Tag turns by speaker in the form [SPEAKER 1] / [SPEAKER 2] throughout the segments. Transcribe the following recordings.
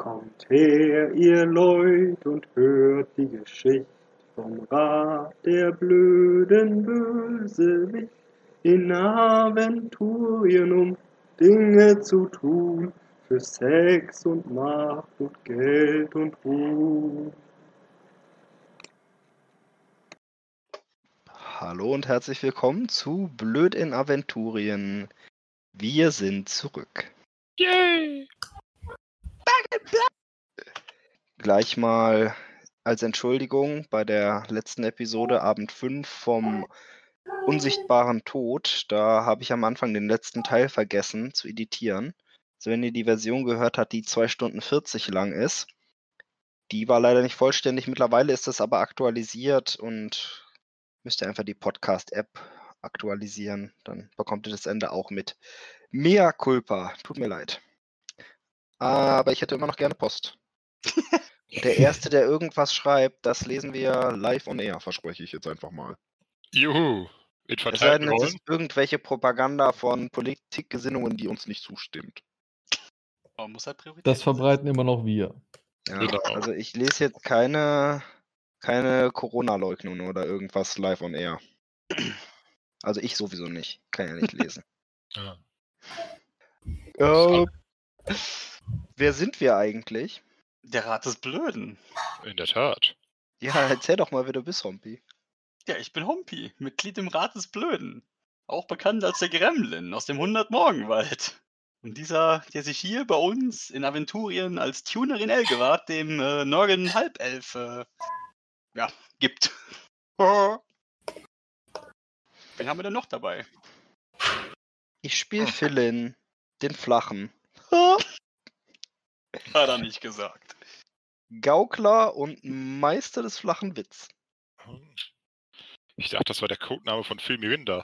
[SPEAKER 1] Kommt her, ihr Leut, und hört die Geschichte vom Rat der blöden Bösewicht in Aventurien, um Dinge zu tun, für Sex und Macht und Geld und Ruhm.
[SPEAKER 2] Hallo und herzlich willkommen zu Blöd in Aventurien. Wir sind zurück.
[SPEAKER 3] Yay!
[SPEAKER 2] Gleich mal als Entschuldigung bei der letzten Episode, Abend 5 vom unsichtbaren Tod. Da habe ich am Anfang den letzten Teil vergessen zu editieren. Also wenn ihr die Version gehört habt, die 2 Stunden 40 lang ist. Die war leider nicht vollständig. Mittlerweile ist das aber aktualisiert und müsst ihr einfach die Podcast-App aktualisieren. Dann bekommt ihr das Ende auch mit. Mea culpa. Tut mir leid. Aber ich hätte immer noch gerne Post. Der Erste, der irgendwas schreibt, das lesen wir live on air, verspreche ich jetzt einfach mal.
[SPEAKER 3] Juhu! Mit
[SPEAKER 2] Es sei
[SPEAKER 3] verteilten
[SPEAKER 2] denn, es
[SPEAKER 3] Rollen.
[SPEAKER 2] ist irgendwelche Propaganda von Politikgesinnungen, die uns nicht zustimmt.
[SPEAKER 4] Man muss halt Prioritäten
[SPEAKER 5] Das verbreiten immer noch wir.
[SPEAKER 2] Ja,
[SPEAKER 3] Genau.
[SPEAKER 2] also ich lese jetzt keine Corona-Leugnung oder irgendwas live on air. Also ich sowieso nicht. Kann ja nicht lesen.
[SPEAKER 3] Ja.
[SPEAKER 2] Wer sind wir eigentlich?
[SPEAKER 4] Der Rat des Blöden.
[SPEAKER 3] In der Tat.
[SPEAKER 2] Ja, erzähl doch mal, wer du bist, Hompi.
[SPEAKER 4] Ja, ich bin Hompi, Mitglied im Rat des Blöden. Auch bekannt als der Gremlin aus dem 100-Morgenwald. Und dieser, der sich hier bei uns in Aventurien als Tuner in Elgewart, dem Norgen Halbelf, gibt. Wen haben wir denn noch dabei?
[SPEAKER 2] Ich spiele Philin, den Flachen.
[SPEAKER 4] Hat er nicht gesagt.
[SPEAKER 2] Gaukler und Meister des flachen Witz.
[SPEAKER 3] Ich dachte, das war der Codename von Phil Mirinda.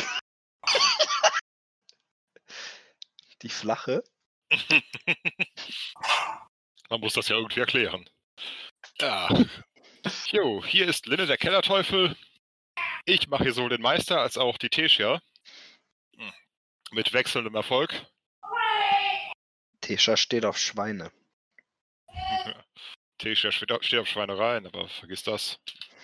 [SPEAKER 2] Die Flache?
[SPEAKER 3] Man muss das ja irgendwie erklären. Ja. Jo, hier ist Linne der Kellerteufel. Ich mache hier sowohl den Meister als auch die Tessia. Mit wechselndem Erfolg.
[SPEAKER 2] Tesha steht auf Schweine.
[SPEAKER 3] Tessia steht auf Schweinereien, aber vergiss das.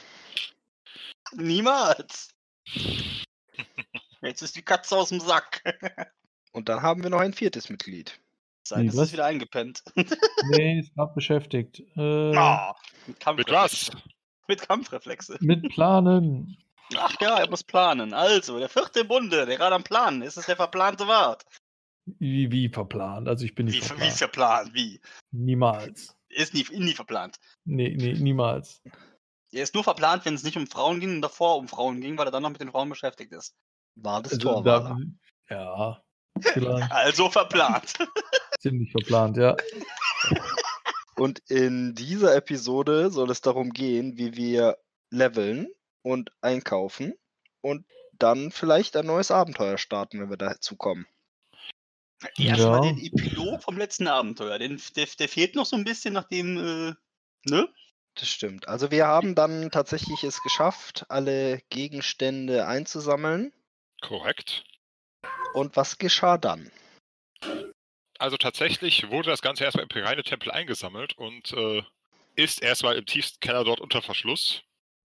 [SPEAKER 4] Niemals. Jetzt ist die Katze aus dem Sack.
[SPEAKER 2] Und dann haben wir noch ein viertes Mitglied.
[SPEAKER 4] Sein ist
[SPEAKER 5] was?
[SPEAKER 4] es wieder eingepennt.
[SPEAKER 5] Nee, ist gerade beschäftigt.
[SPEAKER 4] Mit
[SPEAKER 3] Mit
[SPEAKER 4] Kampfreflexe.
[SPEAKER 3] was?
[SPEAKER 4] Mit Kampfreflexe.
[SPEAKER 5] Mit Planen.
[SPEAKER 4] Ach ja, er muss planen. Also, der vierte im Bunde, der gerade am Planen ist, ist der verplante Wart.
[SPEAKER 5] Wie verplant? Also ich bin nicht
[SPEAKER 4] Wie
[SPEAKER 5] verplant.
[SPEAKER 4] verplant? Wie?
[SPEAKER 5] Niemals.
[SPEAKER 4] Ist nie verplant.
[SPEAKER 5] Nee, niemals.
[SPEAKER 4] Er ist nur verplant, wenn es nicht um Frauen ging und davor um Frauen ging, weil er dann noch mit den Frauen beschäftigt ist.
[SPEAKER 2] War das
[SPEAKER 5] Also
[SPEAKER 2] Torwaler.
[SPEAKER 5] ja, vielleicht
[SPEAKER 4] Also verplant.
[SPEAKER 5] ziemlich verplant, ja.
[SPEAKER 2] Und in dieser Episode soll es darum gehen, wie wir leveln und einkaufen und dann vielleicht ein neues Abenteuer starten, wenn wir dazu kommen.
[SPEAKER 4] Erstmal
[SPEAKER 5] Ja.
[SPEAKER 4] den Epilog vom letzten Abenteuer. Der fehlt noch so ein bisschen, nachdem, ne?
[SPEAKER 2] Das stimmt. Also wir haben dann tatsächlich es geschafft, alle Gegenstände einzusammeln.
[SPEAKER 3] Korrekt.
[SPEAKER 2] Und was geschah dann?
[SPEAKER 3] Also tatsächlich wurde das Ganze erstmal im Piraine-Tempel eingesammelt und ist erstmal im tiefsten Keller dort unter Verschluss.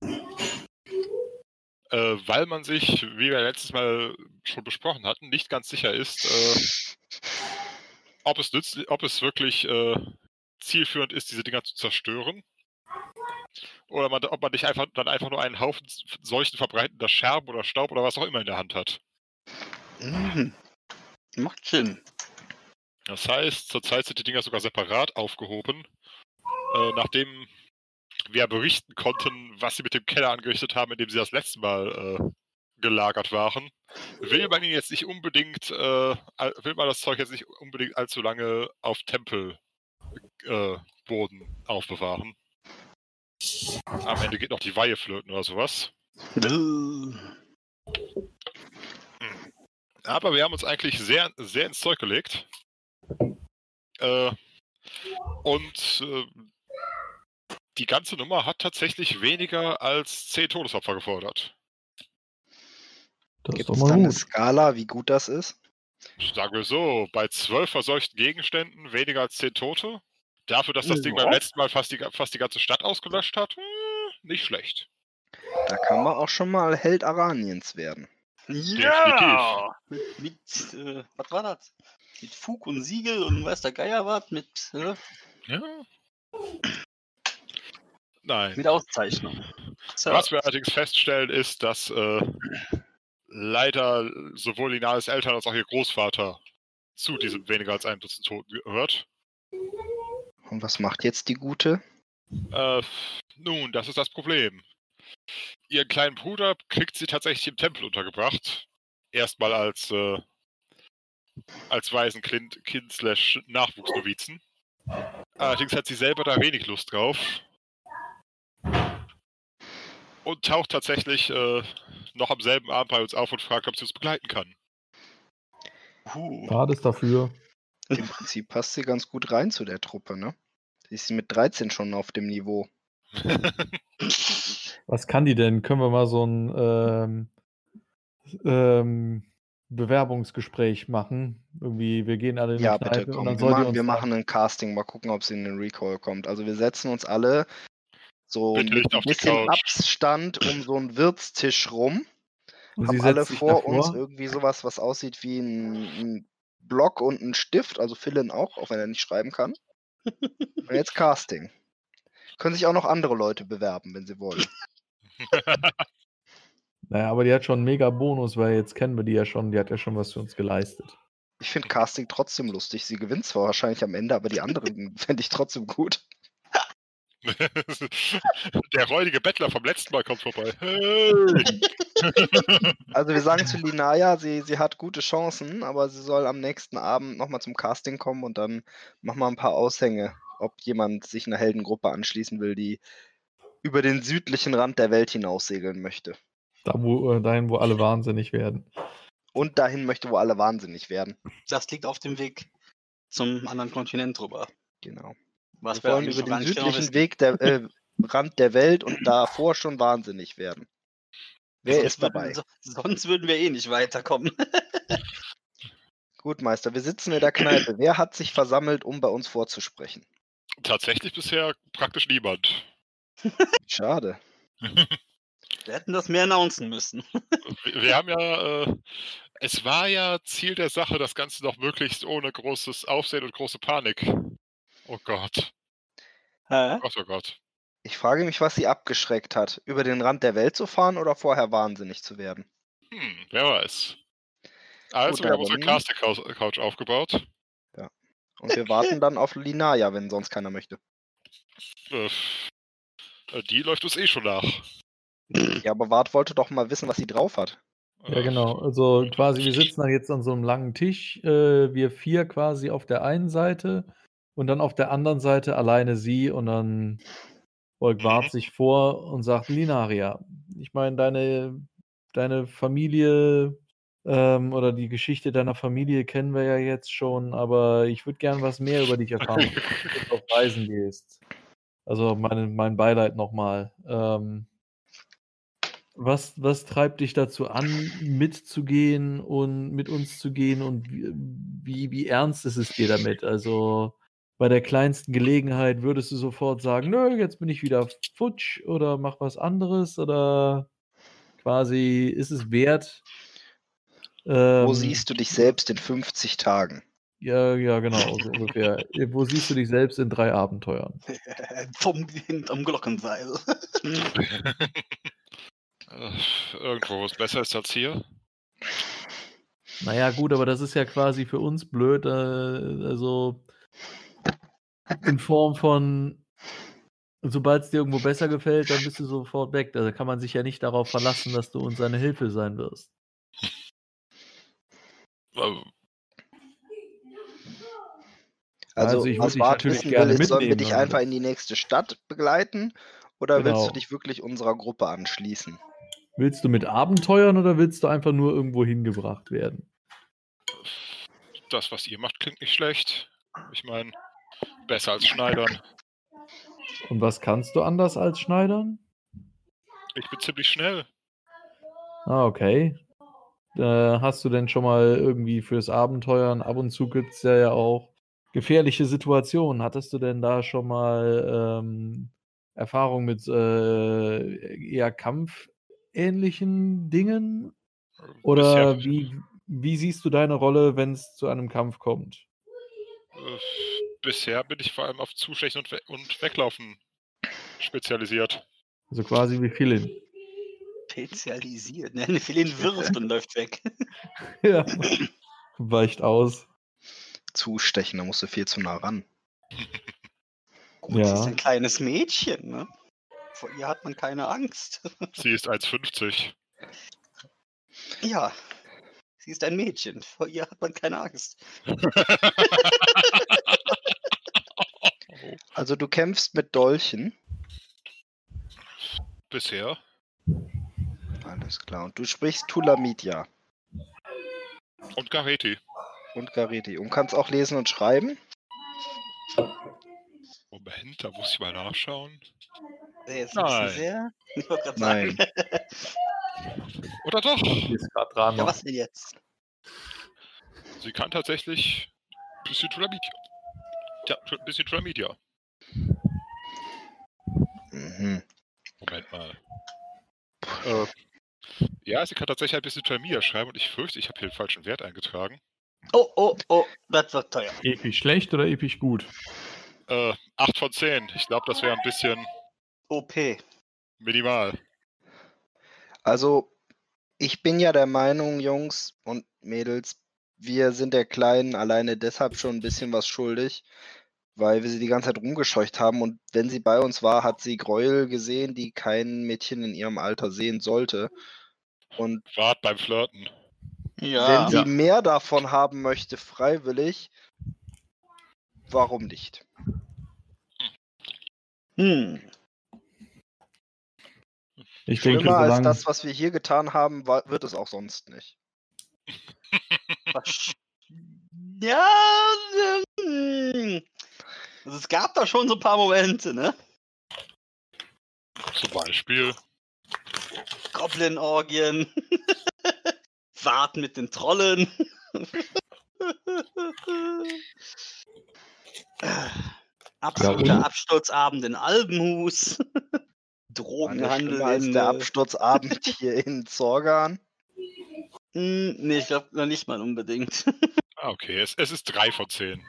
[SPEAKER 3] Weil man sich, wie wir letztes Mal schon besprochen hatten, nicht ganz sicher ist, ob es wirklich zielführend ist, diese Dinger zu zerstören. Oder ob man nicht einfach nur einen Haufen solchen verbreitender Scherben oder Staub oder was auch immer in der Hand hat.
[SPEAKER 4] Macht Sinn.
[SPEAKER 3] Das heißt, zurzeit sind die Dinger sogar separat aufgehoben, nachdem wir berichten konnten, was sie mit dem Keller angerichtet haben, in dem sie das letzte Mal gelagert waren. Will man das Zeug jetzt nicht unbedingt allzu lange auf Tempelboden aufbewahren. Am Ende geht noch die Weihe flöten oder sowas. Aber wir haben uns eigentlich sehr, sehr ins Zeug gelegt. Die ganze Nummer hat tatsächlich weniger als 10 Todesopfer gefordert.
[SPEAKER 5] Das ist
[SPEAKER 2] Gibt
[SPEAKER 5] doch
[SPEAKER 2] es
[SPEAKER 5] mal
[SPEAKER 2] dann eine
[SPEAKER 5] gut.
[SPEAKER 2] Skala, wie gut das ist?
[SPEAKER 3] Sagen wir so, bei 12 verseuchten Gegenständen weniger als 10 Tote. Dafür, dass das Ding
[SPEAKER 4] Ja.
[SPEAKER 3] beim letzten Mal fast die ganze Stadt ausgelöscht hat, nicht schlecht.
[SPEAKER 2] Da kann man auch schon mal Held Araniens werden.
[SPEAKER 4] Ja! Was war das? Mit Fug und Siegel und weiß der Geier was?
[SPEAKER 3] Ja. Nein.
[SPEAKER 4] Mit Auszeichnung. So.
[SPEAKER 3] Was wir allerdings feststellen, ist, dass leider sowohl Linares Eltern als auch ihr Großvater zu diesem weniger als einem Dutzend Toten gehört.
[SPEAKER 2] Und was macht jetzt die Gute?
[SPEAKER 3] Nun, das ist das Problem. Ihren kleinen Bruder kriegt sie tatsächlich im Tempel untergebracht. Erstmal als Waisenkind/Nachwuchsnovizen. Allerdings hat sie selber da wenig Lust drauf. Und taucht tatsächlich noch am selben Abend bei uns auf und fragt, ob sie uns begleiten kann.
[SPEAKER 5] Schade ist dafür.
[SPEAKER 2] Im Prinzip passt sie ganz gut rein zu der Truppe, ne? Sie ist mit 13 schon auf dem Niveau.
[SPEAKER 5] Was kann die denn? Können wir mal so ein Bewerbungsgespräch machen? Irgendwie, wir gehen alle in die
[SPEAKER 2] Ja, bitte,
[SPEAKER 5] Kneipe und
[SPEAKER 2] komm.
[SPEAKER 5] dann soll die uns
[SPEAKER 2] Wir machen ein Casting, mal gucken, ob sie in den Recall kommt. Also wir setzen uns alle so
[SPEAKER 3] Bitte
[SPEAKER 2] mit
[SPEAKER 3] nicht
[SPEAKER 2] ein
[SPEAKER 3] auf die
[SPEAKER 2] bisschen
[SPEAKER 3] Couch.
[SPEAKER 2] Abstand um so einen Wirtstisch rum.
[SPEAKER 5] und
[SPEAKER 2] Haben
[SPEAKER 5] sie
[SPEAKER 2] alle
[SPEAKER 5] setzt sich
[SPEAKER 2] vor uns
[SPEAKER 5] davor.
[SPEAKER 2] irgendwie sowas, was aussieht wie ein Block und ein Stift. Also Philin auch, auch wenn er nicht schreiben kann. Und jetzt Casting. Können sich auch noch andere Leute bewerben, wenn sie wollen.
[SPEAKER 5] Naja, aber die hat schon einen mega Bonus, weil jetzt kennen wir die ja schon, die hat ja schon was für uns geleistet.
[SPEAKER 2] Ich finde Casting trotzdem lustig. Sie gewinnt zwar wahrscheinlich am Ende, aber die anderen fände ich trotzdem gut.
[SPEAKER 3] Der räudige Bettler vom letzten Mal kommt vorbei. Hey!
[SPEAKER 2] Also wir sagen zu Linaya, sie hat gute Chancen, aber sie soll am nächsten Abend nochmal zum Casting kommen und dann machen wir ein paar Aushänge, ob jemand sich einer Heldengruppe anschließen will, die über den südlichen Rand der Welt hinaussegeln möchte.
[SPEAKER 5] Dahin, wo alle wahnsinnig werden.
[SPEAKER 2] Und dahin möchte, wo alle wahnsinnig werden.
[SPEAKER 4] Das liegt auf dem Weg zum anderen Kontinent drüber.
[SPEAKER 2] Genau.
[SPEAKER 4] Was
[SPEAKER 2] Wir wollen
[SPEAKER 4] eigentlich
[SPEAKER 2] über
[SPEAKER 4] noch gar
[SPEAKER 2] den
[SPEAKER 4] nicht genau
[SPEAKER 2] südlichen
[SPEAKER 4] wissen.
[SPEAKER 2] Weg Rand der Welt und davor schon wahnsinnig werden. Wer ist dabei?
[SPEAKER 4] Sonst würden wir eh nicht weiterkommen.
[SPEAKER 2] Gut, Meister, wir sitzen in der Kneipe. Wer hat sich versammelt, um bei uns vorzusprechen?
[SPEAKER 3] Tatsächlich bisher praktisch niemand.
[SPEAKER 2] Schade.
[SPEAKER 4] Wir hätten das mehr announcen müssen.
[SPEAKER 3] Wir haben ja, es war ja Ziel der Sache, das Ganze noch möglichst ohne großes Aufsehen und große Panik. Oh Gott.
[SPEAKER 4] Hä?
[SPEAKER 3] Oh Gott, oh Gott.
[SPEAKER 2] Ich frage mich, was sie abgeschreckt hat, über den Rand der Welt zu fahren oder vorher wahnsinnig zu werden.
[SPEAKER 3] Wer weiß. Also,
[SPEAKER 2] Gut,
[SPEAKER 3] wir haben
[SPEAKER 2] aber
[SPEAKER 3] unsere
[SPEAKER 2] nun-
[SPEAKER 3] Casting-Couch aufgebaut.
[SPEAKER 2] Und wir warten dann auf Linaya, wenn sonst keiner möchte.
[SPEAKER 3] Die läuft uns eh schon nach.
[SPEAKER 2] Ja, aber Wart wollte doch mal wissen, was sie drauf hat.
[SPEAKER 5] Ja, genau. Also quasi, wir sitzen dann jetzt an so einem langen Tisch, wir 4 quasi auf der einen Seite und dann auf der anderen Seite alleine sie und dann beugt Wart sich vor und sagt, Linaria, ich meine, deine Familie oder die Geschichte deiner Familie kennen wir ja jetzt schon, aber ich würde gern was mehr über dich erfahren, wenn du jetzt auf Reisen gehst. Also mein Beileid nochmal. Was treibt dich dazu an, mitzugehen und mit uns zu gehen und wie ernst ist es dir damit? Also bei der kleinsten Gelegenheit würdest du sofort sagen, nö, jetzt bin ich wieder futsch oder mach was anderes oder quasi ist es wert?
[SPEAKER 2] Wo siehst du dich selbst in 50 Tagen?
[SPEAKER 5] Ja, genau, so ungefähr. Wo siehst du dich selbst in 3 Abenteuern?
[SPEAKER 4] Am Glockenseil.
[SPEAKER 3] Irgendwo, wo es besser ist als hier.
[SPEAKER 5] Naja, gut, aber das ist ja quasi für uns blöd, also in Form von, sobald es dir irgendwo besser gefällt, dann bist du sofort weg. Da kann man sich ja nicht darauf verlassen, dass du uns eine Hilfe sein wirst.
[SPEAKER 2] Also,
[SPEAKER 5] ich
[SPEAKER 2] was
[SPEAKER 5] würde dich
[SPEAKER 2] Wart
[SPEAKER 5] natürlich
[SPEAKER 2] wissen
[SPEAKER 5] gerne
[SPEAKER 2] will, ist, sollen wir
[SPEAKER 5] mitnehmen.
[SPEAKER 2] dich
[SPEAKER 5] Also,
[SPEAKER 2] einfach in die nächste Stadt begleiten oder willst
[SPEAKER 5] Genau.
[SPEAKER 2] du dich wirklich unserer Gruppe anschließen?
[SPEAKER 5] willst du mit Abenteuern oder willst du einfach nur irgendwo hingebracht werden?
[SPEAKER 3] Das, was ihr macht, klingt nicht schlecht. Ich meine, besser als Schneidern.
[SPEAKER 5] Und was kannst du anders als Schneidern?
[SPEAKER 3] Ich bin ziemlich schnell.
[SPEAKER 5] Ah, okay. Hast du denn schon mal irgendwie fürs Abenteuern, ab und zu gibt es ja auch gefährliche Situationen. Hattest du denn da schon mal Erfahrung mit eher kampfähnlichen Dingen? Oder wie siehst du deine Rolle, wenn es zu einem Kampf kommt?
[SPEAKER 3] Bisher bin ich vor allem auf Zustechen und Weglaufen spezialisiert.
[SPEAKER 5] Also quasi wie Philin.
[SPEAKER 4] Spezialisiert. Ne? Philin wirft und läuft weg.
[SPEAKER 5] Ja. Weicht aus.
[SPEAKER 2] Zustechen, da musst du viel zu nah ran.
[SPEAKER 4] Gut, sie ist ein kleines Mädchen, ne? Vor ihr hat man keine Angst.
[SPEAKER 3] Sie ist 1,50.
[SPEAKER 4] Ja, sie ist ein Mädchen. Vor ihr hat man keine Angst.
[SPEAKER 2] Also du kämpfst mit Dolchen.
[SPEAKER 3] Bisher.
[SPEAKER 2] Alles klar. Und du sprichst Tulamidia.
[SPEAKER 3] Und Gareti.
[SPEAKER 2] Und Gareti. Und kannst auch lesen und schreiben?
[SPEAKER 3] Moment, da muss ich mal nachschauen.
[SPEAKER 4] Jetzt ein sehr. Ich wollte gerade
[SPEAKER 2] Nein.
[SPEAKER 4] sagen.
[SPEAKER 3] Oder doch?
[SPEAKER 5] Die ist gerade dran.
[SPEAKER 4] Ja, was denn jetzt?
[SPEAKER 3] Sie kann tatsächlich ein bisschen Tulamidia. Ja, ein bisschen Tulamidia.
[SPEAKER 2] Mhm.
[SPEAKER 3] Moment mal. Ja, sie kann tatsächlich ein bisschen Tulamidia schreiben und ich fürchte, ich habe hier den falschen Wert eingetragen.
[SPEAKER 4] Oh, das wird teuer.
[SPEAKER 5] Episch schlecht oder episch gut?
[SPEAKER 3] 8 von 10. Ich glaube, das wäre ein bisschen
[SPEAKER 4] OP.
[SPEAKER 3] minimal.
[SPEAKER 2] Also, ich bin ja der Meinung, Jungs und Mädels, wir sind der Kleinen alleine deshalb schon ein bisschen was schuldig, weil wir sie die ganze Zeit rumgescheucht haben und wenn sie bei uns war, hat sie Gräuel gesehen, die kein Mädchen in ihrem Alter sehen sollte. Und
[SPEAKER 3] Wart beim Flirten.
[SPEAKER 2] wenn sie mehr davon haben möchte, freiwillig, warum nicht?
[SPEAKER 5] Ich denke,
[SPEAKER 2] Schlimmer als
[SPEAKER 5] solange
[SPEAKER 2] das, was wir hier getan haben, wird es auch sonst nicht.
[SPEAKER 4] Ja, also es gab da schon so ein paar Momente, ne?
[SPEAKER 3] Zum Beispiel.
[SPEAKER 4] Goblin-Orgien. Warten mit den Trollen. Absoluter Absturzabend in Albenhus. Drogenhandel
[SPEAKER 2] als der Absturzabend hier in Zorgan.
[SPEAKER 4] Nee, ich glaube noch nicht mal unbedingt.
[SPEAKER 3] Okay, es ist 3 von 10.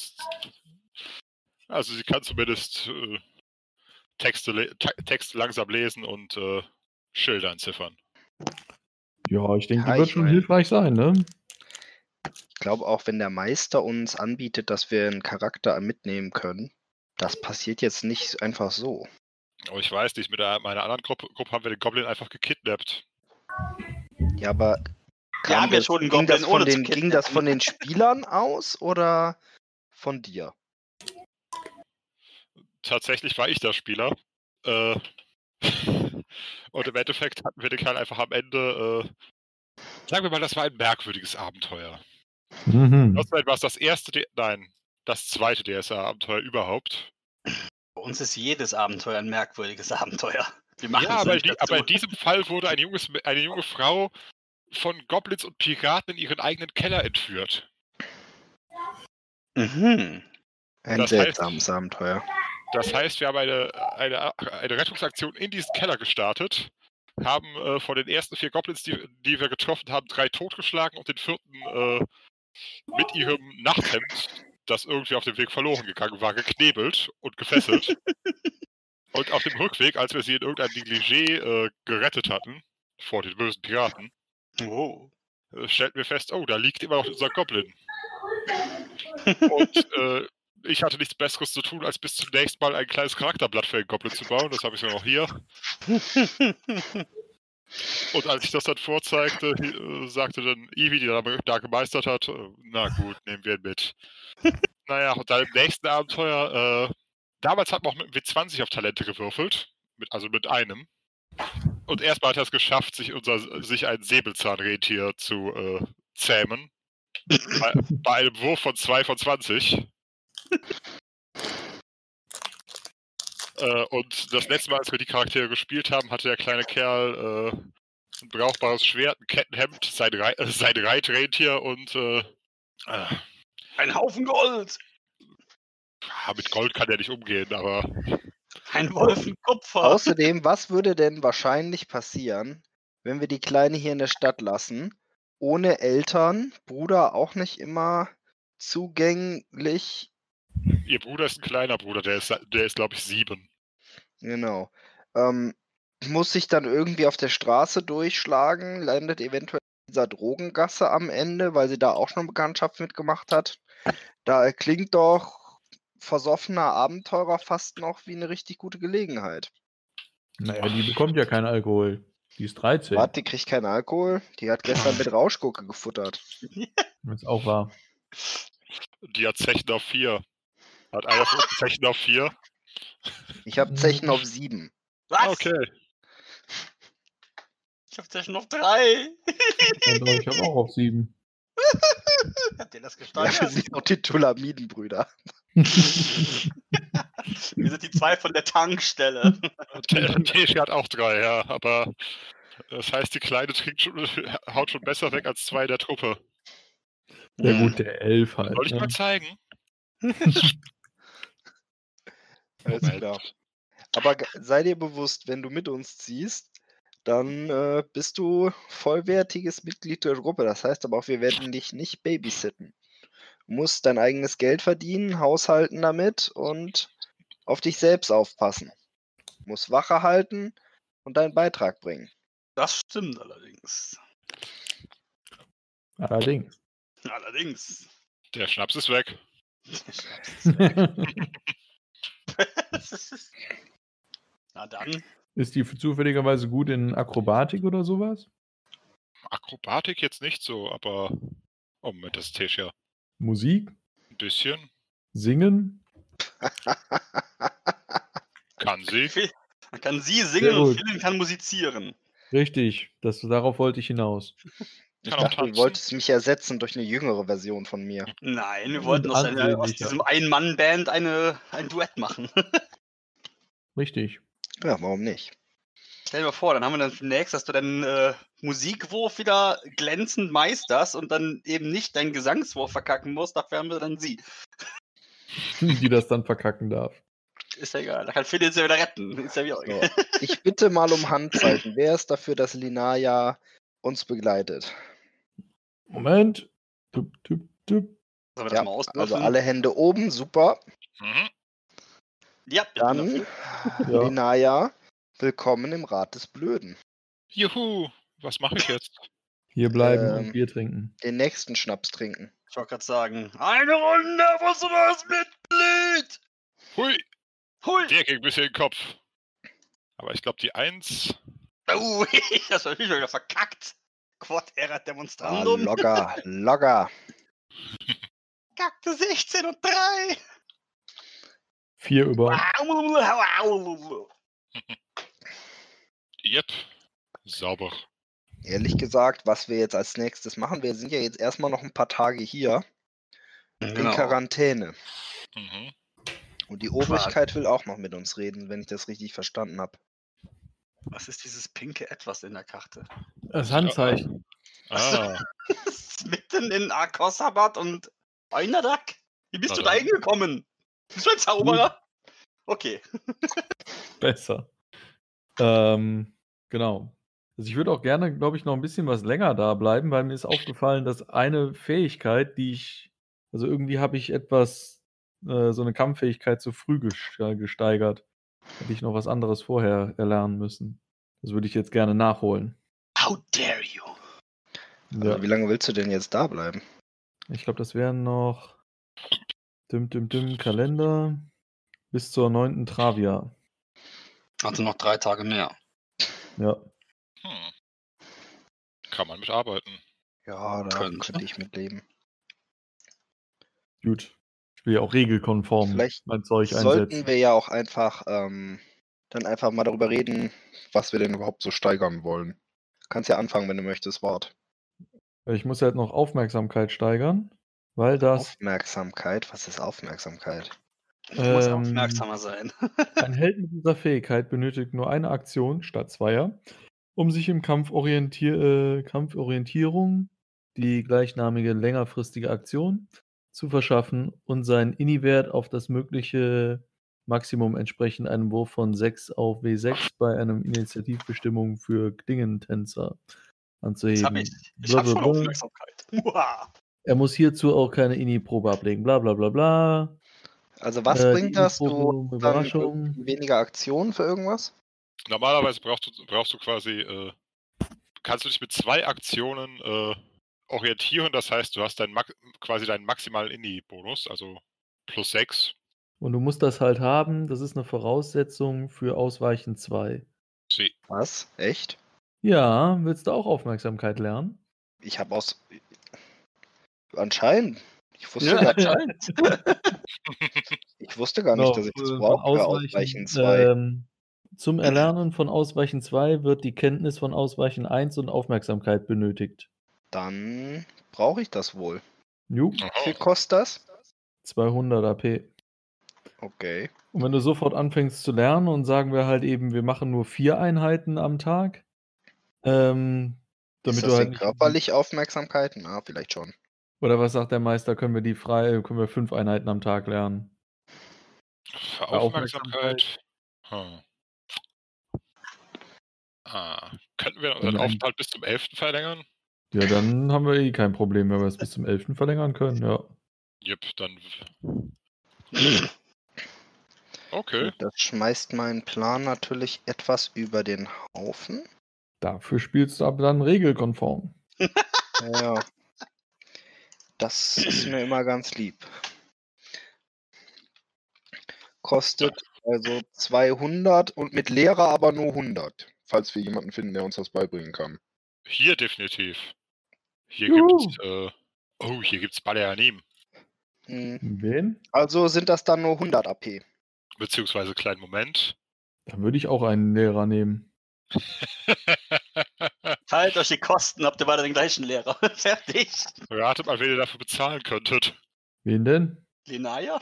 [SPEAKER 3] Also sie kann zumindest Texte langsam lesen und Schilder entziffern.
[SPEAKER 5] Ja, ich denke, die wird schon hilfreich sein, ne?
[SPEAKER 2] Ich glaube auch, wenn der Meister uns anbietet, dass wir einen Charakter mitnehmen können, das passiert jetzt nicht einfach so.
[SPEAKER 3] Aber ich weiß nicht, mit meiner anderen Gruppe haben wir den Goblin einfach gekidnappt.
[SPEAKER 2] Ja, aber ging das von den Spielern aus oder von dir?
[SPEAKER 3] Tatsächlich war ich der Spieler. Und im Endeffekt hatten wir den Kerl einfach am Ende. Sagen wir mal, das war ein merkwürdiges Abenteuer. Außerdem war es das zweite DSA-Abenteuer überhaupt.
[SPEAKER 4] Bei uns ist jedes Abenteuer ein merkwürdiges Abenteuer.
[SPEAKER 3] Aber in diesem Fall wurde eine junge Frau von Goblins und Piraten in ihren eigenen Keller entführt.
[SPEAKER 2] Ein seltsames Abenteuer.
[SPEAKER 3] Das heißt, wir haben eine Rettungsaktion in diesen Keller gestartet, haben von den ersten 4 Goblins, die wir getroffen haben, 3 totgeschlagen und den 4. mit ihrem Nachthemd, das irgendwie auf dem Weg verloren gegangen war, geknebelt und gefesselt. Und auf dem Rückweg, als wir sie in irgendein Negligé gerettet hatten, vor den bösen Piraten, stellten wir fest, da liegt immer noch unser Goblin. Und ich hatte nichts Besseres zu tun, als bis zum nächsten Mal ein kleines Charakterblatt für den Goblin zu bauen. Das habe ich sogar noch hier. Und als ich das dann vorzeigte, sagte dann Ivy, die da gemeistert hat, na gut, nehmen wir ihn mit. Naja, und dann im nächsten Abenteuer, damals hat man auch mit W20 auf Talente gewürfelt, mit einem. Und erstmal hat er es geschafft, sich ein Säbelzahnrentier zu zähmen. Bei einem Wurf von 2 von 20. Und das letzte Mal, als wir die Charaktere gespielt haben, hatte der kleine Kerl ein brauchbares Schwert, ein Kettenhemd, sein Reitrentier und
[SPEAKER 4] ein Haufen Gold!
[SPEAKER 3] mit Gold kann der nicht umgehen, aber
[SPEAKER 4] Ein Wolf im Kupfer.
[SPEAKER 2] Außerdem, was würde denn wahrscheinlich passieren, wenn wir die Kleine hier in der Stadt lassen? Ohne Eltern, Bruder auch nicht immer zugänglich.
[SPEAKER 3] ihr Bruder ist ein kleiner Bruder, der ist glaube ich 7.
[SPEAKER 2] Genau. Muss sich dann irgendwie auf der Straße durchschlagen, landet eventuell in dieser Drogengasse am Ende, weil sie da auch schon Bekanntschaft mitgemacht hat. Da klingt doch versoffener Abenteurer fast noch wie eine richtig gute Gelegenheit.
[SPEAKER 5] Naja, die bekommt ja keinen Alkohol. Die ist 13.
[SPEAKER 2] Warte, die kriegt keinen Alkohol. Die hat gestern mit Rauschgurke gefuttert.
[SPEAKER 5] Das ist auch wahr.
[SPEAKER 3] Die hat Zechen auf 4. Hat einer von uns Zechen auf 4?
[SPEAKER 2] Ich habe Zechen auf 7.
[SPEAKER 4] Was?
[SPEAKER 3] Okay.
[SPEAKER 4] Ich hab Zechen auf 3.
[SPEAKER 5] Ich habe auch auf 7.
[SPEAKER 4] Habt ihr das
[SPEAKER 2] Ja, wir
[SPEAKER 4] gesteigert?
[SPEAKER 2] sind auch die Tulamidenbrüder.
[SPEAKER 4] Wir sind die 2 von der Tankstelle.
[SPEAKER 3] Teschi hat auch 3, ja, aber das heißt, die Kleine haut schon besser weg als 2 der Truppe.
[SPEAKER 5] Ja gut, der 11 halt.
[SPEAKER 3] Soll ich
[SPEAKER 5] Ne?
[SPEAKER 3] mal zeigen?
[SPEAKER 2] Alles
[SPEAKER 3] Moment.
[SPEAKER 2] klar. Aber sei dir bewusst, wenn du mit uns ziehst, dann bist du vollwertiges Mitglied der Gruppe. Das heißt aber auch, wir werden dich nicht babysitten. Du musst dein eigenes Geld verdienen, haushalten damit und auf dich selbst aufpassen. Du musst Wache halten und deinen Beitrag bringen.
[SPEAKER 4] Das stimmt allerdings.
[SPEAKER 5] Allerdings.
[SPEAKER 4] Allerdings.
[SPEAKER 3] Der Schnaps ist weg.
[SPEAKER 4] Na dann.
[SPEAKER 5] Ist die zufälligerweise gut in Akrobatik oder sowas?
[SPEAKER 3] Akrobatik jetzt nicht so, aber. Oh, Moment, das ist Teschi.
[SPEAKER 5] Musik?
[SPEAKER 3] Ein bisschen.
[SPEAKER 5] Singen?
[SPEAKER 3] Kann sie.
[SPEAKER 4] Man kann sie
[SPEAKER 5] Sehr
[SPEAKER 4] singen und
[SPEAKER 5] gut.
[SPEAKER 4] Philin kann musizieren.
[SPEAKER 5] Richtig, darauf wollte ich hinaus.
[SPEAKER 2] Ich
[SPEAKER 3] Kann auch
[SPEAKER 2] dachte, du
[SPEAKER 3] tanzen.
[SPEAKER 2] wolltest mich ersetzen durch eine jüngere Version von mir.
[SPEAKER 4] Nein, wir
[SPEAKER 5] Und
[SPEAKER 4] wollten aus
[SPEAKER 5] ansehnlicher.
[SPEAKER 4] diesem Ein-Mann-Band ein Duett machen.
[SPEAKER 5] Richtig.
[SPEAKER 2] Ja, warum nicht?
[SPEAKER 4] Stell dir mal vor, dann haben wir dann demnächst, dass du deinen Musikwurf wieder glänzend meisterst und dann eben nicht deinen Gesangswurf verkacken musst, dafür haben wir dann sie.
[SPEAKER 5] Die das dann verkacken darf.
[SPEAKER 4] Ist ja egal, da kann Philin es ja wieder retten. Ist ja wie auch
[SPEAKER 2] So. Ich bitte mal um Handzeichen. Wer ist dafür, dass Linaya uns begleitet?
[SPEAKER 5] Moment. Tup, tup, tup.
[SPEAKER 4] Sollen wir das
[SPEAKER 2] Ja,
[SPEAKER 4] mal
[SPEAKER 2] also
[SPEAKER 4] auswürfeln?
[SPEAKER 2] alle Hände oben, super.
[SPEAKER 3] Mhm.
[SPEAKER 4] Ja, ich bin
[SPEAKER 2] Dann,
[SPEAKER 4] dafür.
[SPEAKER 5] Ja.
[SPEAKER 2] Linaya, willkommen im Rat des Blöden.
[SPEAKER 3] Juhu. Was mache ich jetzt?
[SPEAKER 5] Hier bleiben
[SPEAKER 2] Ähm.
[SPEAKER 5] und Bier trinken.
[SPEAKER 2] Den nächsten Schnaps trinken.
[SPEAKER 4] Ich wollte gerade sagen, eine Runde, wo sowas mitblüht!
[SPEAKER 3] Hui.
[SPEAKER 4] Hui!
[SPEAKER 3] Der ging ein bisschen in den Kopf. Aber ich glaube, die 1.
[SPEAKER 4] Oh, das war wieder verkackt. Quod erat
[SPEAKER 2] Ah,
[SPEAKER 4] demonstrandum.
[SPEAKER 2] locker.
[SPEAKER 4] Kackte 16 und 3.
[SPEAKER 5] 4 über.
[SPEAKER 3] Yep. Sauber.
[SPEAKER 2] Ehrlich gesagt, was wir jetzt als nächstes machen, wir sind ja jetzt erstmal noch ein paar Tage hier in
[SPEAKER 4] Genau.
[SPEAKER 2] Quarantäne.
[SPEAKER 3] Mhm.
[SPEAKER 2] Und die Obrigkeit will auch noch mit uns reden, wenn ich das richtig verstanden habe.
[SPEAKER 4] Was ist dieses pinke Etwas in der Karte?
[SPEAKER 5] Das Handzeichen.
[SPEAKER 3] Ah,
[SPEAKER 4] Das ist mitten in Arkosabat und Einadak? Wie bist
[SPEAKER 3] Na
[SPEAKER 4] du da
[SPEAKER 3] dann.
[SPEAKER 4] hingekommen? Bist du ein Zauberer? Okay.
[SPEAKER 5] Besser. Genau. Also ich würde auch gerne, glaube ich, noch ein bisschen was länger da bleiben, weil mir ist aufgefallen, dass eine Fähigkeit, also irgendwie habe ich etwas, so eine Kampffähigkeit zu früh gesteigert. Hätte ich noch was anderes vorher erlernen müssen. Das würde ich jetzt gerne nachholen.
[SPEAKER 4] How dare you?
[SPEAKER 2] Also
[SPEAKER 5] Ja,
[SPEAKER 2] wie lange willst du denn jetzt da bleiben?
[SPEAKER 5] ich glaube, das wären noch Kalender bis zur 9. Travia.
[SPEAKER 4] Also noch 3 Tage mehr.
[SPEAKER 5] Ja.
[SPEAKER 3] hm. Kann man mitarbeiten.
[SPEAKER 2] Ja, da
[SPEAKER 4] Könnte.
[SPEAKER 2] könnte ich mitleben.
[SPEAKER 5] Gut. Ich will ja auch regelkonform
[SPEAKER 2] Vielleicht
[SPEAKER 5] mein Zeug
[SPEAKER 2] sollten
[SPEAKER 5] einsetzen.
[SPEAKER 2] wir ja auch einfach dann einfach mal darüber reden, was wir denn überhaupt so steigern wollen. Kannst ja anfangen, wenn du möchtest, Wort.
[SPEAKER 5] Ich muss halt noch Aufmerksamkeit steigern, weil das
[SPEAKER 2] Aufmerksamkeit? Was ist Aufmerksamkeit?
[SPEAKER 4] Du musst aufmerksamer sein.
[SPEAKER 5] ein Held mit dieser Fähigkeit benötigt nur eine Aktion statt zweier, um sich im Kampforientierung, die gleichnamige längerfristige Aktion, zu verschaffen und seinen Ini-Wert auf das mögliche Maximum entsprechend einem Wurf von 6 auf W6 bei einer Initiativbestimmung für Klingentänzer
[SPEAKER 4] Jetzt
[SPEAKER 5] anzuheben.
[SPEAKER 4] hab ich hab schon
[SPEAKER 5] Blablabla.
[SPEAKER 4] Aufmerksamkeit. Uah.
[SPEAKER 5] Er muss hierzu auch keine Ini-Probe ablegen. Bla bla bla bla.
[SPEAKER 2] Also was
[SPEAKER 5] Die
[SPEAKER 2] bringt das? Du
[SPEAKER 5] Ini-Probe,
[SPEAKER 2] dann
[SPEAKER 5] Überraschung.
[SPEAKER 2] weniger Aktionen für irgendwas?
[SPEAKER 3] Normalerweise brauchst du quasi, kannst du dich mit 2 Aktionen orientieren. Das heißt, du hast quasi deinen maximalen Indie-Bonus, also plus 6.
[SPEAKER 5] Und du musst das halt haben. Das ist eine Voraussetzung für Ausweichen 2.
[SPEAKER 3] Sie.
[SPEAKER 2] Was? Echt?
[SPEAKER 5] Ja, willst du auch Aufmerksamkeit lernen?
[SPEAKER 2] Ich habe anscheinend. Ich wusste,
[SPEAKER 4] Ja,
[SPEAKER 2] gar,
[SPEAKER 4] anscheinend.
[SPEAKER 2] ich wusste gar nicht, dass ich das brauche für Ausweichen 2.
[SPEAKER 5] Zum Erlernen von Ausweichen 2 wird die Kenntnis von Ausweichen 1 und Aufmerksamkeit benötigt.
[SPEAKER 2] Dann brauche ich das wohl.
[SPEAKER 5] Jupp,
[SPEAKER 2] Wie viel kostet das?
[SPEAKER 5] 200 AP.
[SPEAKER 2] Okay.
[SPEAKER 5] Und wenn du sofort anfängst zu lernen und sagen wir halt eben, wir machen nur 4 Einheiten am Tag, damit
[SPEAKER 2] Ist
[SPEAKER 5] du
[SPEAKER 2] das
[SPEAKER 5] halt
[SPEAKER 2] denn
[SPEAKER 5] nicht.
[SPEAKER 2] körperlich Aufmerksamkeit? Na, vielleicht schon.
[SPEAKER 5] Oder was sagt der Meister, können wir 5 Einheiten am Tag lernen?
[SPEAKER 3] Für
[SPEAKER 5] Bei
[SPEAKER 3] Aufmerksamkeit. Könnten wir unseren Aufenthalt bis zum 11. verlängern?
[SPEAKER 5] Ja, dann haben wir kein Problem, wenn wir es bis zum 11. verlängern können, ja.
[SPEAKER 3] Jupp, dann. Okay.
[SPEAKER 2] Gut, das schmeißt meinen Plan natürlich etwas über den Haufen.
[SPEAKER 5] Dafür spielst du aber dann regelkonform.
[SPEAKER 2] Ja. Das ist mir immer ganz lieb. Kostet also 200 und mit Lehrer aber nur 100. Falls wir jemanden finden, der uns das beibringen kann.
[SPEAKER 3] Hier definitiv. Hier
[SPEAKER 5] Juhu.
[SPEAKER 3] gibt's Baleanim.
[SPEAKER 5] Wen?
[SPEAKER 2] Also sind das dann nur 100 AP.
[SPEAKER 3] Beziehungsweise, kleinen Moment.
[SPEAKER 5] Dann würde ich auch einen Lehrer nehmen.
[SPEAKER 4] Teilt euch die Kosten, habt ihr beide den gleichen Lehrer. Fertig.
[SPEAKER 3] Ratet mal, wen ihr dafür bezahlen könntet.
[SPEAKER 5] Wen denn?
[SPEAKER 4] Linaya?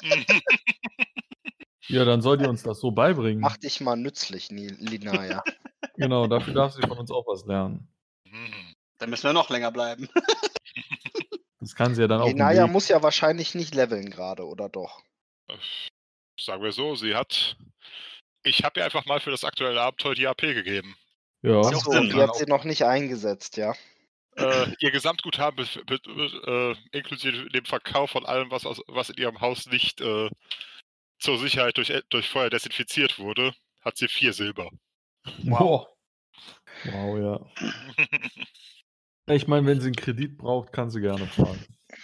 [SPEAKER 5] Ja, dann soll die uns das so beibringen.
[SPEAKER 2] Mach dich mal nützlich, Linaya.
[SPEAKER 5] Genau, dafür darf sie von uns auch was lernen.
[SPEAKER 4] Dann müssen wir noch länger bleiben.
[SPEAKER 5] Das kann sie ja dann auch.
[SPEAKER 2] Linaya muss ja wahrscheinlich nicht leveln gerade, oder doch?
[SPEAKER 3] Sagen wir so, ich habe ihr einfach mal für das aktuelle Abenteuer die AP gegeben.
[SPEAKER 5] Ja.
[SPEAKER 2] Achso, die hat sie noch nicht eingesetzt, ja.
[SPEAKER 3] Ihr Gesamtguthaben inklusive dem Verkauf von allem, was in ihrem Haus nicht zur Sicherheit durch Feuer desinfiziert wurde, hat sie 4 Silber.
[SPEAKER 5] Wow. Wow, ja. Ich meine, wenn sie einen Kredit braucht, kann sie gerne fragen.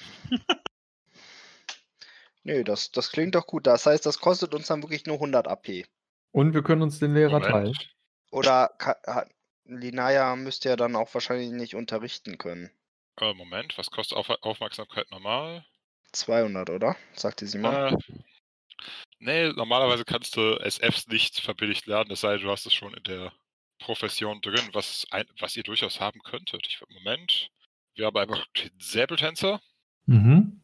[SPEAKER 2] Nö, das klingt doch gut. Das heißt, das kostet uns dann wirklich nur 100 AP.
[SPEAKER 5] Und wir können uns den Lehrer teilen.
[SPEAKER 2] Oder Linaya müsste ja dann auch wahrscheinlich nicht unterrichten können.
[SPEAKER 3] Moment, was kostet Aufmerksamkeit normal?
[SPEAKER 2] 200, oder? Sagte sie mal.
[SPEAKER 3] Nee, normalerweise kannst du SFs nicht verbilligt lernen, es sei denn, du hast es schon in der Profession drin, was ihr durchaus haben könntet. Moment. Wir haben einfach den Säbeltänzer.
[SPEAKER 5] Mhm.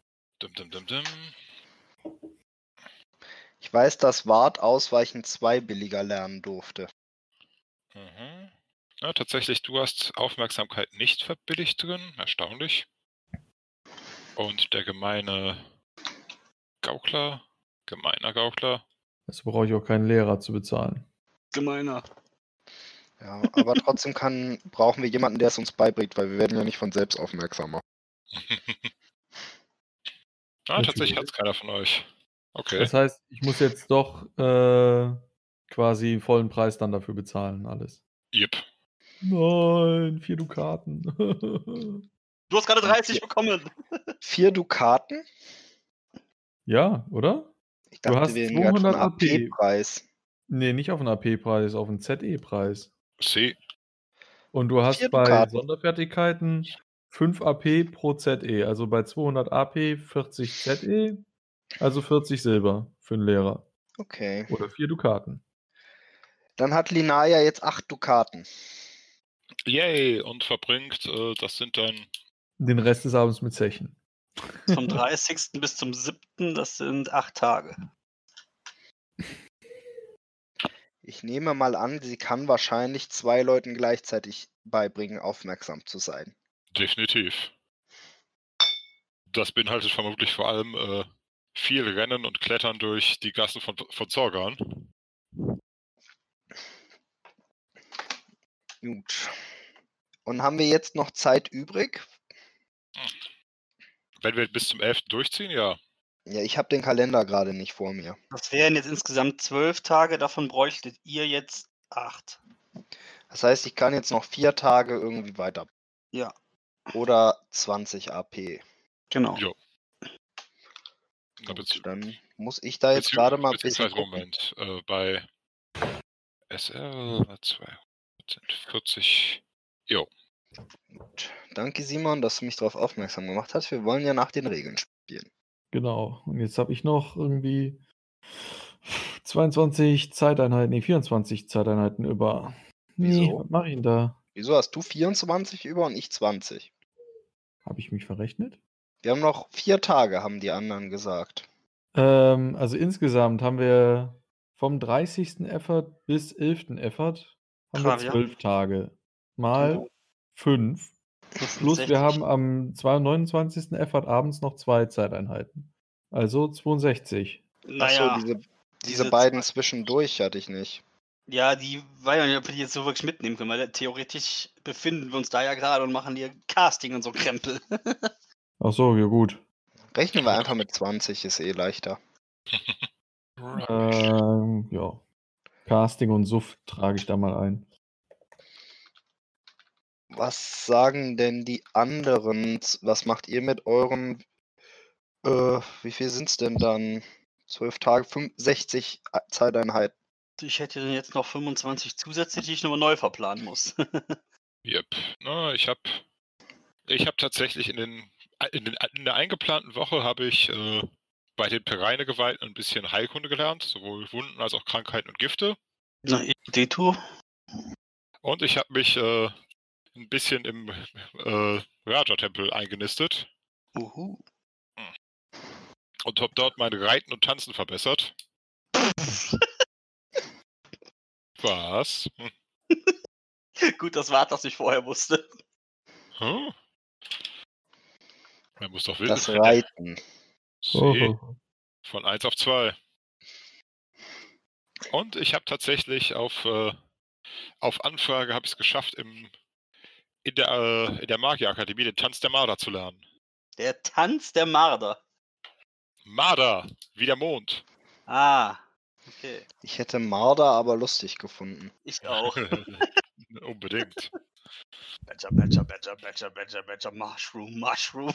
[SPEAKER 2] Ich weiß, dass Ward Ausweichen 2 billiger lernen durfte.
[SPEAKER 3] Ja, tatsächlich, du hast Aufmerksamkeit nicht verbilligt drin. Erstaunlich. Und der gemeiner Gaukler.
[SPEAKER 5] Also brauche ich auch keinen Lehrer zu bezahlen.
[SPEAKER 4] Gemeiner.
[SPEAKER 2] Ja, aber trotzdem brauchen wir jemanden, der es uns beibringt, weil wir werden ja nicht von selbst aufmerksamer.
[SPEAKER 3] Tatsächlich hat es keiner von euch. Okay.
[SPEAKER 5] Das heißt, ich muss jetzt doch quasi vollen Preis dann dafür bezahlen, alles.
[SPEAKER 3] Yep.
[SPEAKER 5] Nein, 4 Dukaten.
[SPEAKER 4] Du hast gerade 30 bekommen.
[SPEAKER 2] 4 Dukaten?
[SPEAKER 5] Ja, oder?
[SPEAKER 2] Ich dachte,
[SPEAKER 5] du hast
[SPEAKER 2] wir reden gerade von
[SPEAKER 5] 200 AP.
[SPEAKER 2] AP-Preis.
[SPEAKER 5] Nee, nicht auf einen AP-Preis, auf einen ZE-Preis.
[SPEAKER 3] C.
[SPEAKER 5] Und du hast
[SPEAKER 2] 4
[SPEAKER 5] bei
[SPEAKER 2] Dukaten.
[SPEAKER 5] Sonderfertigkeiten 5 AP pro ZE. Also bei 200 AP 40 ZE, also 40 Silber für einen Lehrer.
[SPEAKER 2] Okay.
[SPEAKER 5] Oder 4 Dukaten.
[SPEAKER 2] Dann hat Linaya jetzt 8 Dukaten.
[SPEAKER 3] Yay, und verbringt, das sind dann...
[SPEAKER 5] Den Rest des Abends mit Zechen.
[SPEAKER 4] Vom 30. bis zum 7. Das sind 8 Tage.
[SPEAKER 2] Ich nehme mal an, sie kann wahrscheinlich 2 Leuten gleichzeitig beibringen, aufmerksam zu sein.
[SPEAKER 3] Definitiv. Das beinhaltet vermutlich vor allem viel Rennen und Klettern durch die Gassen von Zorgan.
[SPEAKER 2] Gut. Und haben wir jetzt noch Zeit übrig?
[SPEAKER 3] Wenn wir bis zum 11. durchziehen, ja.
[SPEAKER 2] Ja, ich habe den Kalender gerade nicht vor mir.
[SPEAKER 4] Das wären jetzt insgesamt 12 Tage, davon bräuchtet ihr jetzt 8.
[SPEAKER 2] Das heißt, ich kann jetzt noch 4 Tage irgendwie weiter.
[SPEAKER 4] Ja,
[SPEAKER 2] Oder 20 AP.
[SPEAKER 4] genau.
[SPEAKER 3] Jo.
[SPEAKER 2] Gut, dann muss ich da jetzt gerade mal ein bisschen gucken.
[SPEAKER 3] Moment, bei SL 240. Jo.
[SPEAKER 2] Gut. Danke, Simon, dass du mich darauf aufmerksam gemacht hast. Wir wollen ja nach den Regeln spielen.
[SPEAKER 5] Genau. Und jetzt habe ich noch irgendwie 22 Zeiteinheiten, 24 Zeiteinheiten über. Nee,
[SPEAKER 2] Wieso?
[SPEAKER 5] was mache ich denn da?
[SPEAKER 2] Wieso hast du 24 über und ich 20?
[SPEAKER 5] Habe ich mich verrechnet?
[SPEAKER 2] Wir haben noch 4 Tage, haben die anderen gesagt.
[SPEAKER 5] Also insgesamt haben wir vom 30. Effort bis 11. Effort haben wir
[SPEAKER 4] Klar, ja.
[SPEAKER 5] 12 Tage. Mal
[SPEAKER 4] Genau.
[SPEAKER 5] 5.
[SPEAKER 4] Das sind
[SPEAKER 5] Plus wir
[SPEAKER 4] 60.
[SPEAKER 5] haben am 29. Effort abends noch 2 Zeiteinheiten. Also 62.
[SPEAKER 2] Achso,
[SPEAKER 4] Naja,
[SPEAKER 2] diese
[SPEAKER 4] diese
[SPEAKER 2] beiden
[SPEAKER 4] zwei-
[SPEAKER 2] zwischendurch hatte ich nicht.
[SPEAKER 4] ja, die weiß ich nicht, ob wir die jetzt so wirklich mitnehmen können, weil theoretisch befinden wir uns da ja gerade und machen hier Casting und so Krempel.
[SPEAKER 5] Ach so, ja gut.
[SPEAKER 2] Rechnen wir einfach mit 20, ist eh leichter.
[SPEAKER 5] Ja. Casting und Suff trage ich da mal ein.
[SPEAKER 2] Was sagen denn die anderen? Was macht ihr mit euren, wie viel sind es denn dann? 12 Tage, 60 Zeiteinheiten.
[SPEAKER 4] Ich hätte dann jetzt noch 25 zusätzlich, die ich nochmal neu verplanen muss.
[SPEAKER 3] Yep. Na, ich hab tatsächlich in der eingeplanten Woche habe ich bei den Pereine-Geweihten ein bisschen Heilkunde gelernt, sowohl Wunden als auch Krankheiten und Gifte.
[SPEAKER 4] Na, Detour.
[SPEAKER 3] Und ich habe mich ein bisschen im Raja-Tempel eingenistet
[SPEAKER 4] Uhu.
[SPEAKER 3] und habe dort mein Reiten und Tanzen verbessert. Was?
[SPEAKER 4] Gut, dass Wart das nicht vorher wusste.
[SPEAKER 3] Hm? Man muss doch wissen.
[SPEAKER 2] Das Reiten.
[SPEAKER 3] See. Von 1 auf 2. Und ich habe tatsächlich auf Anfrage habe ich es geschafft, in der Magierakademie den Tanz der Marder zu lernen.
[SPEAKER 4] Der Tanz der Marder.
[SPEAKER 3] Marder, wie der Mond.
[SPEAKER 4] Ah, okay.
[SPEAKER 2] Ich hätte Marder aber lustig gefunden.
[SPEAKER 4] Ich auch.
[SPEAKER 3] Unbedingt.
[SPEAKER 4] Badger, Mushroom.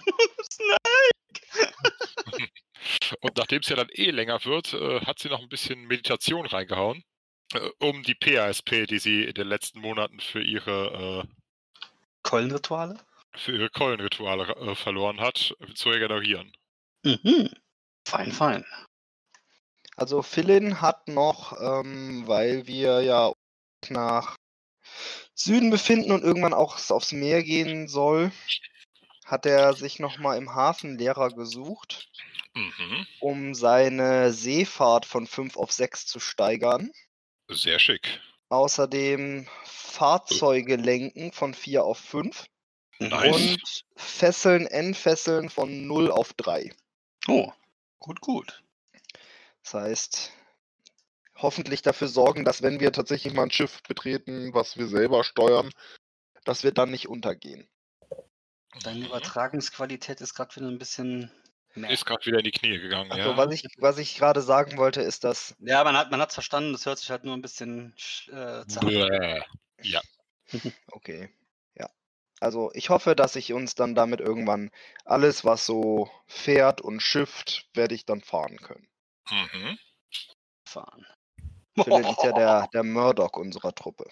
[SPEAKER 3] Und nachdem es ja dann länger wird, hat sie noch ein bisschen Meditation reingehauen, um die PASP, die sie in den letzten Monaten für ihre
[SPEAKER 4] Keulenrituale?
[SPEAKER 3] Keulenrituale verloren hat, zu regenerieren.
[SPEAKER 4] Mhm. Fein.
[SPEAKER 2] Also Philin hat noch, weil wir ja nach Süden befinden und irgendwann auch aufs Meer gehen soll, hat er sich nochmal im Hafen Lehrer gesucht, um seine Seefahrt von 5 auf 6 zu steigern.
[SPEAKER 3] Sehr schick.
[SPEAKER 2] Außerdem Fahrzeuge lenken von 4 auf 5
[SPEAKER 3] Nice.
[SPEAKER 2] und Entfesseln von 0 auf 3.
[SPEAKER 4] Oh, gut.
[SPEAKER 2] Das heißt, hoffentlich dafür sorgen, dass wenn wir tatsächlich mal ein Schiff betreten, was wir selber steuern, dass wir dann nicht untergehen.
[SPEAKER 4] Deine Übertragungsqualität ist gerade wieder ein bisschen mehr.
[SPEAKER 3] Ist gerade wieder in die Knie gegangen,
[SPEAKER 2] Also,
[SPEAKER 3] ja.
[SPEAKER 2] was ich gerade sagen wollte, ist, dass
[SPEAKER 4] Ja, man hat's verstanden, das hört sich halt nur ein bisschen zart.
[SPEAKER 3] Bläh. Ja.
[SPEAKER 2] okay, ja. Also ich hoffe, dass ich uns dann damit irgendwann alles, was so fährt und schifft, werde ich dann fahren können.
[SPEAKER 3] Mhm.
[SPEAKER 4] Fahren.
[SPEAKER 2] Philin ist ja der Murdoch unserer Truppe.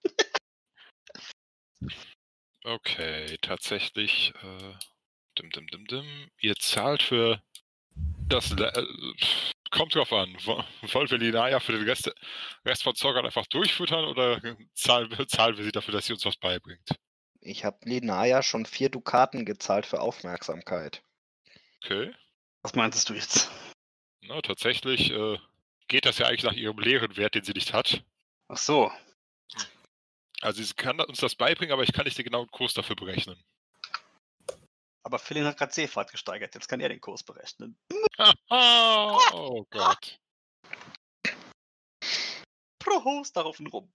[SPEAKER 3] Okay, tatsächlich. Ihr zahlt für das. Kommt drauf an. Wollen wir Linaya für den Rest von Zorgan einfach durchfüttern oder zahlen wir sie dafür, dass sie uns was beibringt?
[SPEAKER 2] Ich habe Linaya schon 4 Dukaten gezahlt für Aufmerksamkeit.
[SPEAKER 3] Okay.
[SPEAKER 4] Was meintest du jetzt?
[SPEAKER 3] Na, tatsächlich geht das ja eigentlich nach ihrem leeren Wert, den sie nicht hat.
[SPEAKER 4] Ach so.
[SPEAKER 3] Also sie kann uns das beibringen, aber ich kann nicht den genauen Kurs dafür berechnen.
[SPEAKER 4] Aber Philin hat gerade Seefahrt gesteigert, jetzt kann er den Kurs berechnen.
[SPEAKER 3] Oh Gott.
[SPEAKER 4] Prost darauf und rum.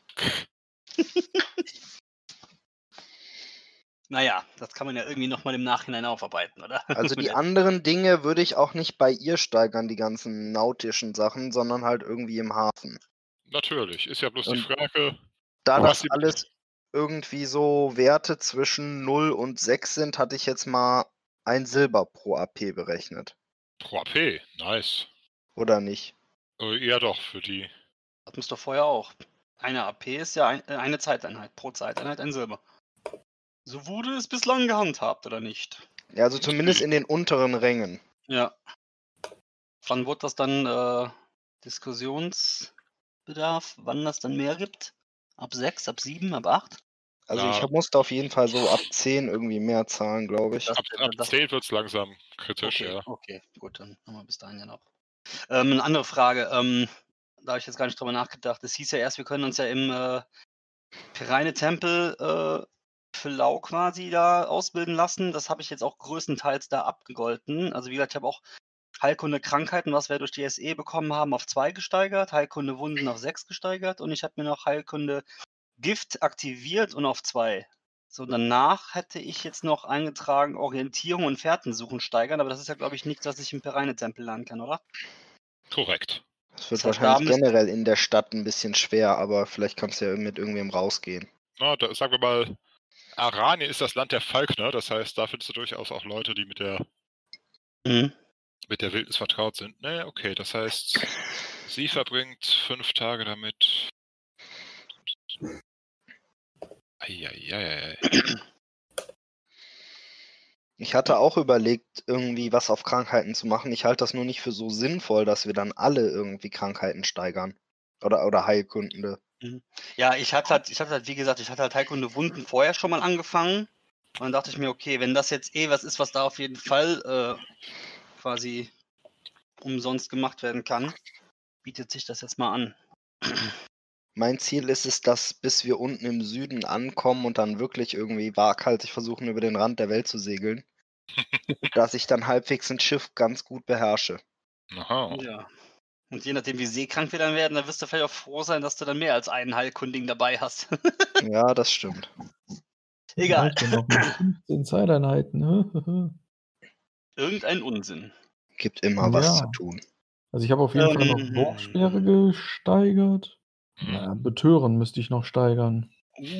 [SPEAKER 4] Naja, das kann man ja irgendwie nochmal im Nachhinein aufarbeiten, oder?
[SPEAKER 2] Also die
[SPEAKER 4] Mit der-
[SPEAKER 2] anderen Dinge würde ich auch nicht bei ihr steigern, die ganzen nautischen Sachen, sondern halt irgendwie im Hafen.
[SPEAKER 3] Natürlich, ist ja bloß die
[SPEAKER 2] Und
[SPEAKER 3] Frage,
[SPEAKER 2] Da
[SPEAKER 3] was
[SPEAKER 2] das
[SPEAKER 3] sie
[SPEAKER 2] alles irgendwie so Werte zwischen 0 und 6 sind, hatte ich jetzt mal 1 Silber pro AP berechnet.
[SPEAKER 3] pro AP, nice.
[SPEAKER 2] Oder nicht?
[SPEAKER 3] Ja doch, für die.
[SPEAKER 4] Hatten wir es doch vorher auch. Eine AP ist ja eine Zeiteinheit. Pro Zeiteinheit ein Silber. So wurde es bislang gehandhabt, oder nicht?
[SPEAKER 2] Ja, also zumindest in den unteren Rängen.
[SPEAKER 4] Ja. Wann wird das dann Diskussionsbedarf? Wann das dann mehr gibt? Ab 6, ab 7, ab 8?
[SPEAKER 2] Also
[SPEAKER 3] Ja.
[SPEAKER 2] ich musste auf jeden Fall so ab 10 irgendwie mehr zahlen, glaube ich.
[SPEAKER 4] Das-
[SPEAKER 3] Ab
[SPEAKER 4] das-
[SPEAKER 3] 10 wird es langsam kritisch,
[SPEAKER 4] Okay,
[SPEAKER 3] ja.
[SPEAKER 4] okay, gut, dann haben wir bis dahin ja noch. Eine andere Frage, da habe ich jetzt gar nicht drüber nachgedacht. Es hieß ja erst, wir können uns ja im Pereine-Tempel für Lau quasi da ausbilden lassen. Das habe ich jetzt auch größtenteils da abgegolten. Also wie gesagt, ich habe auch Heilkunde Krankheiten, was wir durch die SE bekommen haben, auf 2 gesteigert, Heilkunde Wunden auf 6 gesteigert und ich habe mir noch Heilkunde Gift aktiviert und auf 2. So, danach hätte ich jetzt noch eingetragen, Orientierung und Fährtensuchen steigern, aber das ist ja, glaube ich, nichts, was ich im Pereine-Tempel lernen kann, oder?
[SPEAKER 3] Korrekt.
[SPEAKER 2] Das wird
[SPEAKER 4] Das heißt,
[SPEAKER 2] wahrscheinlich
[SPEAKER 4] da müsste-
[SPEAKER 2] generell in der Stadt ein bisschen schwer, aber vielleicht kannst du ja mit irgendwem rausgehen.
[SPEAKER 3] Na, da, sagen wir mal, Aranien ist das Land der Falkner, das heißt, da findest du durchaus auch Leute, die mit der
[SPEAKER 4] Mhm.
[SPEAKER 3] Wildnis vertraut sind. Ne, okay, das heißt, sie verbringt 5 Tage damit. Eieiei.
[SPEAKER 2] Ich hatte auch überlegt, irgendwie was auf Krankheiten zu machen. Ich halte das nur nicht für so sinnvoll, dass wir dann alle irgendwie Krankheiten steigern. Oder Heilkunde.
[SPEAKER 4] Ja, ich hatte halt, wie gesagt, ich hatte halt Heilkunde Wunden vorher schon mal angefangen. Und dann dachte ich mir, okay, wenn das jetzt was ist, was da auf jeden Fall quasi umsonst gemacht werden kann, bietet sich das jetzt mal an.
[SPEAKER 2] Mein Ziel ist es, dass bis wir unten im Süden ankommen und dann wirklich irgendwie waghalsig versuchen, über den Rand der Welt zu segeln, dass ich dann halbwegs ein Schiff ganz gut beherrsche.
[SPEAKER 3] Aha.
[SPEAKER 4] Ja. Und je nachdem, wie seekrank wir dann werden, dann wirst du vielleicht auch froh sein, dass du dann mehr als einen Heilkundigen dabei hast.
[SPEAKER 2] Ja, das stimmt.
[SPEAKER 4] Egal.
[SPEAKER 5] Reicht ja noch mit 15 Zeiteinheiten.
[SPEAKER 4] Irgendein Unsinn.
[SPEAKER 2] Gibt immer was
[SPEAKER 5] Ja.
[SPEAKER 2] zu tun.
[SPEAKER 5] Also ich habe auf jeden Fall noch Wurfsperre gesteigert. Naja, Betören müsste ich noch steigern.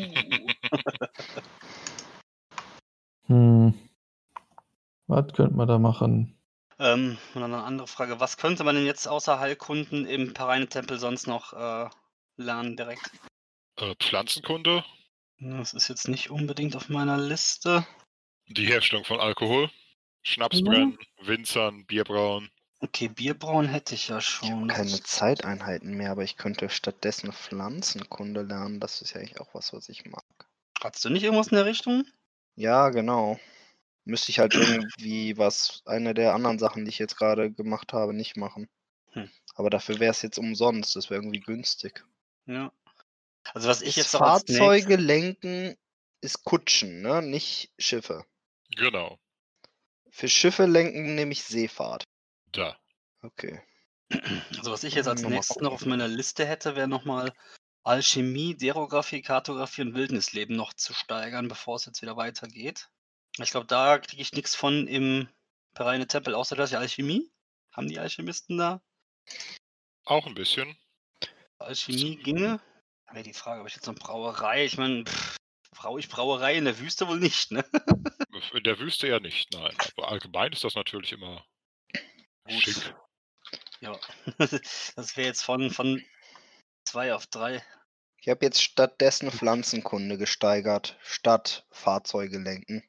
[SPEAKER 5] Was könnte man da machen?
[SPEAKER 4] Und dann eine andere Frage. Was könnte man denn jetzt außer Heilkunden im Pereine-Tempel sonst noch lernen direkt?
[SPEAKER 3] Pflanzenkunde,
[SPEAKER 4] Das ist jetzt nicht unbedingt auf meiner Liste.
[SPEAKER 3] die Herstellung von Alkohol, Schnapsbrennen, Winzern, Bierbrauen.
[SPEAKER 4] Okay, Bierbrauen hätte ich ja
[SPEAKER 2] Ich habe
[SPEAKER 4] schon.
[SPEAKER 2] keine Zeiteinheiten mehr, aber ich könnte stattdessen Pflanzenkunde lernen. Das ist ja eigentlich auch was ich mag.
[SPEAKER 4] Hattest du nicht irgendwas in der Richtung?
[SPEAKER 2] Ja, genau. Müsste ich halt irgendwie eine der anderen Sachen, die ich jetzt gerade gemacht habe, nicht machen. Aber dafür wäre es jetzt umsonst. Das wäre irgendwie günstig.
[SPEAKER 4] Ja. Also was ich
[SPEAKER 2] Das
[SPEAKER 4] jetzt noch als
[SPEAKER 2] Fahrzeuge lenken ist Kutschen, ne? Nicht Schiffe.
[SPEAKER 3] Genau,
[SPEAKER 2] Für Schiffe lenken nehme ich Seefahrt.
[SPEAKER 3] da.
[SPEAKER 2] Okay.
[SPEAKER 4] Also was ich jetzt als
[SPEAKER 2] Noch mal
[SPEAKER 4] nächstes noch auf meiner Liste hätte, wäre nochmal Alchemie, Derographie, Kartografie und Wildnisleben noch zu steigern, bevor es jetzt wieder weitergeht. Ich glaube, da kriege ich nichts von im Pereine-Tempel, außer dass ich Alchemie. Haben die Alchemisten da?
[SPEAKER 3] Auch ein bisschen.
[SPEAKER 4] Alchemie ginge. Wäre die Frage, ob ich jetzt eine Brauerei, ich meine, brauche ich Brauerei in der Wüste wohl nicht, ne?
[SPEAKER 3] In der Wüste eher nicht, nein. Aber allgemein ist das natürlich immer schick.
[SPEAKER 4] Ja, das wäre jetzt von 2 auf 3.
[SPEAKER 2] Ich habe jetzt stattdessen Pflanzenkunde gesteigert, statt Fahrzeuge lenken.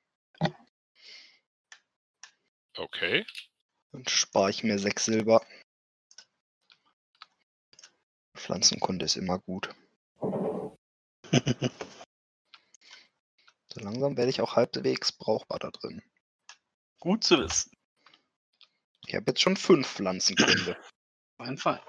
[SPEAKER 3] Okay.
[SPEAKER 2] Dann spare ich mir 6 Silber. Pflanzenkunde ist immer gut. So langsam werde ich auch halbwegs brauchbar da drin.
[SPEAKER 4] Gut zu wissen.
[SPEAKER 2] Ich habe jetzt schon 5 Pflanzenkunde.
[SPEAKER 4] Auf jeden Fall.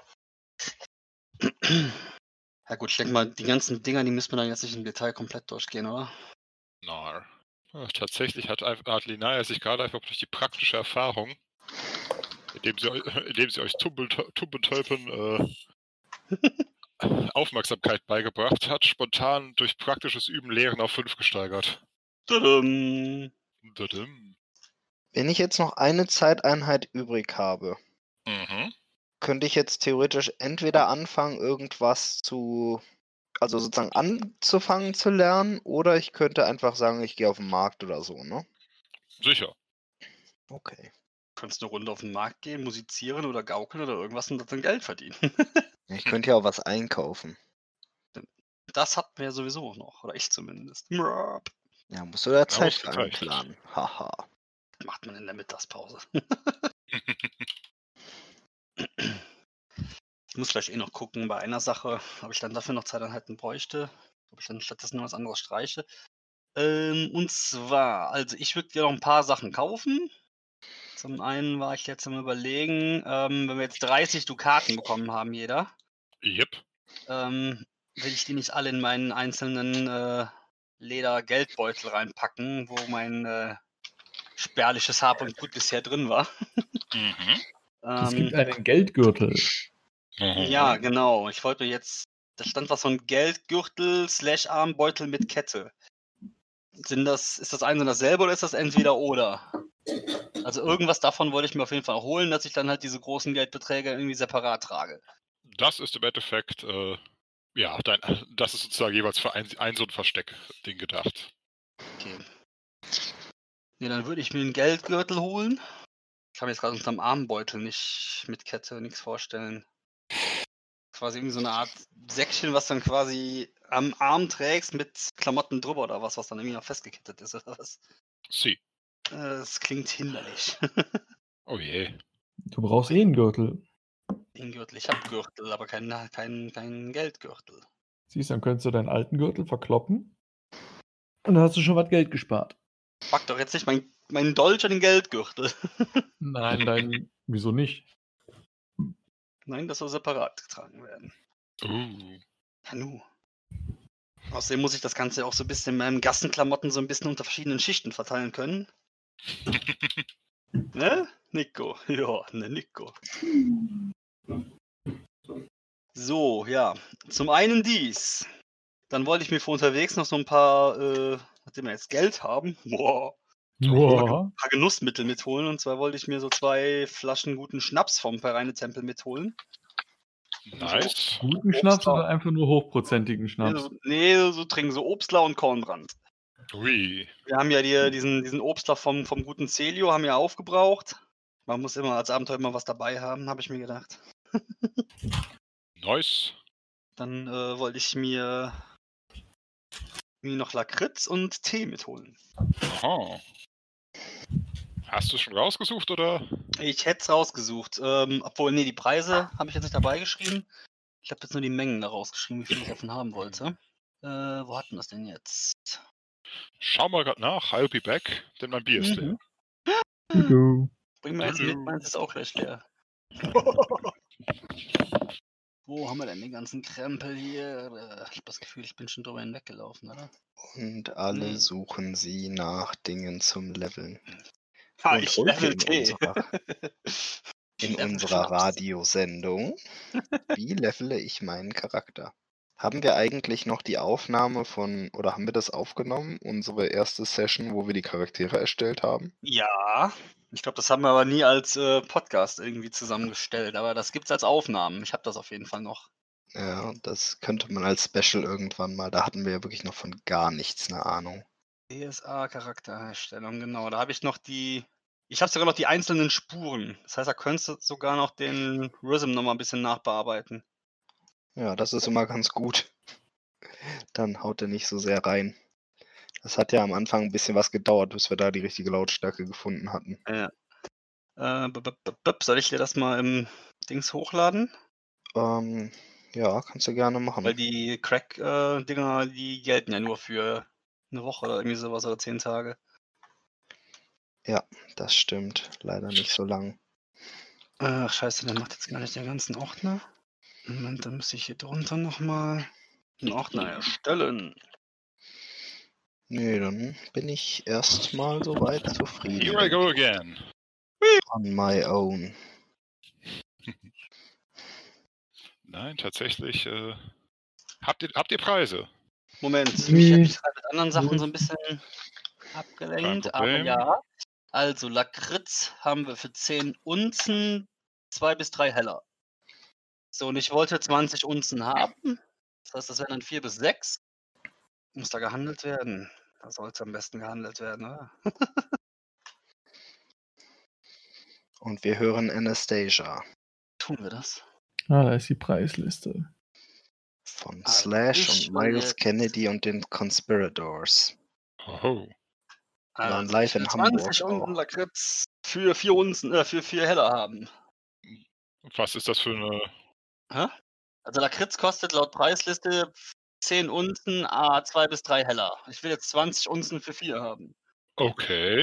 [SPEAKER 4] Ja gut, ich denke mal, die ganzen Dinger, die müssen wir dann jetzt nicht im Detail komplett durchgehen, oder?
[SPEAKER 3] Na, Ja, tatsächlich hat Linnaea sich gerade einfach durch die praktische Erfahrung, indem sie euch Tumpentölpen Aufmerksamkeit beigebracht hat, spontan durch praktisches Üben Lehren auf 5 gesteigert.
[SPEAKER 4] Tudum.
[SPEAKER 3] Dadum.
[SPEAKER 2] Wenn ich jetzt noch eine Zeiteinheit übrig habe,
[SPEAKER 3] Mhm.
[SPEAKER 2] könnte ich jetzt theoretisch entweder anfangen, also sozusagen anzufangen zu lernen, oder ich könnte einfach sagen, ich gehe auf den Markt oder so, ne?
[SPEAKER 3] Sicher.
[SPEAKER 2] Okay.
[SPEAKER 4] Du kannst eine Runde auf den Markt gehen, musizieren oder gaukeln oder irgendwas und dann Geld verdienen.
[SPEAKER 2] Ich könnte ja auch was einkaufen.
[SPEAKER 4] Das hatten wir ja sowieso noch, oder ich zumindest. Mrrp.
[SPEAKER 2] Ja, musst du da Zeit für
[SPEAKER 3] Ausgezeichnet.
[SPEAKER 2] einplanen. Haha.
[SPEAKER 4] Macht man in der Mittagspause. Ich muss vielleicht noch gucken, bei einer Sache, ob ich dann dafür noch Zeiteinheiten bräuchte, ob ich dann stattdessen noch was anderes streiche. Und zwar, also ich würde dir noch ein paar Sachen kaufen. Zum einen war ich jetzt am Überlegen, wenn wir jetzt 30 Dukaten bekommen haben, jeder,
[SPEAKER 3] Yep.
[SPEAKER 4] will ich die nicht alle in meinen einzelnen Leder-Geldbeutel reinpacken, wo mein spärliches Hab und Gut bisher drin war.
[SPEAKER 3] Mhm.
[SPEAKER 5] Es gibt einen Geldgürtel.
[SPEAKER 4] Ja, genau. Ich wollte jetzt, da stand was von Geldgürtel / Armbeutel mit Kette. Ist das eins und dasselbe oder ist das entweder oder? Also irgendwas davon wollte ich mir auf jeden Fall holen, dass ich dann halt diese großen Geldbeträge irgendwie separat trage.
[SPEAKER 3] Das ist im Endeffekt, ja, das ist sozusagen jeweils für ein so ein Versteck-Ding gedacht.
[SPEAKER 4] Okay. Ja, dann würde ich mir einen Geldgürtel holen. Ich kann mir jetzt gerade unterm Armbeutel nicht mit Kette nichts vorstellen. Quasi irgendwie so eine Art Säckchen, was dann quasi am Arm trägst mit Klamotten drüber oder was dann irgendwie noch festgekettet ist oder was.
[SPEAKER 3] Sie.
[SPEAKER 4] Das klingt hinderlich.
[SPEAKER 3] Oh je.
[SPEAKER 5] Du brauchst einen Gürtel.
[SPEAKER 4] Den Gürtel. Ich habe Gürtel, aber kein Geldgürtel.
[SPEAKER 5] Siehst du, dann könntest du deinen alten Gürtel verkloppen. Und dann hast du schon was Geld gespart.
[SPEAKER 4] Pack doch jetzt nicht meinen Dolch an den Geldgürtel.
[SPEAKER 5] Nein, wieso nicht?
[SPEAKER 4] Nein, das soll separat getragen werden. Ja, nu. Außerdem muss ich das Ganze auch so ein bisschen in meinen Gassenklamotten so ein bisschen unter verschiedenen Schichten verteilen können. Ne, Nico? Ja, ne, Nico. So, ja. Zum einen dies. Dann wollte ich mir für unterwegs noch so ein paar, nachdem wir jetzt Geld haben,
[SPEAKER 5] Boah.
[SPEAKER 4] paar Genussmittel mitholen. Und zwar wollte ich mir so 2 Flaschen guten Schnaps vom Pereine-Tempel mitholen.
[SPEAKER 3] Nice.
[SPEAKER 5] Guten Schnaps oder einfach nur hochprozentigen Schnaps?
[SPEAKER 4] Nee, so trinken so Obstler und Kornbrand.
[SPEAKER 3] Ui.
[SPEAKER 4] Wir haben ja diesen Obstler vom guten Celio, haben ja aufgebraucht. Man muss immer als Abenteuer immer was dabei haben, habe ich mir gedacht.
[SPEAKER 3] Nice.
[SPEAKER 4] Dann wollte ich mir noch Lakritz und Tee mitholen.
[SPEAKER 3] Aha. Hast du es schon rausgesucht, oder?
[SPEAKER 4] Ich hätte es rausgesucht. Obwohl, nee, die Preise habe ich jetzt nicht dabei geschrieben. Ich habe jetzt nur die Mengen da rausgeschrieben, wie viel ich davon haben wollte. Wo hatten das denn jetzt?
[SPEAKER 3] Schau mal gerade nach. I'll be back, denn mein Bier ist leer.
[SPEAKER 5] Du.
[SPEAKER 4] Bring mal jetzt mit, meins ist auch gleich leer. Wo haben wir denn den ganzen Krempel hier? Ich habe das Gefühl, ich bin schon drüber hinweggelaufen, oder?
[SPEAKER 2] Und alle suchen sie nach Dingen zum Leveln.
[SPEAKER 4] Ha,
[SPEAKER 2] Und
[SPEAKER 4] ich
[SPEAKER 2] heute
[SPEAKER 4] level Tee.
[SPEAKER 2] in
[SPEAKER 4] Level
[SPEAKER 2] unserer
[SPEAKER 4] Schnaps.
[SPEAKER 2] Radiosendung Wie levele ich meinen Charakter? Haben wir eigentlich noch die Aufnahme oder haben wir das aufgenommen, unsere erste Session, wo wir die Charaktere erstellt haben?
[SPEAKER 4] Ja, ich glaube, das haben wir aber nie als Podcast irgendwie zusammengestellt, aber das gibt's als Aufnahmen. Ich habe das auf jeden Fall noch.
[SPEAKER 2] Ja, das könnte man als Special irgendwann mal, da hatten wir ja wirklich noch von gar nichts eine Ahnung.
[SPEAKER 4] DSA-Charakterherstellung, genau. Da habe ich noch ich habe sogar noch die einzelnen Spuren. Das heißt, da könntest du sogar noch den Rhythm nochmal ein bisschen nachbearbeiten.
[SPEAKER 2] Ja, das ist immer ganz gut. Dann haut er nicht so sehr rein. Das hat ja am Anfang ein bisschen was gedauert, bis wir da die richtige Lautstärke gefunden hatten.
[SPEAKER 4] Ja. Soll ich dir das mal im Dings hochladen?
[SPEAKER 2] Ja, kannst du gerne machen.
[SPEAKER 4] Weil die Crack-Dinger, die gelten ja nur für eine Woche oder irgendwie sowas oder 10 Tage.
[SPEAKER 2] Ja, das stimmt. Leider nicht so lang.
[SPEAKER 4] Ach, scheiße, der macht jetzt gar nicht den ganzen Ordner. Moment, dann muss ich hier drunter nochmal einen Ordner erstellen.
[SPEAKER 2] Nee, dann bin ich erstmal soweit
[SPEAKER 3] Here I
[SPEAKER 2] zufrieden.
[SPEAKER 3] go again.
[SPEAKER 2] On my own.
[SPEAKER 3] Nein, tatsächlich. Habt ihr Preise?
[SPEAKER 4] Moment, mich
[SPEAKER 5] Nee.
[SPEAKER 4] habe ich gerade mit anderen Sachen so ein bisschen abgelenkt,
[SPEAKER 3] Kein
[SPEAKER 4] aber
[SPEAKER 3] Problem.
[SPEAKER 4] ja. Also Lakritz haben wir für 10 Unzen 2 bis 3 Heller. So, und ich wollte 20 Unzen haben. Das heißt, das wären dann 4 bis 6. Muss da gehandelt werden? Da sollte am besten gehandelt werden, oder?
[SPEAKER 2] Und wir hören Anastasia
[SPEAKER 4] Tun wir das?
[SPEAKER 5] Ah, da ist die Preisliste.
[SPEAKER 2] von
[SPEAKER 4] Also
[SPEAKER 2] Slash
[SPEAKER 4] ich
[SPEAKER 2] und Miles
[SPEAKER 4] will-
[SPEAKER 2] Kennedy und den Conspirators.
[SPEAKER 3] Oh.
[SPEAKER 2] Waren
[SPEAKER 4] Also,
[SPEAKER 2] live
[SPEAKER 4] ich will
[SPEAKER 2] in
[SPEAKER 4] 20
[SPEAKER 2] Hamburg
[SPEAKER 4] Unzen
[SPEAKER 2] auch.
[SPEAKER 4] Lakritz für 4 Unzen, für 4 Heller haben.
[SPEAKER 3] Was ist das für eine.
[SPEAKER 4] Hä? Also Lakritz kostet laut Preisliste 10 Unzen, 2 bis 3 Heller. Ich will jetzt 20 Unzen für 4 haben.
[SPEAKER 3] Okay.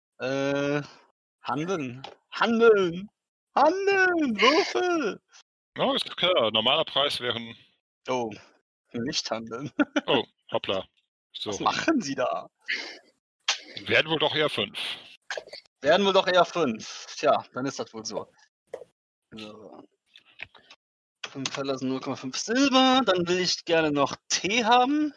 [SPEAKER 4] Handeln. Handeln! Handeln! Würfel!
[SPEAKER 3] Oh, ist klar. Normaler Preis wären.
[SPEAKER 4] Oh, nicht handeln.
[SPEAKER 3] Oh, hoppla. So.
[SPEAKER 4] Was machen Sie da?
[SPEAKER 3] Werden wohl doch eher 5.
[SPEAKER 4] Werden wohl doch eher 5. Tja, dann ist das wohl so. So. 5 Heller sind 0,5 Silber. Dann will ich gerne noch Tee haben.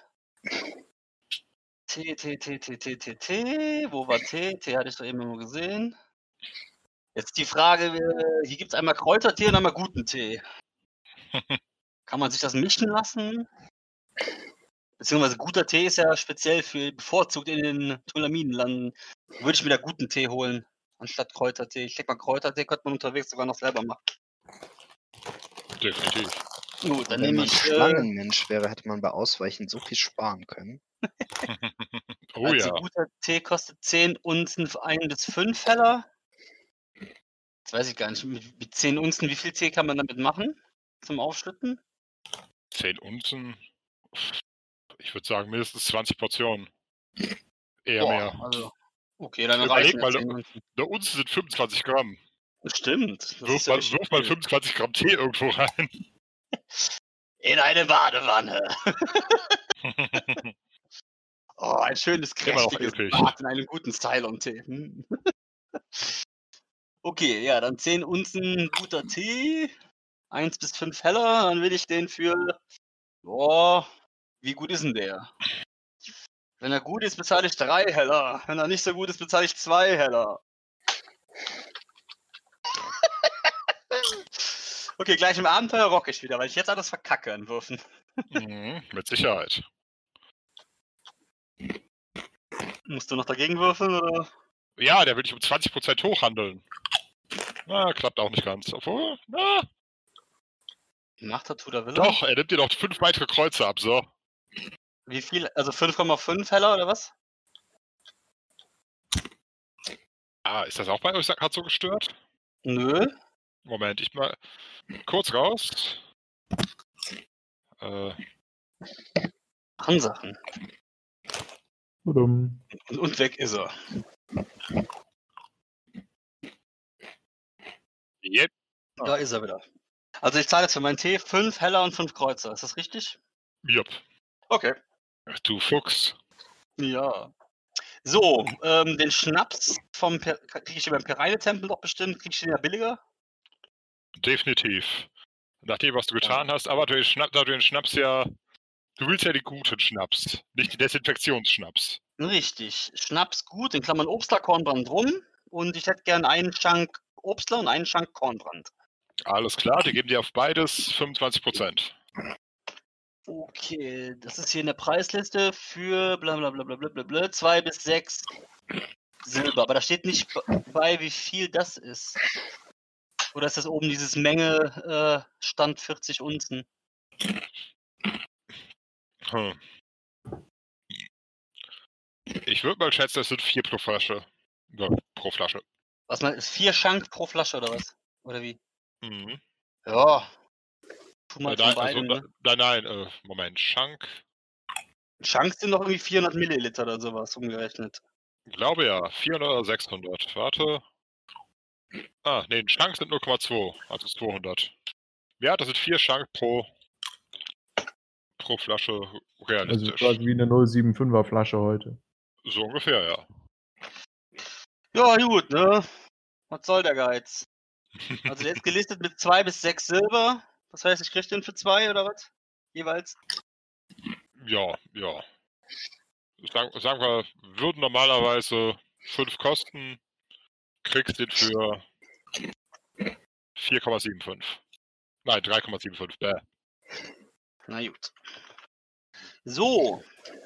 [SPEAKER 4] Tee. Wo war Tee? Tee hatte ich doch eben nur gesehen. Jetzt die Frage, hier gibt es einmal Kräutertee und einmal guten Tee. Kann man sich das mischen lassen? Beziehungsweise guter Tee ist ja speziell für bevorzugt in den Tulaminenlanden. Würde ich mir da guten Tee holen, anstatt Kräutertee. Ich denke mal, Kräutertee könnte man unterwegs sogar noch selber machen.
[SPEAKER 3] Definitiv.
[SPEAKER 4] Gut, dann
[SPEAKER 2] Und wenn
[SPEAKER 4] nehme
[SPEAKER 2] man
[SPEAKER 4] ich.
[SPEAKER 2] Schlangenmensch wäre, hätte man bei Ausweichen so viel sparen können.
[SPEAKER 3] Oh
[SPEAKER 4] Also
[SPEAKER 3] ja.
[SPEAKER 4] guter Tee kostet 10 Unzen für 1 bis 5 Heller. Das weiß ich gar nicht. Mit 10 Unzen, wie viel Tee kann man damit machen? Zum Aufschütten?
[SPEAKER 3] 10 Unzen. Ich würde sagen, mindestens 20 Portionen. Eher mehr.
[SPEAKER 4] Also. Okay, dann
[SPEAKER 3] Überleg
[SPEAKER 4] reichen ja
[SPEAKER 3] mal,
[SPEAKER 4] 10 Unzen.
[SPEAKER 3] Eine Unze sind 25 Gramm.
[SPEAKER 4] Stimmt. Das
[SPEAKER 3] Wirf
[SPEAKER 4] ist ja
[SPEAKER 3] mal,
[SPEAKER 4] richtig
[SPEAKER 3] wirf mal
[SPEAKER 4] viel.
[SPEAKER 3] 25 Gramm Tee irgendwo rein.
[SPEAKER 4] In eine Badewanne. Oh, ein schönes,
[SPEAKER 3] Immer noch
[SPEAKER 4] kräftiges
[SPEAKER 3] episch.
[SPEAKER 4] Bad in einem guten Cylon-Tee. Okay, ja, dann 10 Unzen guter Tee. 1 bis 5 Heller. Dann will ich den für. Boah, wie gut ist denn der? Wenn er gut ist, bezahle ich 3 Heller. Wenn er nicht so gut ist, bezahle ich 2 Heller. Okay, gleich im Abenteuer rock ich wieder, weil ich jetzt alles verkacke an Würfen.
[SPEAKER 3] Mit Sicherheit.
[SPEAKER 4] Musst du noch dagegen würfeln, oder?
[SPEAKER 3] Ja, der will dich um 20% hochhandeln. Na, klappt auch nicht ganz. Obwohl, na,
[SPEAKER 4] Macht er, tut er, will er?
[SPEAKER 3] doch, er nimmt dir noch 5 weitere Kreuze ab, so.
[SPEAKER 4] Wie viel? Also 5,5 Heller, oder was?
[SPEAKER 3] Ah, ist das auch bei euch gerade so gestört?
[SPEAKER 4] Nö.
[SPEAKER 3] Moment, ich mal kurz raus.
[SPEAKER 4] Ansachen.
[SPEAKER 5] Tudum.
[SPEAKER 4] Und weg ist er.
[SPEAKER 3] Yep.
[SPEAKER 4] Da ist er wieder. Also ich zahle jetzt für meinen Tee 5 Heller und 5 Kreuzer. Ist das richtig?
[SPEAKER 3] Jupp.
[SPEAKER 4] Okay.
[SPEAKER 3] Du Fuchs.
[SPEAKER 4] Ja. So, den Schnaps kriege ich beim Pereine-Tempel doch bestimmt. Kriege ich den ja billiger?
[SPEAKER 3] Definitiv. Nachdem, was du getan hast, aber da du den Schnaps ja. Du willst ja den guten Schnaps, nicht den Desinfektionsschnaps.
[SPEAKER 4] Richtig. Schnaps gut, in Klammern Obstler, Kornbrand rum. Und ich hätte gern einen Schank Obstler und einen Schank Kornbrand.
[SPEAKER 3] Alles klar, die geben dir auf beides 25%.
[SPEAKER 4] Okay, das ist hier in der Preisliste für blablabla 2 bis 6 Silber. Aber da steht nicht bei, wie viel das ist. Oder ist das oben dieses Menge Stand 40 Unzen?
[SPEAKER 3] Ich würde mal schätzen, das sind 4 pro Flasche. Ja, pro Flasche.
[SPEAKER 4] Was mal, ist 4 Schank pro Flasche oder was? Oder wie?
[SPEAKER 3] Mhm.
[SPEAKER 4] Ja. Tu mal von
[SPEAKER 3] Nein,
[SPEAKER 4] beidem, ne?
[SPEAKER 3] nein, Moment, Schank.
[SPEAKER 4] Schank sind noch irgendwie 400 Milliliter oder sowas umgerechnet.
[SPEAKER 3] Ich glaube ja, 400 oder 600. Warte. Ah, nee, ein Schank sind 0,2, also 200. Ja, das sind 4 Schank pro pro Flasche
[SPEAKER 5] Also
[SPEAKER 3] realistisch.
[SPEAKER 5] quasi wie eine 075er Flasche heute.
[SPEAKER 3] So ungefähr, ja.
[SPEAKER 4] Ja, gut, ne? Was soll der Geiz? Also der ist gelistet mit 2 bis 6 Silber. Das heißt, ich krieg den für 2 oder was? Jeweils.
[SPEAKER 3] Ja. Sagen wir, würden normalerweise 5 kosten, kriegst den für 4,75. Nein, 3,75.
[SPEAKER 4] Na gut. So.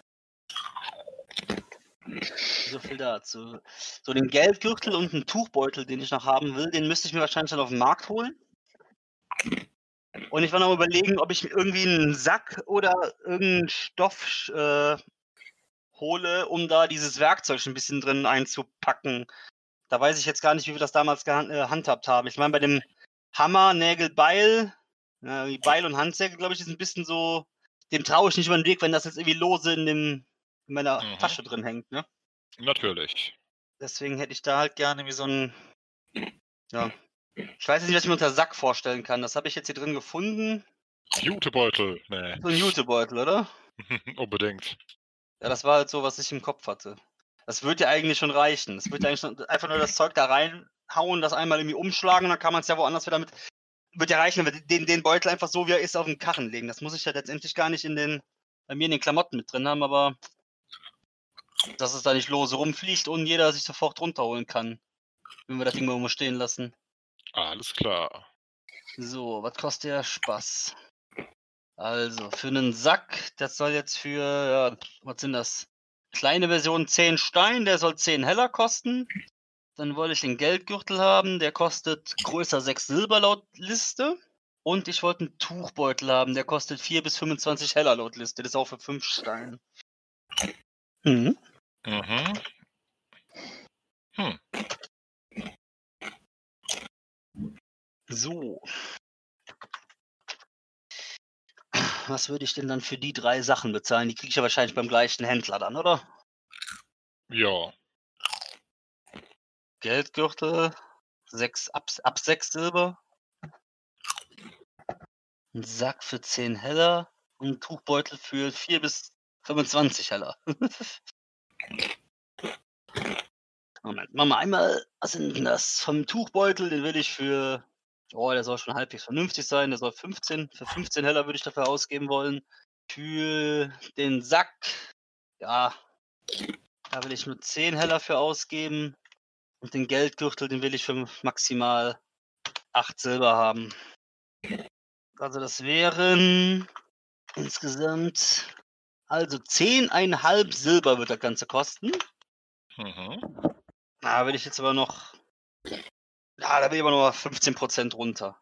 [SPEAKER 4] So viel dazu. So, den Geldgürtel und einen Tuchbeutel, den ich noch haben will, den müsste ich mir wahrscheinlich dann auf den Markt holen. Und ich war noch überlegen, ob ich mir irgendwie einen Sack oder irgendeinen Stoff hole, um da dieses Werkzeug ein bisschen drin einzupacken. Da weiß ich jetzt gar nicht, wie wir das damals gehandhabt haben. Ich meine, bei dem Hammer, Nägel, Beil, die Beil und Handsäge, glaube ich, ist ein bisschen so, dem traue ich nicht über den Weg, wenn das jetzt irgendwie lose in meiner Tasche drin hängt, ne?
[SPEAKER 3] Natürlich.
[SPEAKER 4] Deswegen hätte ich da halt gerne wie so ein, ja, ich weiß jetzt nicht, was ich mir unter Sack vorstellen kann. Das habe ich jetzt hier drin gefunden.
[SPEAKER 3] Jutebeutel, nee.
[SPEAKER 4] So ein Jutebeutel, oder?
[SPEAKER 3] Unbedingt.
[SPEAKER 4] Ja, das war halt so, was ich im Kopf hatte. Das würde ja eigentlich schon reichen. Es würde ja eigentlich schon einfach nur das Zeug da reinhauen, das einmal irgendwie umschlagen und dann kann man es ja woanders wieder mit. Wird ja reichen, wenn wir den Beutel einfach so, wie er ist, auf den Karren legen. Das muss ich ja letztendlich gar nicht bei mir in den Klamotten mit drin haben, aber dass es da nicht lose rumfliegt und jeder sich sofort runterholen kann, wenn wir das Ding mal irgendwo stehen lassen.
[SPEAKER 3] Alles klar.
[SPEAKER 4] So, was kostet der Spaß? Also, für einen Sack, das soll jetzt für, ja, was sind das? Kleine Version 10 Stein, der soll 10 Heller kosten. Dann wollte ich den Geldgürtel haben, der kostet größer 6 Silber laut Liste. Und ich wollte einen Tuchbeutel haben, der kostet 4 bis 25 Heller laut Liste. Das ist auch für 5 Stein. Mhm. So. Was würde ich denn dann für die 3 Sachen bezahlen? Die kriege ich ja wahrscheinlich beim gleichen Händler dann, oder?
[SPEAKER 3] Ja.
[SPEAKER 4] Geldgürtel, ab 6 Silber. Ein Sack für 10 Heller und ein Tuchbeutel für 4 bis 25 Heller. Moment, machen wir einmal, was sind denn das? Vom Tuchbeutel, den will ich für, der soll schon halbwegs vernünftig sein, der soll für 15 Heller würde ich dafür ausgeben wollen. Für den Sack, ja, da will ich nur 10 Heller für ausgeben. Und den Geldgürtel, den will ich für maximal 8 Silber haben. Also das wären insgesamt, also 10,5 Silber wird das Ganze kosten. Da will ich jetzt aber noch, da will ich aber noch 15% runter.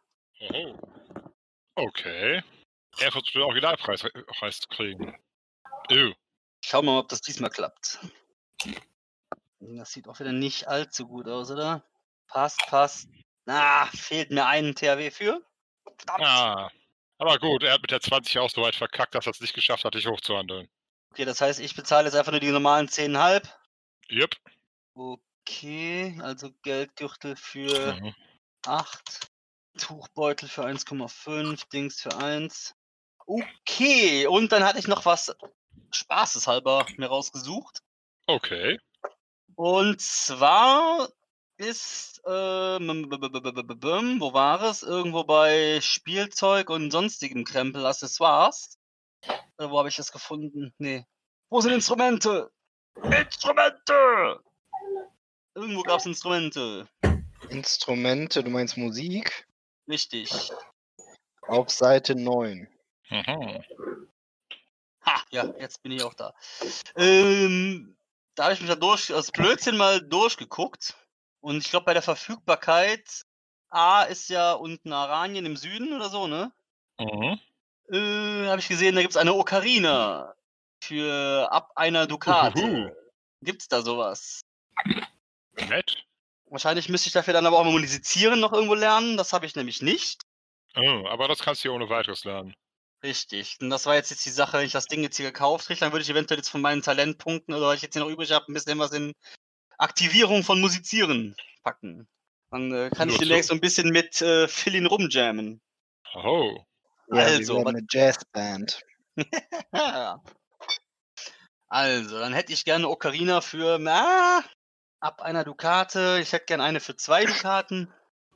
[SPEAKER 3] Okay. Er versucht den Originalpreis zu kriegen.
[SPEAKER 4] Schauen wir mal, ob das diesmal klappt. Das sieht auch wieder nicht allzu gut aus, oder? Passt. Fehlt mir ein THW für. Verdammt.
[SPEAKER 3] Aber gut, er hat mit der 20 auch so weit verkackt, dass er es nicht geschafft hat, dich hochzuhandeln.
[SPEAKER 4] Okay, das heißt, ich bezahle jetzt einfach nur die normalen 10,5.
[SPEAKER 3] Yep.
[SPEAKER 4] Okay, also Geldgürtel für 8, Tuchbeutel für 1,5, Dings für 1. Okay, und dann hatte ich noch was spaßeshalber mir rausgesucht.
[SPEAKER 3] Okay.
[SPEAKER 4] Und zwar ist, wo war es? Irgendwo bei Spielzeug und sonstigem Krempel, Accessoires. Wo habe ich das gefunden? Nee. Wo sind Instrumente? Instrumente! Irgendwo gab es Instrumente.
[SPEAKER 2] Instrumente, du meinst Musik?
[SPEAKER 4] Richtig.
[SPEAKER 2] Auf Seite 9.
[SPEAKER 4] Ja, jetzt bin ich auch da. Da habe ich mich da aus Blödsinn mal durchgeguckt. Und ich glaube, bei der Verfügbarkeit, A ist ja unten Aranien im Süden oder so, ne? Habe ich gesehen, da gibt es eine Ocarina für ab einer Dukate. Gibt's da sowas?
[SPEAKER 3] Nett.
[SPEAKER 4] Wahrscheinlich müsste ich dafür dann aber auch mal musizieren noch irgendwo lernen. Das habe ich nämlich nicht.
[SPEAKER 3] Aber das kannst du ja ohne weiteres lernen.
[SPEAKER 4] Richtig. Und das war jetzt die Sache, wenn ich das Ding jetzt hier gekauft kriege, dann würde ich eventuell jetzt von meinen Talentpunkten oder was ich jetzt hier noch übrig habe, ein bisschen was in Aktivierung von Musizieren packen. Dann kann ich demnächst so ein bisschen mit Philin rumjammen.
[SPEAKER 2] Ja,
[SPEAKER 4] Also,
[SPEAKER 2] wir werden eine Jazzband.
[SPEAKER 4] Also, dann hätte ich gerne Ocarina für ab einer Dukate. Ich hätte gerne eine für 2 Dukaten.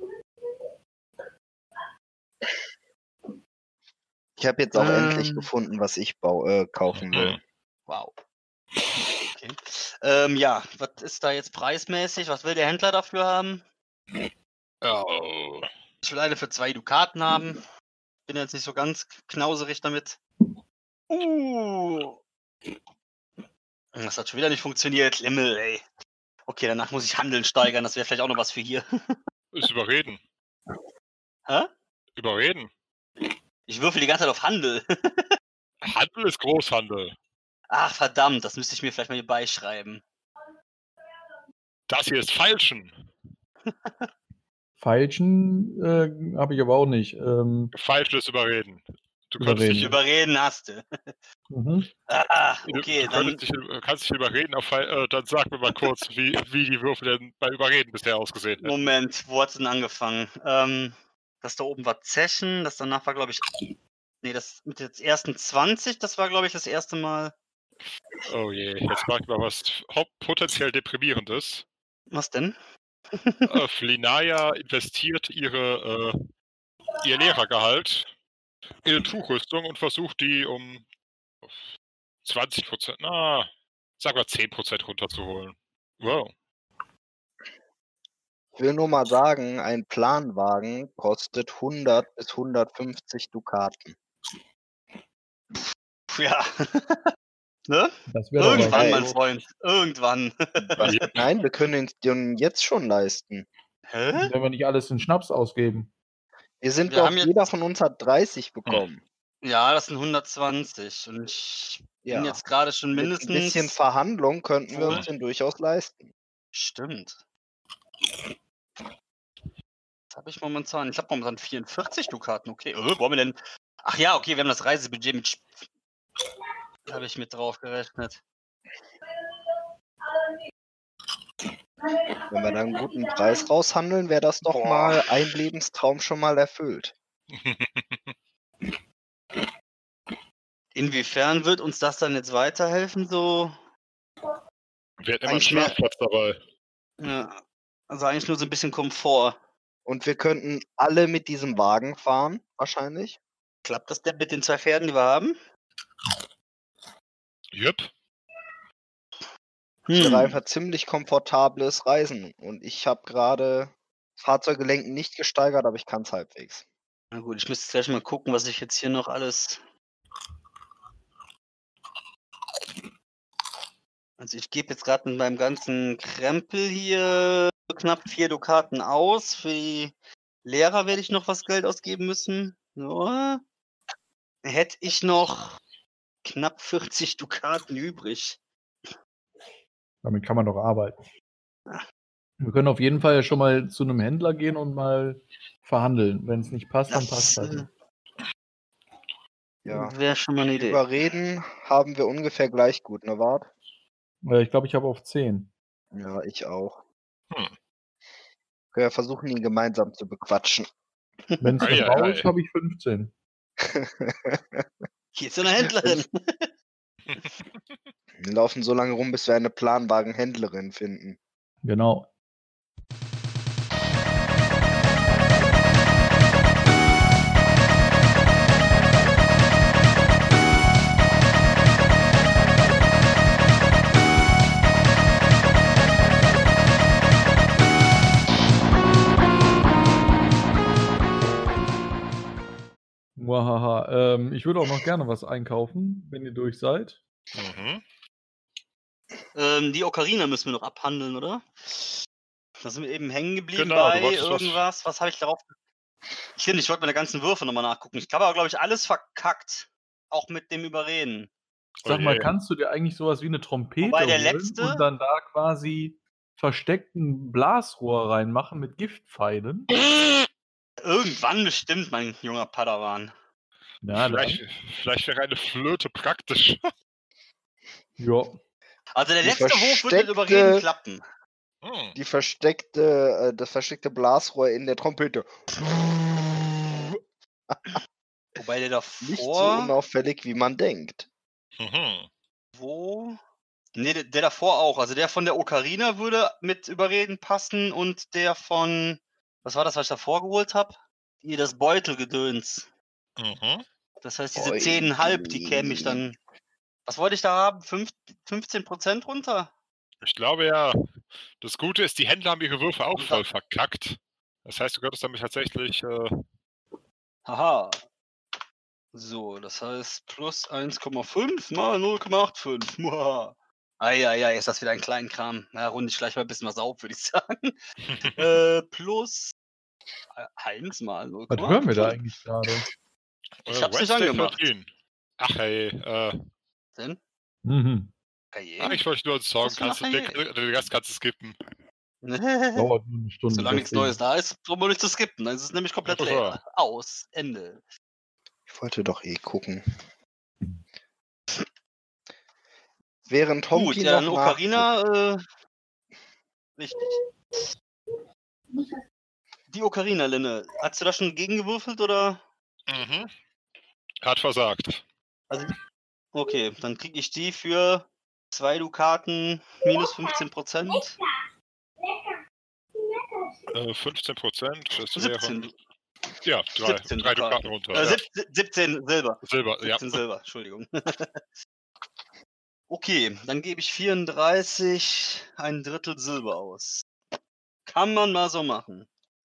[SPEAKER 2] Ich habe jetzt auch endlich gefunden, was ich kaufen will.
[SPEAKER 4] Wow. Okay. Ja, was ist da jetzt preismäßig? Was will der Händler dafür haben?
[SPEAKER 3] Oh.
[SPEAKER 4] Ich will eine für 2 Dukaten haben. Bin jetzt nicht so ganz knauserig damit. Das hat schon wieder nicht funktioniert. Limmel, ey. Okay, danach muss ich Handeln steigern. Das wäre vielleicht auch noch was für hier.
[SPEAKER 3] Ist überreden.
[SPEAKER 4] Hä?
[SPEAKER 3] Überreden.
[SPEAKER 4] Ich würfel die ganze Zeit auf Handel.
[SPEAKER 3] Handel ist Großhandel.
[SPEAKER 4] Ach, verdammt. Das müsste ich mir vielleicht mal hier beischreiben.
[SPEAKER 3] Das hier ist Feilschen.
[SPEAKER 5] Feilschen habe ich aber auch nicht.
[SPEAKER 3] Feilschen ist überreden. Du
[SPEAKER 5] Überreden.
[SPEAKER 3] kannst dich
[SPEAKER 4] Überreden hast du. Okay,
[SPEAKER 3] du kannst dich überreden. Dann sag mir mal kurz, wie die Würfel denn bei Überreden bisher ausgesehen hätten.
[SPEAKER 4] Moment, wo hat's denn angefangen? Das da oben war Zechen, das danach war, glaube ich. Nee, das mit den ersten 20, das war, glaube ich, das erste Mal.
[SPEAKER 3] Oh je, jetzt frag ich mal was potenziell Deprimierendes.
[SPEAKER 4] Was denn?
[SPEAKER 3] Flinaya investiert ihr Lehrergehalt in eine Tuchrüstung und versucht die um 20%, sag mal 10% runterzuholen. Wow.
[SPEAKER 2] Ich will nur mal sagen, ein Planwagen kostet 100 bis 150 Dukaten.
[SPEAKER 4] Ja. Ne?
[SPEAKER 5] Das wäre doch
[SPEAKER 4] Irgendwann,
[SPEAKER 5] was.
[SPEAKER 4] mein Freund. Irgendwann.
[SPEAKER 2] Nein, wir können den jetzt schon leisten.
[SPEAKER 4] Hä?
[SPEAKER 5] Wenn wir nicht alles in Schnaps ausgeben.
[SPEAKER 2] Wir
[SPEAKER 4] haben jetzt-
[SPEAKER 2] jeder von uns hat 30 bekommen.
[SPEAKER 4] Ja, das sind 120. Und ich bin jetzt gerade schon
[SPEAKER 2] Mit
[SPEAKER 4] mindestens.
[SPEAKER 2] ein bisschen Verhandlung könnten wir uns den durchaus leisten.
[SPEAKER 4] Stimmt. Was habe ich momentan? Ich habe momentan 44 Dukaten. Okay. Wo haben wir denn? Ach ja, okay, wir haben das Reisebudget mit. Da habe ich mit drauf gerechnet.
[SPEAKER 2] Wenn wir da einen guten Preis raushandeln, wäre das doch
[SPEAKER 4] Boah.
[SPEAKER 2] mal ein Lebenstraum schon mal erfüllt.
[SPEAKER 4] Inwiefern wird uns das dann jetzt weiterhelfen? So.
[SPEAKER 3] Wir hätten immer einen
[SPEAKER 4] Eigentlich mehr-
[SPEAKER 3] Schlafplatz dabei.
[SPEAKER 4] Ja. Also eigentlich nur so ein bisschen Komfort.
[SPEAKER 2] Und wir könnten alle mit diesem Wagen fahren, wahrscheinlich.
[SPEAKER 4] Klappt das denn mit den 2 Pferden, die wir haben?
[SPEAKER 3] Jupp.
[SPEAKER 2] Wäre einfach ziemlich komfortables Reisen. Und ich habe gerade Fahrzeuggelenken nicht gesteigert, aber ich kann es halbwegs.
[SPEAKER 4] Na gut, ich müsste jetzt gleich mal gucken, was ich jetzt hier noch alles. Also ich gebe jetzt gerade mit meinem ganzen Krempel hier knapp 4 Dukaten aus. Für die Lehrer werde ich noch was Geld ausgeben müssen. So. Hätte ich noch knapp 40 Dukaten übrig.
[SPEAKER 5] Damit kann man doch arbeiten. Wir können auf jeden Fall ja schon mal zu einem Händler gehen und mal verhandeln. Wenn es nicht passt, dann passt halt nicht.
[SPEAKER 2] Ja.
[SPEAKER 4] Wäre schon mal eine Idee.
[SPEAKER 2] Überreden haben wir ungefähr gleich gut, ne Wart?
[SPEAKER 5] Ich glaube, ich habe auf 10.
[SPEAKER 2] Ja, ich auch.
[SPEAKER 3] Hm.
[SPEAKER 2] Wir können ja versuchen, ihn gemeinsam zu bequatschen.
[SPEAKER 5] Wenn es eine Frau ist, habe ich 15.
[SPEAKER 4] Hier ist so eine Händlerin.
[SPEAKER 2] Wir laufen so lange rum, bis wir eine Planwagenhändlerin finden.
[SPEAKER 5] Genau. Wahaha. Ich würde auch noch gerne was einkaufen, wenn ihr durch seid.
[SPEAKER 3] Mhm.
[SPEAKER 4] Die Ocarina müssen wir noch abhandeln, oder? Da sind wir eben hängen geblieben
[SPEAKER 3] Genau,
[SPEAKER 4] bei
[SPEAKER 3] du wolltest was-
[SPEAKER 4] irgendwas. Was habe ich darauf? Ich wollte meine ganzen Würfe nochmal nachgucken. Ich habe aber, glaube ich, alles verkackt. Auch mit dem Überreden.
[SPEAKER 5] Sag
[SPEAKER 3] Oh
[SPEAKER 5] mal,
[SPEAKER 3] je.
[SPEAKER 5] kannst du dir eigentlich sowas wie eine Trompete
[SPEAKER 4] Wobei der
[SPEAKER 5] holen
[SPEAKER 4] letzte-
[SPEAKER 5] und dann da quasi versteckt ein Blasrohr reinmachen mit Giftpfeilen?
[SPEAKER 4] Irgendwann bestimmt, mein junger Padawan.
[SPEAKER 5] Ja,
[SPEAKER 3] Vielleicht wäre eine Flöte praktisch.
[SPEAKER 5] ja.
[SPEAKER 4] Also der
[SPEAKER 2] Die
[SPEAKER 4] letzte Hof wird mit
[SPEAKER 2] versteckte-
[SPEAKER 4] Überreden klappen.
[SPEAKER 3] Hm.
[SPEAKER 2] Das versteckte Blasrohr in der Trompete.
[SPEAKER 4] Wobei der
[SPEAKER 2] Nicht so
[SPEAKER 4] davor.
[SPEAKER 2] unauffällig, wie man denkt.
[SPEAKER 3] Mhm.
[SPEAKER 4] Wo? Nee, der davor auch. Also der von der Ocarina würde mit Überreden passen und der von. Was war das, was ich davor geholt habe? Das Beutelgedöns.
[SPEAKER 3] Mhm.
[SPEAKER 4] Das heißt, diese
[SPEAKER 2] Oi.
[SPEAKER 4] 10,5, die käme ich dann. Was wollte ich da haben? 15% runter?
[SPEAKER 3] Ich glaube ja, das Gute ist, die Händler haben ihre Würfe auch voll verkackt. Das heißt, du könntest damit tatsächlich.
[SPEAKER 4] Haha. So, das heißt plus 1,5 mal 0,85. Muah. Eieiei, ist das wieder ein Kleinkram. Na, runde ich gleich mal ein bisschen was auf, würde ich sagen. Plus 1 mal 0,85.
[SPEAKER 5] Was hören wir da eigentlich gerade?
[SPEAKER 4] Ich hab's nicht
[SPEAKER 3] Wednesday
[SPEAKER 4] angemacht.
[SPEAKER 3] 13. Ach hey,
[SPEAKER 4] Denn?
[SPEAKER 5] Mhm.
[SPEAKER 4] Okay.
[SPEAKER 3] ich wollte nur einen Song,
[SPEAKER 4] Was
[SPEAKER 3] kannst du
[SPEAKER 4] machen wir?
[SPEAKER 3] den Rest kannst du skippen.
[SPEAKER 5] Dauert nur eine Stunde.
[SPEAKER 4] Solange nichts
[SPEAKER 5] deswegen.
[SPEAKER 4] Neues da ist, brauchen wir nicht zu skippen. Dann ist es nämlich komplett
[SPEAKER 3] Ja.
[SPEAKER 4] leer. Aus. Ende.
[SPEAKER 2] Ich wollte doch eh gucken. Während Hompi
[SPEAKER 4] Gut, ja, dann
[SPEAKER 2] noch
[SPEAKER 4] Ocarina, richtig. Die Ocarina, Linne, hast du da schon gegengewürfelt oder?
[SPEAKER 3] Mhm. Hat versagt.
[SPEAKER 4] Also, okay, dann kriege ich die für 2 Dukaten minus 15%.
[SPEAKER 3] 15%, das
[SPEAKER 4] 17.
[SPEAKER 3] wären. Ja,
[SPEAKER 4] 17
[SPEAKER 3] drei Dukaten runter. Ja.
[SPEAKER 4] 17 Silber.
[SPEAKER 3] Silber,
[SPEAKER 4] 17 Silber, Entschuldigung. Okay, dann gebe ich 34, ein Drittel Silber aus. Kann man mal so machen.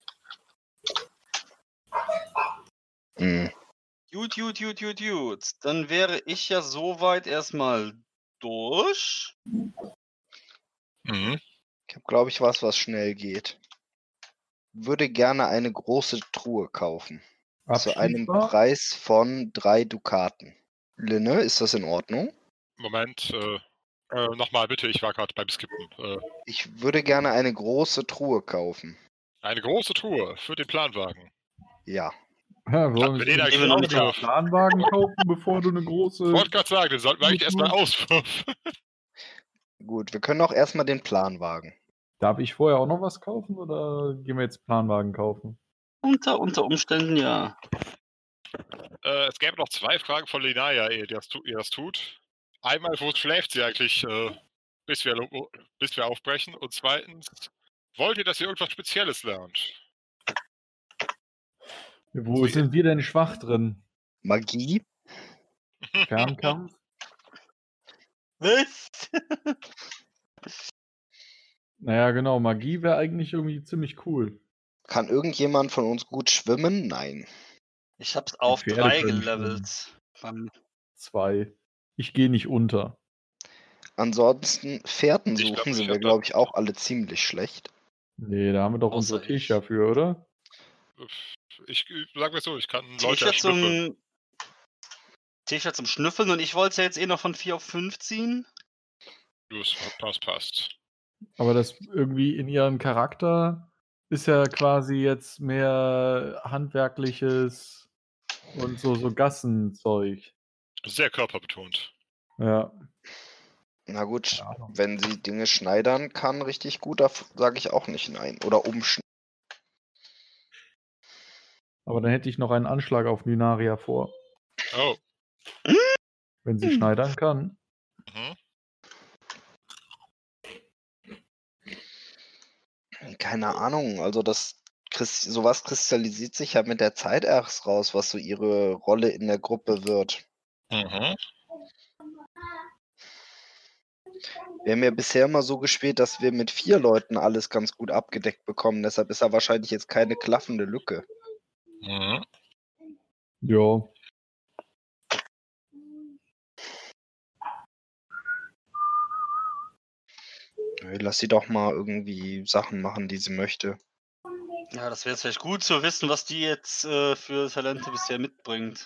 [SPEAKER 4] Gut. Dann wäre ich ja soweit erstmal durch.
[SPEAKER 3] Mhm.
[SPEAKER 2] Ich habe, glaube ich, was schnell geht. Würde gerne eine große Truhe kaufen. Zu einem
[SPEAKER 5] Abschließbar?
[SPEAKER 2] Preis von 3 Dukaten. Linne, ist das in Ordnung?
[SPEAKER 3] Moment, nochmal bitte, ich war gerade beim Skippen.
[SPEAKER 2] Ich würde gerne eine große Truhe kaufen.
[SPEAKER 3] Eine große Truhe für den Planwagen.
[SPEAKER 2] Ja.
[SPEAKER 5] Ja,
[SPEAKER 3] Hatten wir den eigentlich
[SPEAKER 4] Gehen wir noch nicht
[SPEAKER 3] auch
[SPEAKER 4] auf.
[SPEAKER 3] drauf?
[SPEAKER 5] Planwagen kaufen, bevor du eine
[SPEAKER 3] Ich
[SPEAKER 5] große.
[SPEAKER 3] wollte gerade sagen, den sollten wir eigentlich erstmal auswürfen.
[SPEAKER 2] Gut, wir können auch erstmal den Planwagen.
[SPEAKER 5] Darf ich vorher auch noch was kaufen oder gehen wir jetzt Planwagen kaufen?
[SPEAKER 4] Unter Umständen ja.
[SPEAKER 3] Es gäbe noch 2 Fragen von Linaya, ehe ihr das tut. Einmal, wo schläft sie eigentlich, bis wir aufbrechen? Und zweitens, wollt ihr, dass ihr irgendwas Spezielles lernt?
[SPEAKER 5] Wo sind wir denn schwach drin?
[SPEAKER 2] Magie?
[SPEAKER 5] Fernkampf?
[SPEAKER 4] Was?
[SPEAKER 5] Naja, genau. Magie wäre eigentlich irgendwie ziemlich cool.
[SPEAKER 2] Kann irgendjemand von uns gut schwimmen? Nein.
[SPEAKER 4] Ich hab's auf
[SPEAKER 5] Pferde
[SPEAKER 4] 3
[SPEAKER 5] können
[SPEAKER 4] gelevelt.
[SPEAKER 5] 2. Ich gehe nicht unter.
[SPEAKER 2] Ansonsten Fährten
[SPEAKER 3] Ich glaub
[SPEAKER 2] suchen
[SPEAKER 3] nicht,
[SPEAKER 2] sind wir,
[SPEAKER 3] dass da-
[SPEAKER 2] glaube ich, auch alle ziemlich schlecht.
[SPEAKER 5] Nee, da haben wir doch
[SPEAKER 4] Außer
[SPEAKER 5] unsere
[SPEAKER 4] ich.
[SPEAKER 5] Tisha für, oder?
[SPEAKER 3] Ich sag mir so, ich kann Leute
[SPEAKER 4] T-Shirt
[SPEAKER 3] erschnüffeln.
[SPEAKER 4] zum Schnüffeln und ich wollte ja jetzt eh noch von 4 auf 5 ziehen.
[SPEAKER 3] Das passt.
[SPEAKER 5] Aber das irgendwie in ihrem Charakter ist ja quasi jetzt mehr handwerkliches und so Gassenzeug.
[SPEAKER 3] Sehr körperbetont.
[SPEAKER 5] Ja.
[SPEAKER 2] Na gut,
[SPEAKER 5] Keine Ahnung.
[SPEAKER 2] wenn sie Dinge schneidern kann, richtig gut, da sage ich auch nicht nein. Oder umschneiden.
[SPEAKER 5] Aber dann hätte ich noch einen Anschlag auf Lunaria vor.
[SPEAKER 3] Oh.
[SPEAKER 5] Wenn sie schneidern kann.
[SPEAKER 3] Mhm.
[SPEAKER 2] Keine Ahnung, also sowas kristallisiert sich ja mit der Zeit erst raus, was so ihre Rolle in der Gruppe wird.
[SPEAKER 3] Mhm.
[SPEAKER 2] Wir haben ja bisher immer so gespielt, dass wir mit 4 Leuten alles ganz gut abgedeckt bekommen. Deshalb ist da wahrscheinlich jetzt keine klaffende Lücke.
[SPEAKER 3] Mhm.
[SPEAKER 5] Ja.
[SPEAKER 2] Lass sie doch mal irgendwie Sachen machen, die sie möchte.
[SPEAKER 4] Ja, das wäre jetzt vielleicht gut zu wissen, was die jetzt für Talente bisher mitbringt.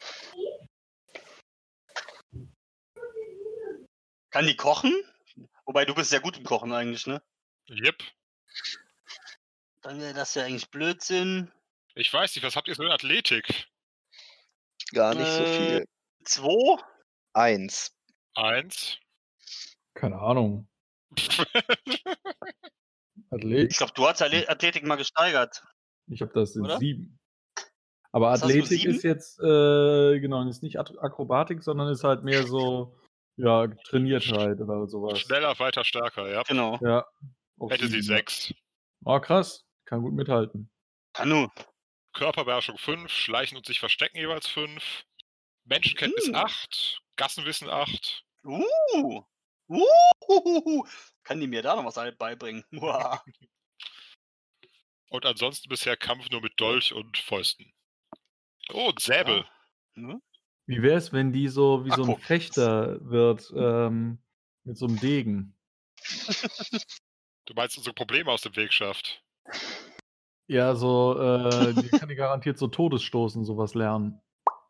[SPEAKER 4] Kann die kochen? Wobei, du bist ja gut im Kochen eigentlich, ne?
[SPEAKER 3] Yep.
[SPEAKER 4] Dann wäre das ja eigentlich Blödsinn.
[SPEAKER 3] Ich weiß nicht, was habt ihr so in Athletik?
[SPEAKER 2] Gar nicht so viel.
[SPEAKER 4] 2?
[SPEAKER 2] 1.
[SPEAKER 3] 1.
[SPEAKER 5] Keine Ahnung. Athlet.
[SPEAKER 4] Ich glaube, du hast Athletik mal gesteigert.
[SPEAKER 5] Ich habe das in
[SPEAKER 4] Oder?
[SPEAKER 5] 7. Aber
[SPEAKER 4] Was hast du,
[SPEAKER 5] Athletik
[SPEAKER 4] 7?
[SPEAKER 5] ist jetzt, genau, ist nicht Akrobatik, sondern ist halt mehr so, ja, Trainiertheit oder sowas.
[SPEAKER 3] Schneller, weiter, stärker, ja.
[SPEAKER 4] Genau.
[SPEAKER 5] Ja. auf
[SPEAKER 3] Hätte sie
[SPEAKER 5] 7, ja.
[SPEAKER 3] 6.
[SPEAKER 5] Oh, krass. Kann gut mithalten.
[SPEAKER 4] Kanu.
[SPEAKER 3] Körperbeherrschung 5, Schleichen und sich verstecken jeweils 5. Menschenkenntnis 8, Gassenwissen 8.
[SPEAKER 4] Kann die mir da noch was beibringen? Uah.
[SPEAKER 3] Und ansonsten bisher Kampf nur mit Dolch und Fäusten. Oh, und Säbel.
[SPEAKER 4] Ja. Ne?
[SPEAKER 5] Wie wäre es, wenn die so wie so ein
[SPEAKER 4] guck.
[SPEAKER 5] Fechter wird, mit so einem Degen?
[SPEAKER 3] Du meinst, unsere Probleme aus dem Weg schafft.
[SPEAKER 5] Ja, so, die kann die garantiert so Todesstoßen sowas lernen.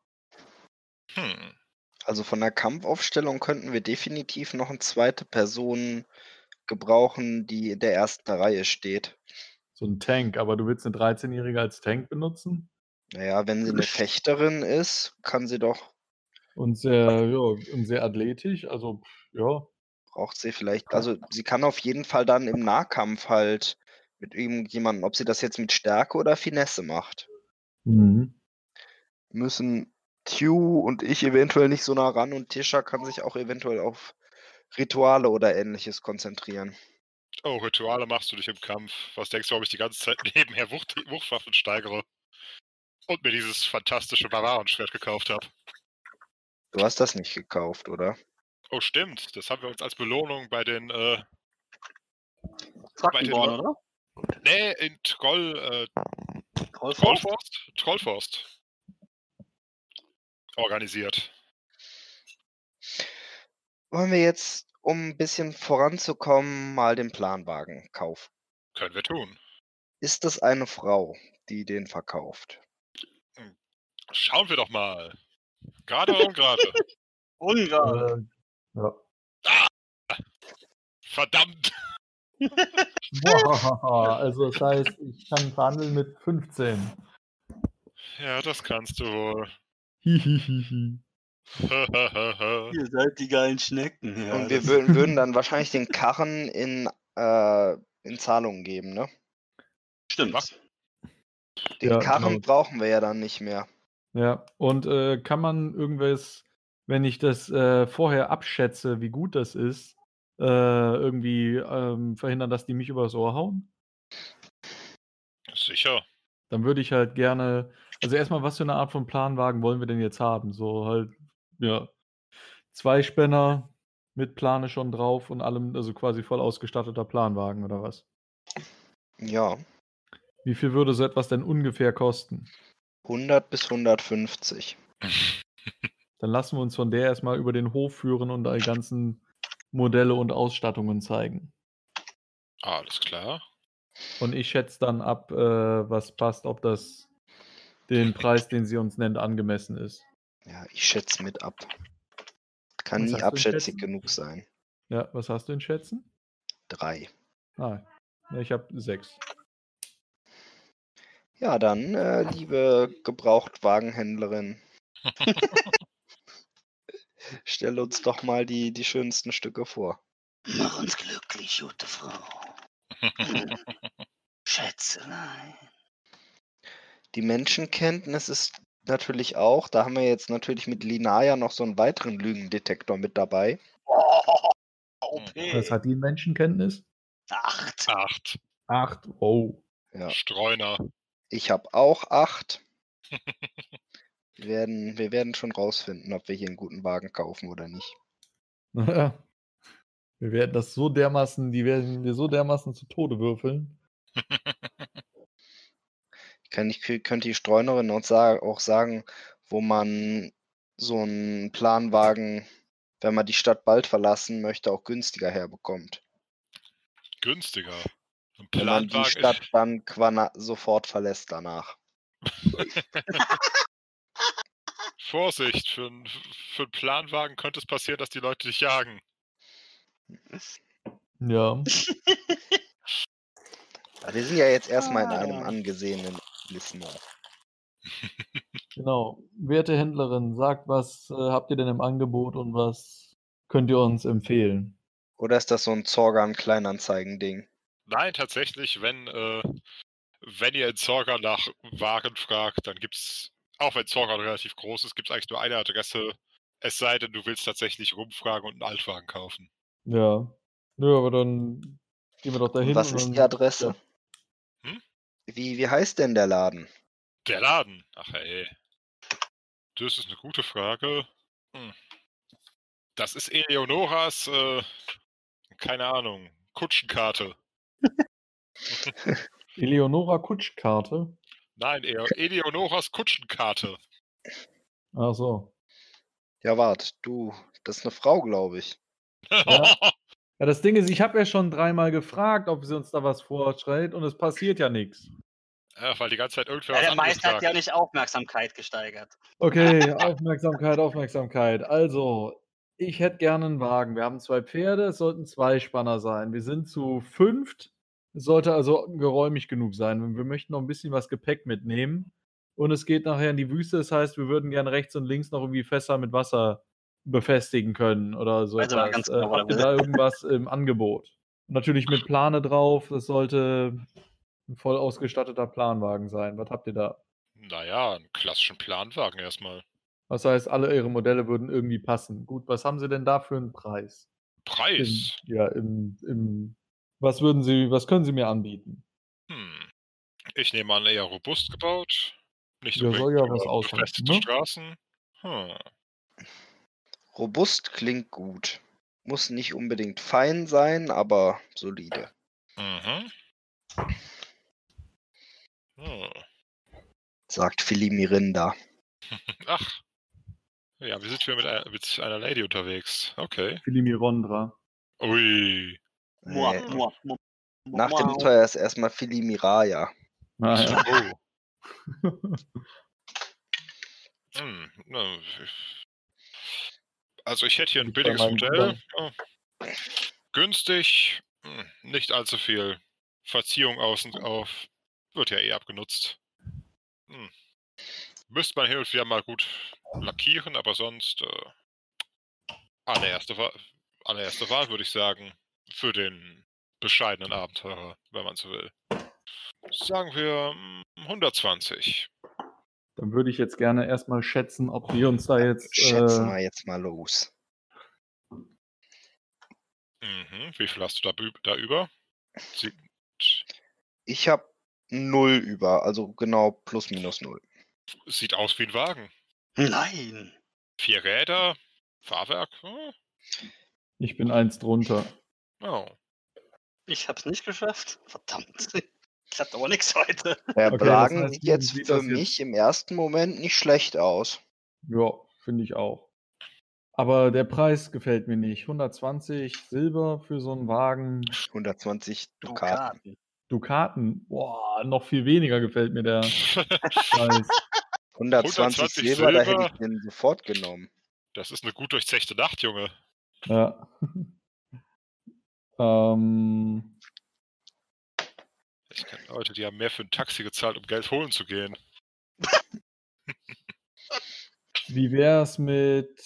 [SPEAKER 2] Also von der Kampfaufstellung könnten wir definitiv noch eine zweite Person gebrauchen, die in der ersten Reihe steht.
[SPEAKER 5] So ein Tank, aber du willst eine 13-Jährige als Tank benutzen?
[SPEAKER 2] Naja, wenn sie eine Fechterin ist, kann sie doch,
[SPEAKER 5] Und sehr athletisch, also, ja.
[SPEAKER 2] braucht sie vielleicht, also sie kann auf jeden Fall dann im Nahkampf halt mit irgendjemandem, ob sie das jetzt mit Stärke oder Finesse macht.
[SPEAKER 5] Mhm.
[SPEAKER 2] Müssen Tew und ich eventuell nicht so nah ran und Tisha kann sich auch eventuell auf Rituale oder Ähnliches konzentrieren.
[SPEAKER 3] Oh, Rituale machst du nicht im Kampf. Was denkst du, ob ich die ganze Zeit nebenher Wuchtwaffen steigere? Und mir dieses fantastische Barbarenschwert gekauft habe.
[SPEAKER 2] Du hast das nicht gekauft, oder?
[SPEAKER 3] Oh, stimmt. Das haben wir uns als Belohnung bei den,
[SPEAKER 4] Trackenborn, oder?
[SPEAKER 3] nee, in
[SPEAKER 4] Trollforst?
[SPEAKER 3] Trollforst organisiert.
[SPEAKER 2] Wollen wir jetzt, um ein bisschen voranzukommen, mal den Planwagen kaufen?
[SPEAKER 3] Können wir tun.
[SPEAKER 2] Ist es eine Frau, die den verkauft?
[SPEAKER 3] Schauen wir doch mal. Gerade oder ungerade?
[SPEAKER 4] Ungarn.
[SPEAKER 5] Ja.
[SPEAKER 3] Verdammt!
[SPEAKER 5] Boah, also das heißt, ich kann verhandeln mit 15.
[SPEAKER 3] Ja, das kannst du wohl.
[SPEAKER 5] Hihihihi.
[SPEAKER 4] Ihr seid die geilen Schnecken. Ja,
[SPEAKER 2] Und wir
[SPEAKER 4] das-
[SPEAKER 2] würden dann wahrscheinlich den Karren in Zahlung geben, ne?
[SPEAKER 4] Stimmt.
[SPEAKER 3] Was?
[SPEAKER 2] Den
[SPEAKER 5] Ja,
[SPEAKER 2] Karren
[SPEAKER 5] genau.
[SPEAKER 2] brauchen wir ja dann nicht mehr.
[SPEAKER 5] Ja, und kann man irgendwas, wenn ich das vorher abschätze, wie gut das ist, irgendwie verhindern, dass die mich übers Ohr hauen?
[SPEAKER 3] Sicher.
[SPEAKER 5] Dann würde ich halt gerne, also erstmal, was für eine Art von Planwagen wollen wir denn jetzt haben? So halt, ja, 2 Spänner mit Plane schon drauf und allem, also quasi voll ausgestatteter Planwagen oder was?
[SPEAKER 2] Ja,
[SPEAKER 5] Wie viel würde so etwas denn ungefähr kosten?
[SPEAKER 2] 100 bis 150.
[SPEAKER 5] Dann lassen wir uns von der erstmal über den Hof führen und die ganzen Modelle und Ausstattungen zeigen.
[SPEAKER 3] Alles klar.
[SPEAKER 5] Und ich schätze dann ab, was passt, ob das den Preis, den sie uns nennt, angemessen ist.
[SPEAKER 2] Ja, ich schätze mit ab. Kann
[SPEAKER 5] Was
[SPEAKER 2] nie
[SPEAKER 5] hast du in
[SPEAKER 2] abschätzig
[SPEAKER 5] Schätzen?
[SPEAKER 2] genug sein.
[SPEAKER 5] Ja, was hast du in Schätzen?
[SPEAKER 2] 3.
[SPEAKER 5] Ah, ja, ich habe 6.
[SPEAKER 2] Ja, dann, liebe Gebrauchtwagenhändlerin, stell uns doch mal die schönsten Stücke vor.
[SPEAKER 4] Mach uns glücklich, gute Frau. Schätzelein.
[SPEAKER 2] Die Menschenkenntnis ist natürlich auch, da haben wir jetzt natürlich mit Linaya noch so einen weiteren Lügendetektor mit dabei.
[SPEAKER 4] OP.
[SPEAKER 5] Was hat die in Menschenkenntnis?
[SPEAKER 4] 8.
[SPEAKER 3] 8.
[SPEAKER 5] 8. Oh.
[SPEAKER 2] Ja,
[SPEAKER 3] Streuner.
[SPEAKER 2] ich habe auch 8. Wir werden schon rausfinden, ob wir hier einen guten Wagen kaufen oder nicht.
[SPEAKER 5] Wir werden das so dermaßen, die werden wir so dermaßen zu Tode würfeln.
[SPEAKER 2] Könnte die Streunerin auch sagen, wo man so einen Planwagen, wenn man die Stadt bald verlassen möchte, auch günstiger herbekommt.
[SPEAKER 3] Günstiger. Ein
[SPEAKER 2] Wenn man die
[SPEAKER 3] Planwagen
[SPEAKER 2] Stadt dann sofort verlässt danach.
[SPEAKER 3] Vorsicht, für einen Planwagen könnte es passieren, dass die Leute dich jagen.
[SPEAKER 5] Ja.
[SPEAKER 2] Aber wir sind ja jetzt erstmal in einem angesehenen Etablissement.
[SPEAKER 5] Genau. Werte Händlerin, sagt, was habt ihr denn im Angebot und was könnt ihr uns empfehlen?
[SPEAKER 2] Oder ist das so ein Zorgan-Kleinanzeigen-Ding?
[SPEAKER 3] Nein, tatsächlich, wenn Wenn ihr in Zorgan nach Waren fragt, dann gibt's, auch wenn Zorgan relativ groß ist, gibt's eigentlich nur eine Adresse. Es sei denn, du willst tatsächlich rumfragen und einen Altwagen kaufen.
[SPEAKER 5] Ja. Nö, aber dann gehen wir doch dahin.
[SPEAKER 2] Und was ist die Adresse?
[SPEAKER 5] Ja.
[SPEAKER 3] Hm?
[SPEAKER 2] Wie heißt denn der Laden?
[SPEAKER 3] Der Laden? Ach ey. Das ist eine gute Frage. Das ist Eleonoras, keine Ahnung, Kutschenkarte.
[SPEAKER 5] Eleonora Kutschkarte.
[SPEAKER 3] Nein, Eleonoras Kutschenkarte.
[SPEAKER 5] Ach so.
[SPEAKER 2] Ja, warte, das ist eine Frau, glaube ich.
[SPEAKER 5] Ja. Ja, das Ding ist, ich habe ja schon 3-mal gefragt, ob sie uns da was vorschreibt und es passiert ja nichts.
[SPEAKER 3] Ja, weil die ganze Zeit irgendwer
[SPEAKER 4] Ja,
[SPEAKER 3] was
[SPEAKER 4] der
[SPEAKER 3] anderes
[SPEAKER 4] Meister hat
[SPEAKER 3] sagt.
[SPEAKER 4] ja nicht Aufmerksamkeit gesteigert.
[SPEAKER 5] Okay, Aufmerksamkeit. Also, ich hätte gerne einen Wagen. Wir haben 2 Pferde, es sollten 2 Spanner sein. Wir sind zu 5. Es sollte also geräumig genug sein. Wir möchten noch ein bisschen was Gepäck mitnehmen. Und es geht nachher in die Wüste. Das heißt, wir würden gerne rechts und links noch irgendwie Fässer mit Wasser befestigen können oder so
[SPEAKER 4] Also mal
[SPEAKER 5] etwas.
[SPEAKER 4] ganz genau,
[SPEAKER 5] Habt ihr da irgendwas im Angebot? Und natürlich mit Plane drauf. Das sollte ein voll ausgestatteter Planwagen sein. Was habt ihr da?
[SPEAKER 3] Naja, einen klassischen Planwagen erstmal.
[SPEAKER 5] Das heißt, alle ihre Modelle würden irgendwie passen. Gut, was haben sie denn da für einen Preis?
[SPEAKER 3] Preis?
[SPEAKER 5] Was können sie mir anbieten?
[SPEAKER 3] Ich nehme an, eher robust gebaut. Nicht
[SPEAKER 5] Ja, soll ja was
[SPEAKER 3] für
[SPEAKER 5] aushalten,
[SPEAKER 3] befestigte
[SPEAKER 5] ne?
[SPEAKER 3] Straßen.
[SPEAKER 2] Robust klingt gut. Muss nicht unbedingt fein sein, aber solide. Sagt Philly Mirinda.
[SPEAKER 3] Ach. Ja, wir sind hier mit einer Lady unterwegs. Okay.
[SPEAKER 5] Philly Mirondra.
[SPEAKER 3] Ui.
[SPEAKER 2] Nach dem Teuer ist erstmal Philly Miraya.
[SPEAKER 5] Naja.
[SPEAKER 3] Oh. Also ich hätte hier ein billiges Modell. Oh. Günstig. Nicht allzu viel Verziehung außen auf. Wird ja eh abgenutzt. Müsste man hin und wieder mal gut lackieren, aber sonst allererste Wahl, würde ich sagen, für den bescheidenen Abenteurer, wenn man so will. Sagen wir 120.
[SPEAKER 5] Dann würde ich jetzt gerne erstmal schätzen, ob wir uns da jetzt...
[SPEAKER 2] Schätzen wir jetzt mal los.
[SPEAKER 3] Wie viel hast du da über?
[SPEAKER 2] Ich habe 0 über, also genau plus minus 0.
[SPEAKER 3] Sieht aus wie ein Wagen.
[SPEAKER 4] Nein.
[SPEAKER 3] 4 Räder, Fahrwerk.
[SPEAKER 5] Ich bin 1 drunter.
[SPEAKER 3] Oh.
[SPEAKER 4] Ich hab's nicht geschafft. Verdammt. Klappt aber nichts heute.
[SPEAKER 2] Der
[SPEAKER 5] Okay,
[SPEAKER 2] Wagen
[SPEAKER 5] das heißt,
[SPEAKER 2] sieht jetzt
[SPEAKER 5] sieht
[SPEAKER 2] für
[SPEAKER 5] das
[SPEAKER 2] mich im ersten Moment nicht schlecht aus.
[SPEAKER 5] Ja, finde ich auch. Aber der Preis gefällt mir nicht. 120 Silber für so einen Wagen.
[SPEAKER 2] 120 Dukaten.
[SPEAKER 5] Dukaten? Boah, noch viel weniger gefällt mir der Preis.
[SPEAKER 2] 120 Silber, da hätte ich den sofort genommen.
[SPEAKER 3] Das ist eine gut durchzechte Nacht, Junge.
[SPEAKER 5] Ja.
[SPEAKER 3] Ich kenne Leute, die haben mehr für ein Taxi gezahlt, um Geld holen zu gehen.
[SPEAKER 5] Wie wär's mit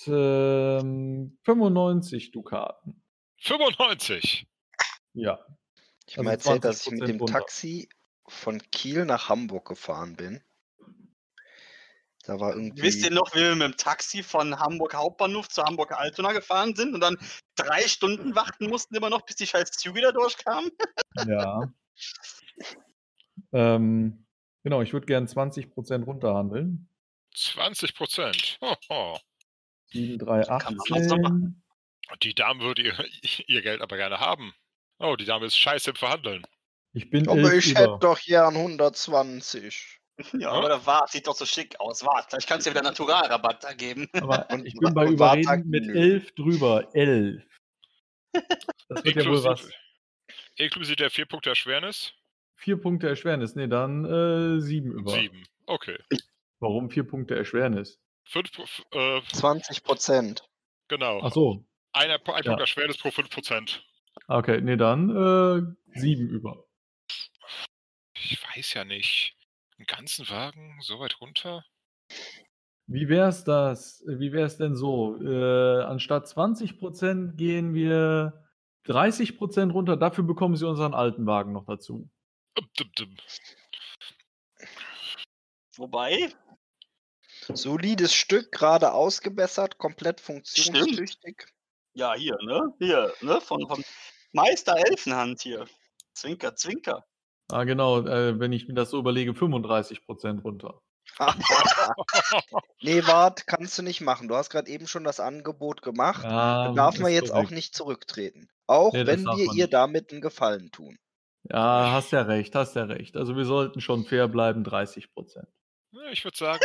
[SPEAKER 5] 95 Dukaten?
[SPEAKER 3] 95?
[SPEAKER 5] Ja.
[SPEAKER 2] Ich habe mir erzählt, dass ich mit dem Taxi von Kiel nach Hamburg gefahren bin. Da war irgendwie...
[SPEAKER 4] Wisst ihr noch, wie wir mit dem Taxi von Hamburg Hauptbahnhof zu Hamburg Altona gefahren sind und dann 3 Stunden warten mussten immer noch, bis die scheiß Züge da durchkamen?
[SPEAKER 5] Ja. Genau, ich würde gern 20% runterhandeln.
[SPEAKER 3] 20%? Hoho.
[SPEAKER 5] 7,318.
[SPEAKER 3] Die Dame würde ihr Geld aber gerne haben. Oh, die Dame ist scheiße im Verhandeln.
[SPEAKER 5] Ich bin
[SPEAKER 2] aber
[SPEAKER 5] 11
[SPEAKER 2] ich
[SPEAKER 5] über.
[SPEAKER 2] hätte doch gern 120.
[SPEAKER 4] Ja, aber der Wart sieht doch so schick aus. Wart, vielleicht kannst du dir wieder Naturalrabatt da geben.
[SPEAKER 5] Aber
[SPEAKER 2] Und
[SPEAKER 5] ich bin bei
[SPEAKER 2] und
[SPEAKER 5] Überreden
[SPEAKER 2] Wart sagt
[SPEAKER 5] mit
[SPEAKER 2] nö.
[SPEAKER 5] 11 drüber. 11. Das wird ja wohl was.
[SPEAKER 3] Inklusive der 4 Punkte Erschwernis?
[SPEAKER 5] 4 Punkte Erschwernis. Nee, dann 7 über.
[SPEAKER 3] 7, okay.
[SPEAKER 5] Warum 4 Punkte Erschwernis?
[SPEAKER 2] 20%.
[SPEAKER 3] Genau.
[SPEAKER 5] Ach so.
[SPEAKER 3] Ein Punkt Erschwernis pro 5%.
[SPEAKER 5] Okay, nee, dann 7 über.
[SPEAKER 3] Ich weiß ja nicht. Einen ganzen Wagen so weit runter?
[SPEAKER 5] Wie wär's das? Wie wär's denn so? Anstatt 20% gehen wir 30% runter. Dafür bekommen Sie unseren alten Wagen noch dazu.
[SPEAKER 4] Wobei,
[SPEAKER 2] Solides Stück, gerade ausgebessert, komplett funktionstüchtig.
[SPEAKER 4] ja, hier, ne? Hier, ne? Von Meister Elfenhand hier. Zwinker, Zwinker.
[SPEAKER 5] Ah, genau, wenn ich mir das so überlege, 35% runter.
[SPEAKER 2] Nee, wart, kannst du nicht machen. Du hast gerade eben schon das Angebot gemacht. Da
[SPEAKER 5] Ja,
[SPEAKER 2] darf man
[SPEAKER 5] ist
[SPEAKER 2] jetzt auch
[SPEAKER 5] korrekt.
[SPEAKER 2] nicht zurücktreten. Auch
[SPEAKER 5] Nee, das
[SPEAKER 2] wenn
[SPEAKER 5] darf
[SPEAKER 2] wir
[SPEAKER 5] man
[SPEAKER 2] ihr
[SPEAKER 5] nicht.
[SPEAKER 2] damit einen Gefallen tun.
[SPEAKER 5] Ja, hast ja recht, hast ja recht. Also wir sollten schon fair bleiben, 30%.
[SPEAKER 3] Ja, ich würde sagen,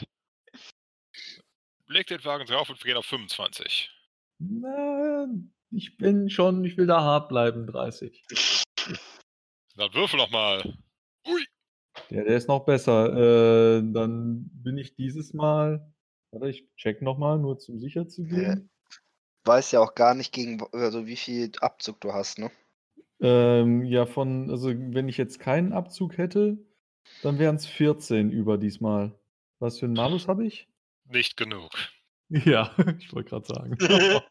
[SPEAKER 3] leg den Wagen drauf und wir gehen auf 25.
[SPEAKER 5] Na, ich will da hart bleiben, 30.
[SPEAKER 3] Dann würfel noch mal. Ui.
[SPEAKER 5] Ja, der ist noch besser. Dann bin ich dieses Mal. Warte, ich check nochmal, nur zum sicher zu gehen.
[SPEAKER 2] Weiß ja auch gar nicht, also wie viel Abzug du hast, ne?
[SPEAKER 5] Ja, also wenn ich jetzt keinen Abzug hätte, dann wären es 14 über diesmal. Was für einen Malus habe ich?
[SPEAKER 3] Nicht genug.
[SPEAKER 5] Ja, ich wollte gerade sagen.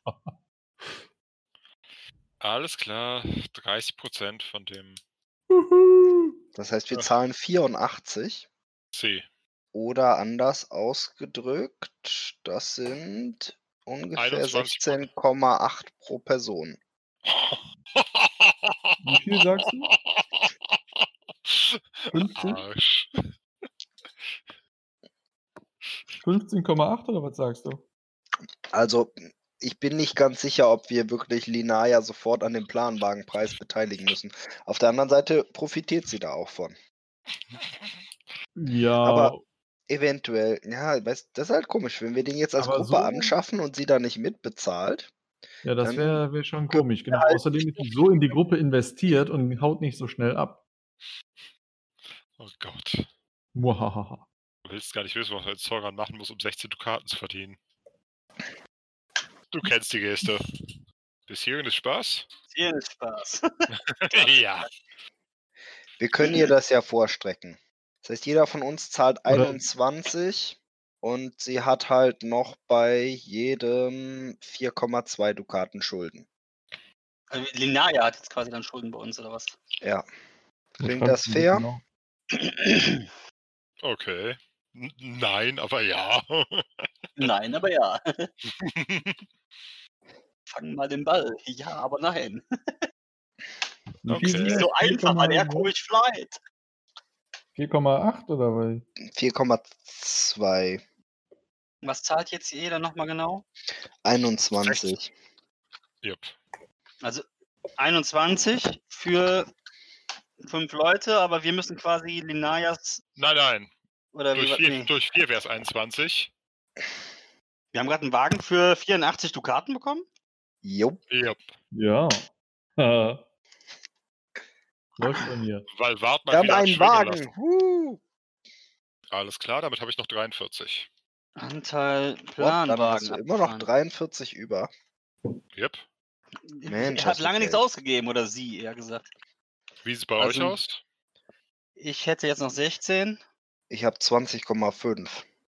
[SPEAKER 3] Alles klar, 30% von dem
[SPEAKER 2] Das heißt, wir
[SPEAKER 3] Ja.
[SPEAKER 2] zahlen 84.
[SPEAKER 3] C.
[SPEAKER 2] Oder anders ausgedrückt, das sind ungefähr
[SPEAKER 3] 21.
[SPEAKER 2] 16,8 pro Person.
[SPEAKER 5] Wie viel sagst du? 15?
[SPEAKER 3] Arsch.
[SPEAKER 5] 15,8 oder was sagst du?
[SPEAKER 2] Also, ich bin nicht ganz sicher, ob wir wirklich Linaya sofort an dem Planwagenpreis beteiligen müssen. Auf der anderen Seite profitiert sie da auch von.
[SPEAKER 5] Ja,
[SPEAKER 2] Aber eventuell, ja, das ist halt komisch, wenn wir den jetzt als
[SPEAKER 5] Aber
[SPEAKER 2] Gruppe
[SPEAKER 5] so-
[SPEAKER 2] anschaffen und sie da nicht mitbezahlt.
[SPEAKER 5] ja, das
[SPEAKER 2] Dann
[SPEAKER 5] wär schon komisch. Genau. Außerdem ist sie so in die Gruppe investiert und haut nicht so schnell ab.
[SPEAKER 3] Oh Gott.
[SPEAKER 5] Muahaha.
[SPEAKER 3] Du willst gar nicht wissen, was ein Zoran machen muss, um 16 Dukaten zu verdienen. Du kennst die Geste. Bis hierhin ist Spaß?
[SPEAKER 4] Hier ist Spaß.
[SPEAKER 3] Ja.
[SPEAKER 2] Wir können ihr das ja vorstrecken. Das heißt, jeder von uns zahlt
[SPEAKER 5] Oder-
[SPEAKER 2] 21 und sie hat halt noch bei jedem 4,2 Dukaten Schulden.
[SPEAKER 4] Also Linaya hat jetzt quasi dann Schulden bei uns, oder was?
[SPEAKER 2] Ja.
[SPEAKER 5] Wo
[SPEAKER 2] Klingt
[SPEAKER 5] schreibst
[SPEAKER 2] das
[SPEAKER 5] du
[SPEAKER 2] fair?
[SPEAKER 5] genau?
[SPEAKER 3] Okay. Nein, aber ja.
[SPEAKER 4] Nein, aber ja. Fang mal den Ball. Ja, aber nein.
[SPEAKER 5] Wie
[SPEAKER 3] Okay.
[SPEAKER 5] viel sind
[SPEAKER 4] Nicht
[SPEAKER 5] das?
[SPEAKER 4] so einfach, weil er
[SPEAKER 5] 4,8
[SPEAKER 4] komisch flight.
[SPEAKER 5] 4,8 oder was?
[SPEAKER 2] 4,2.
[SPEAKER 4] Was zahlt jetzt jeder nochmal genau?
[SPEAKER 2] 21.
[SPEAKER 3] Jupp.
[SPEAKER 4] Also 21 für 5 Leute, aber wir müssen quasi Linayas
[SPEAKER 3] Nein.
[SPEAKER 4] oder wie
[SPEAKER 3] Durch 4 wäre es 21.
[SPEAKER 4] Wir haben gerade einen Wagen für 84 Dukaten bekommen?
[SPEAKER 2] Jupp.
[SPEAKER 3] Jupp.
[SPEAKER 5] Ja. Haha. Läuft bei mir.
[SPEAKER 3] Weil Wart
[SPEAKER 2] Wir
[SPEAKER 3] mal
[SPEAKER 2] haben
[SPEAKER 3] wieder hat
[SPEAKER 2] einen
[SPEAKER 3] schwingen
[SPEAKER 2] Wagen.
[SPEAKER 3] lassen. Alles klar, damit habe ich noch 43.
[SPEAKER 4] Anteil
[SPEAKER 2] What? Dann hast
[SPEAKER 4] Planwagen
[SPEAKER 2] du immer noch
[SPEAKER 4] abgefahren.
[SPEAKER 2] 43 über.
[SPEAKER 3] Jupp.
[SPEAKER 2] Mensch,
[SPEAKER 4] Er hat
[SPEAKER 2] hast du
[SPEAKER 4] lange nichts
[SPEAKER 2] Geld.
[SPEAKER 4] ausgegeben, oder sie, eher gesagt.
[SPEAKER 3] Wie sieht es bei
[SPEAKER 4] Also-
[SPEAKER 3] euch aus?
[SPEAKER 4] Ich hätte jetzt noch 16,
[SPEAKER 2] Ich habe 20,5.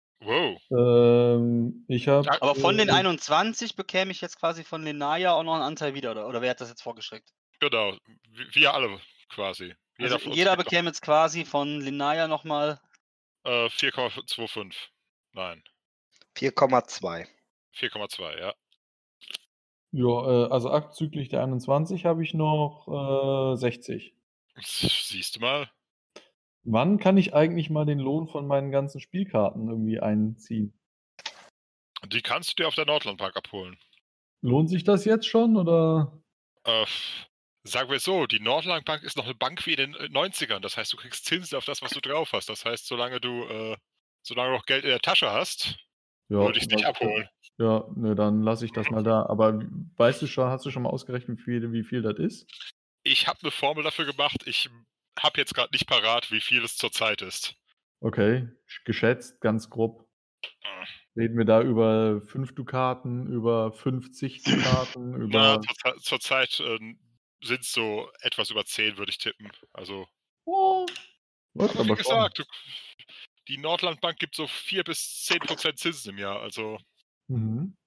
[SPEAKER 3] Wow.
[SPEAKER 5] Ich habe.
[SPEAKER 4] aber von den 21 bekäme ich jetzt quasi von Linaya auch noch einen Anteil wieder, oder wer hat das jetzt vorgeschickt?
[SPEAKER 3] Genau. Wir alle quasi.
[SPEAKER 4] Also
[SPEAKER 3] von uns
[SPEAKER 4] jeder
[SPEAKER 3] kriegt
[SPEAKER 4] bekäme jetzt quasi von Linaya nochmal.
[SPEAKER 3] noch, 4,25. Nein.
[SPEAKER 2] 4,2.
[SPEAKER 3] 4,2, ja.
[SPEAKER 5] Ja, also abzüglich der 21 habe ich noch 60.
[SPEAKER 3] Siehst du mal.
[SPEAKER 5] Wann kann ich eigentlich mal den Lohn von meinen ganzen Spielkarten irgendwie einziehen?
[SPEAKER 3] Die kannst du dir auf der Nordlandbank abholen.
[SPEAKER 5] Lohnt sich das jetzt schon oder?
[SPEAKER 3] Sagen wir es so, die Nordlandbank ist noch eine Bank wie in den 90ern. Das heißt, du kriegst Zinsen auf das, was du drauf hast. Das heißt, solange du noch Geld in der Tasche hast,
[SPEAKER 5] Ja,
[SPEAKER 3] würde ich es nicht abholen.
[SPEAKER 5] Ja, ne, dann lasse ich das mal da. Aber hast du schon mal ausgerechnet, wie viel das ist?
[SPEAKER 3] Ich habe eine Formel dafür gemacht. Ich habe jetzt gerade nicht parat, wie viel es zurzeit ist.
[SPEAKER 5] Okay, geschätzt, ganz grob. Reden wir da über 5 Dukaten, über 50 Dukaten, über.
[SPEAKER 3] Zurzeit sind es so etwas über 10, würde ich tippen. Also,
[SPEAKER 5] Oh, was,
[SPEAKER 3] aber wie
[SPEAKER 5] aber schon.
[SPEAKER 3] gesagt, die Nordlandbank gibt so 4 bis 10% Zinsen im Jahr. Also,
[SPEAKER 5] Mhm.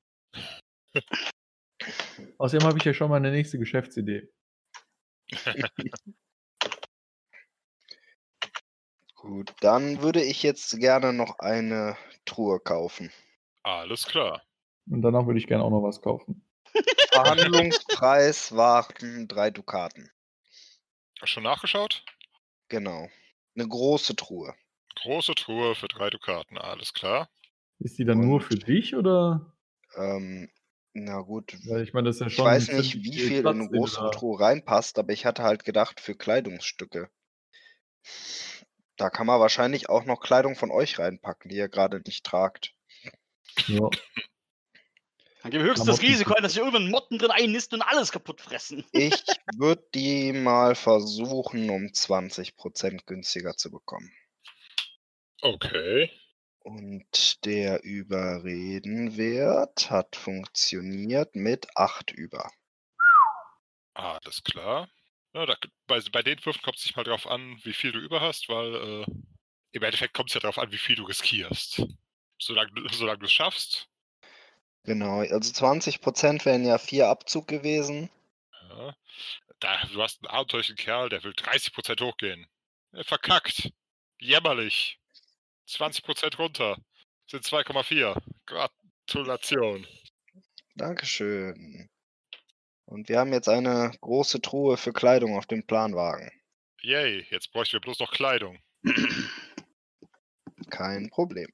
[SPEAKER 5] Außerdem habe ich ja schon mal eine nächste Geschäftsidee.
[SPEAKER 2] Gut, dann würde ich jetzt gerne noch eine Truhe kaufen.
[SPEAKER 3] Alles klar.
[SPEAKER 5] Und danach würde ich gerne auch noch was kaufen.
[SPEAKER 2] Verhandlungspreis waren 3 Dukaten.
[SPEAKER 3] Schon nachgeschaut?
[SPEAKER 2] Genau. Eine große Truhe.
[SPEAKER 3] Große Truhe für 3 Dukaten, alles klar.
[SPEAKER 5] Ist die dann nur
[SPEAKER 2] Und-
[SPEAKER 5] für dich oder?
[SPEAKER 2] Na gut.
[SPEAKER 5] Weil ich meine, das ist ja
[SPEAKER 2] Ich
[SPEAKER 5] schon
[SPEAKER 2] weiß nicht,
[SPEAKER 5] ziemlich
[SPEAKER 2] wie viel in
[SPEAKER 5] Platz,
[SPEAKER 2] eine
[SPEAKER 5] den du
[SPEAKER 2] große
[SPEAKER 5] da-
[SPEAKER 2] Truhe reinpasst, aber ich hatte halt gedacht für Kleidungsstücke. Da kann man wahrscheinlich auch noch Kleidung von euch reinpacken, die ihr gerade nicht tragt.
[SPEAKER 5] Ja.
[SPEAKER 4] Dann geben wir höchstens das Risiko ein, dass sich irgendwann Motten drin einnisten und alles kaputt fressen.
[SPEAKER 2] Ich würde die mal versuchen, um 20% günstiger zu bekommen.
[SPEAKER 3] Okay.
[SPEAKER 2] Und der Überredenwert hat funktioniert mit 8 über.
[SPEAKER 3] Alles klar. Ja, bei den Würfen kommt es nicht mal drauf an, wie viel du über hast, weil im Endeffekt kommt es ja darauf an, wie viel du riskierst. Solange du es schaffst.
[SPEAKER 2] Genau, also 20% wären ja 4 Abzug gewesen.
[SPEAKER 3] Ja, du hast einen abenteuerlichen Kerl, der will 30% hochgehen. Er verkackt. Jämmerlich. 20% runter. Sind 2,4. Gratulation.
[SPEAKER 2] Dankeschön. Und wir haben jetzt eine große Truhe für Kleidung auf dem Planwagen.
[SPEAKER 3] Yay, jetzt bräuchten wir bloß noch Kleidung.
[SPEAKER 2] Kein Problem.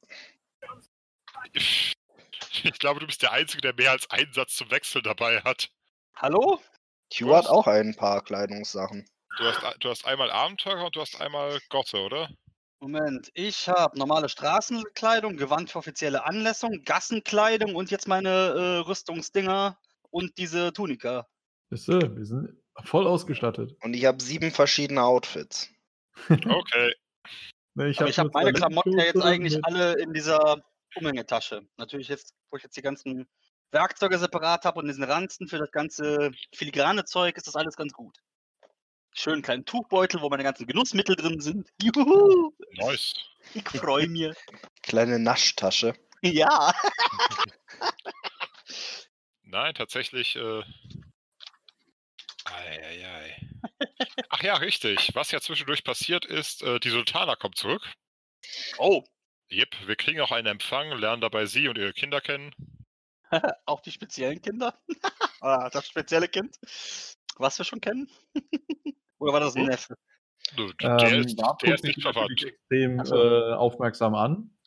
[SPEAKER 3] Ich glaube, du bist der Einzige, der mehr als einen Satz zum Wechseln dabei hat.
[SPEAKER 4] Hallo?
[SPEAKER 2] Q hat auch ein paar Kleidungssachen.
[SPEAKER 3] Du hast einmal Abenteurer und du hast einmal Gotte, oder?
[SPEAKER 4] Moment, ich habe normale Straßenkleidung, Gewand für offizielle Anlässe, Gassenkleidung und jetzt meine Rüstungsdinger und diese Tunika.
[SPEAKER 5] Wisst ihr, wir sind voll ausgestattet.
[SPEAKER 2] Und ich habe 7 verschiedene Outfits.
[SPEAKER 3] Okay.
[SPEAKER 5] Ne,
[SPEAKER 4] Aber ich habe meine Klamotten ja jetzt
[SPEAKER 5] Toilettenkloze
[SPEAKER 4] eigentlich
[SPEAKER 5] mit-
[SPEAKER 4] alle in dieser Umhängetasche. Natürlich jetzt, wo ich jetzt die ganzen Werkzeuge separat habe und diesen Ranzen für das ganze filigrane Zeug, ist das alles ganz gut. Schön kleinen Tuchbeutel, wo meine ganzen Genussmittel drin sind. Juhu!
[SPEAKER 3] Nice.
[SPEAKER 4] Ich freue mich.
[SPEAKER 2] Kleine Naschtasche.
[SPEAKER 4] Ja.
[SPEAKER 3] Nein, tatsächlich. Eieiei. Ach ja, richtig. Was ja zwischendurch passiert ist, die Sultana kommt zurück.
[SPEAKER 4] Oh,
[SPEAKER 3] Jep, wir kriegen auch einen Empfang, lernen dabei sie und ihre Kinder kennen.
[SPEAKER 4] auch die speziellen Kinder? Oder das spezielle Kind? Was wir schon kennen? Oder war das ein Neffe?
[SPEAKER 3] Nö, der ist
[SPEAKER 5] da
[SPEAKER 3] der
[SPEAKER 5] guckt
[SPEAKER 3] ist
[SPEAKER 5] mich
[SPEAKER 3] nicht verwandt.
[SPEAKER 5] natürlich extrem
[SPEAKER 4] Ach so.
[SPEAKER 5] aufmerksam an.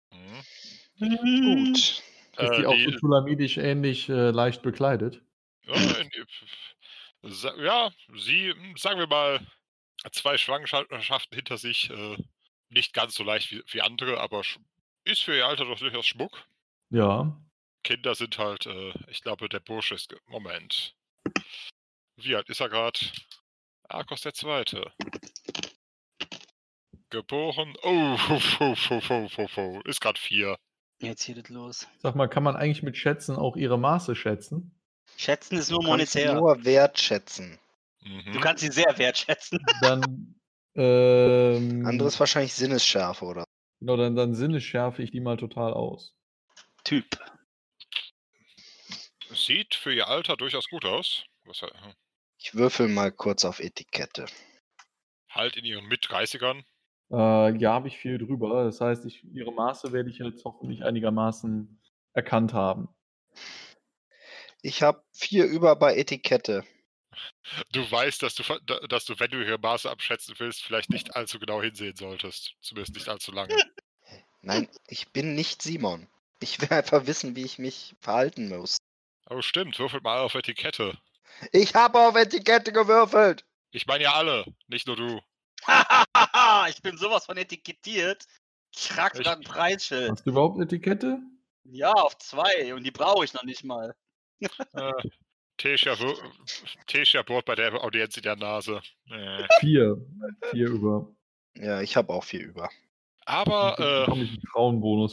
[SPEAKER 3] Mhm.
[SPEAKER 2] Gut.
[SPEAKER 5] Ist die auch so tulamidisch ähnlich leicht bekleidet?
[SPEAKER 3] Ja, ja, sie, sagen wir mal, hat 2 Schwangerschaften hinter sich. Nicht ganz so leicht wie andere, aber ist für ihr Alter doch durchaus Schmuck.
[SPEAKER 5] Ja.
[SPEAKER 3] Kinder sind halt, ich glaube, der Bursche ist. Moment. Wie alt ist er gerade? Arkos der Zweite. Geboren. Oh, ist gerade 4.
[SPEAKER 4] Jetzt geht es los.
[SPEAKER 5] Sag mal, kann man eigentlich mit Schätzen auch ihre Maße schätzen?
[SPEAKER 4] Schätzen ist nur
[SPEAKER 2] Du kannst
[SPEAKER 4] monetär.
[SPEAKER 2] nur wertschätzen.
[SPEAKER 3] Mhm.
[SPEAKER 4] Du kannst sie sehr wertschätzen.
[SPEAKER 5] Dann,
[SPEAKER 2] Anderes wahrscheinlich Sinnesschärfe oder.
[SPEAKER 5] genau, dann sinnesschärfe ich die mal total aus.
[SPEAKER 4] Typ.
[SPEAKER 3] Sieht für ihr Alter durchaus gut aus.
[SPEAKER 2] Ich würfel mal kurz auf Etikette.
[SPEAKER 3] Halt in ihren Mit-30ern.
[SPEAKER 5] Ja, habe ich viel drüber. Das heißt, ihre Maße werde ich jetzt hoffentlich einigermaßen erkannt haben.
[SPEAKER 2] Ich habe 4 über bei Etikette.
[SPEAKER 3] Du weißt, dass du, wenn du ihre Maße abschätzen willst, vielleicht nicht allzu genau hinsehen solltest. Zumindest nicht allzu lange.
[SPEAKER 2] Nein, ich bin nicht Simon. Ich will einfach wissen, wie ich mich verhalten muss.
[SPEAKER 3] Oh, stimmt. Würfelt mal auf Etikette.
[SPEAKER 2] Ich habe auf Etikette gewürfelt.
[SPEAKER 3] Ich meine ja alle, nicht nur du.
[SPEAKER 4] Ich bin sowas von etikettiert. Ich trage sogar ein Preisschild.
[SPEAKER 5] Hast du überhaupt Etikette?
[SPEAKER 4] Ja, auf 2. Und die brauche ich noch nicht mal.
[SPEAKER 3] Tesha bohrt bei der Audienz in der Nase.
[SPEAKER 5] 4. 4 über.
[SPEAKER 2] Ja, ich habe auch 4 über.
[SPEAKER 3] Aber,
[SPEAKER 5] Dann bekomme ich einen Frauenbonus.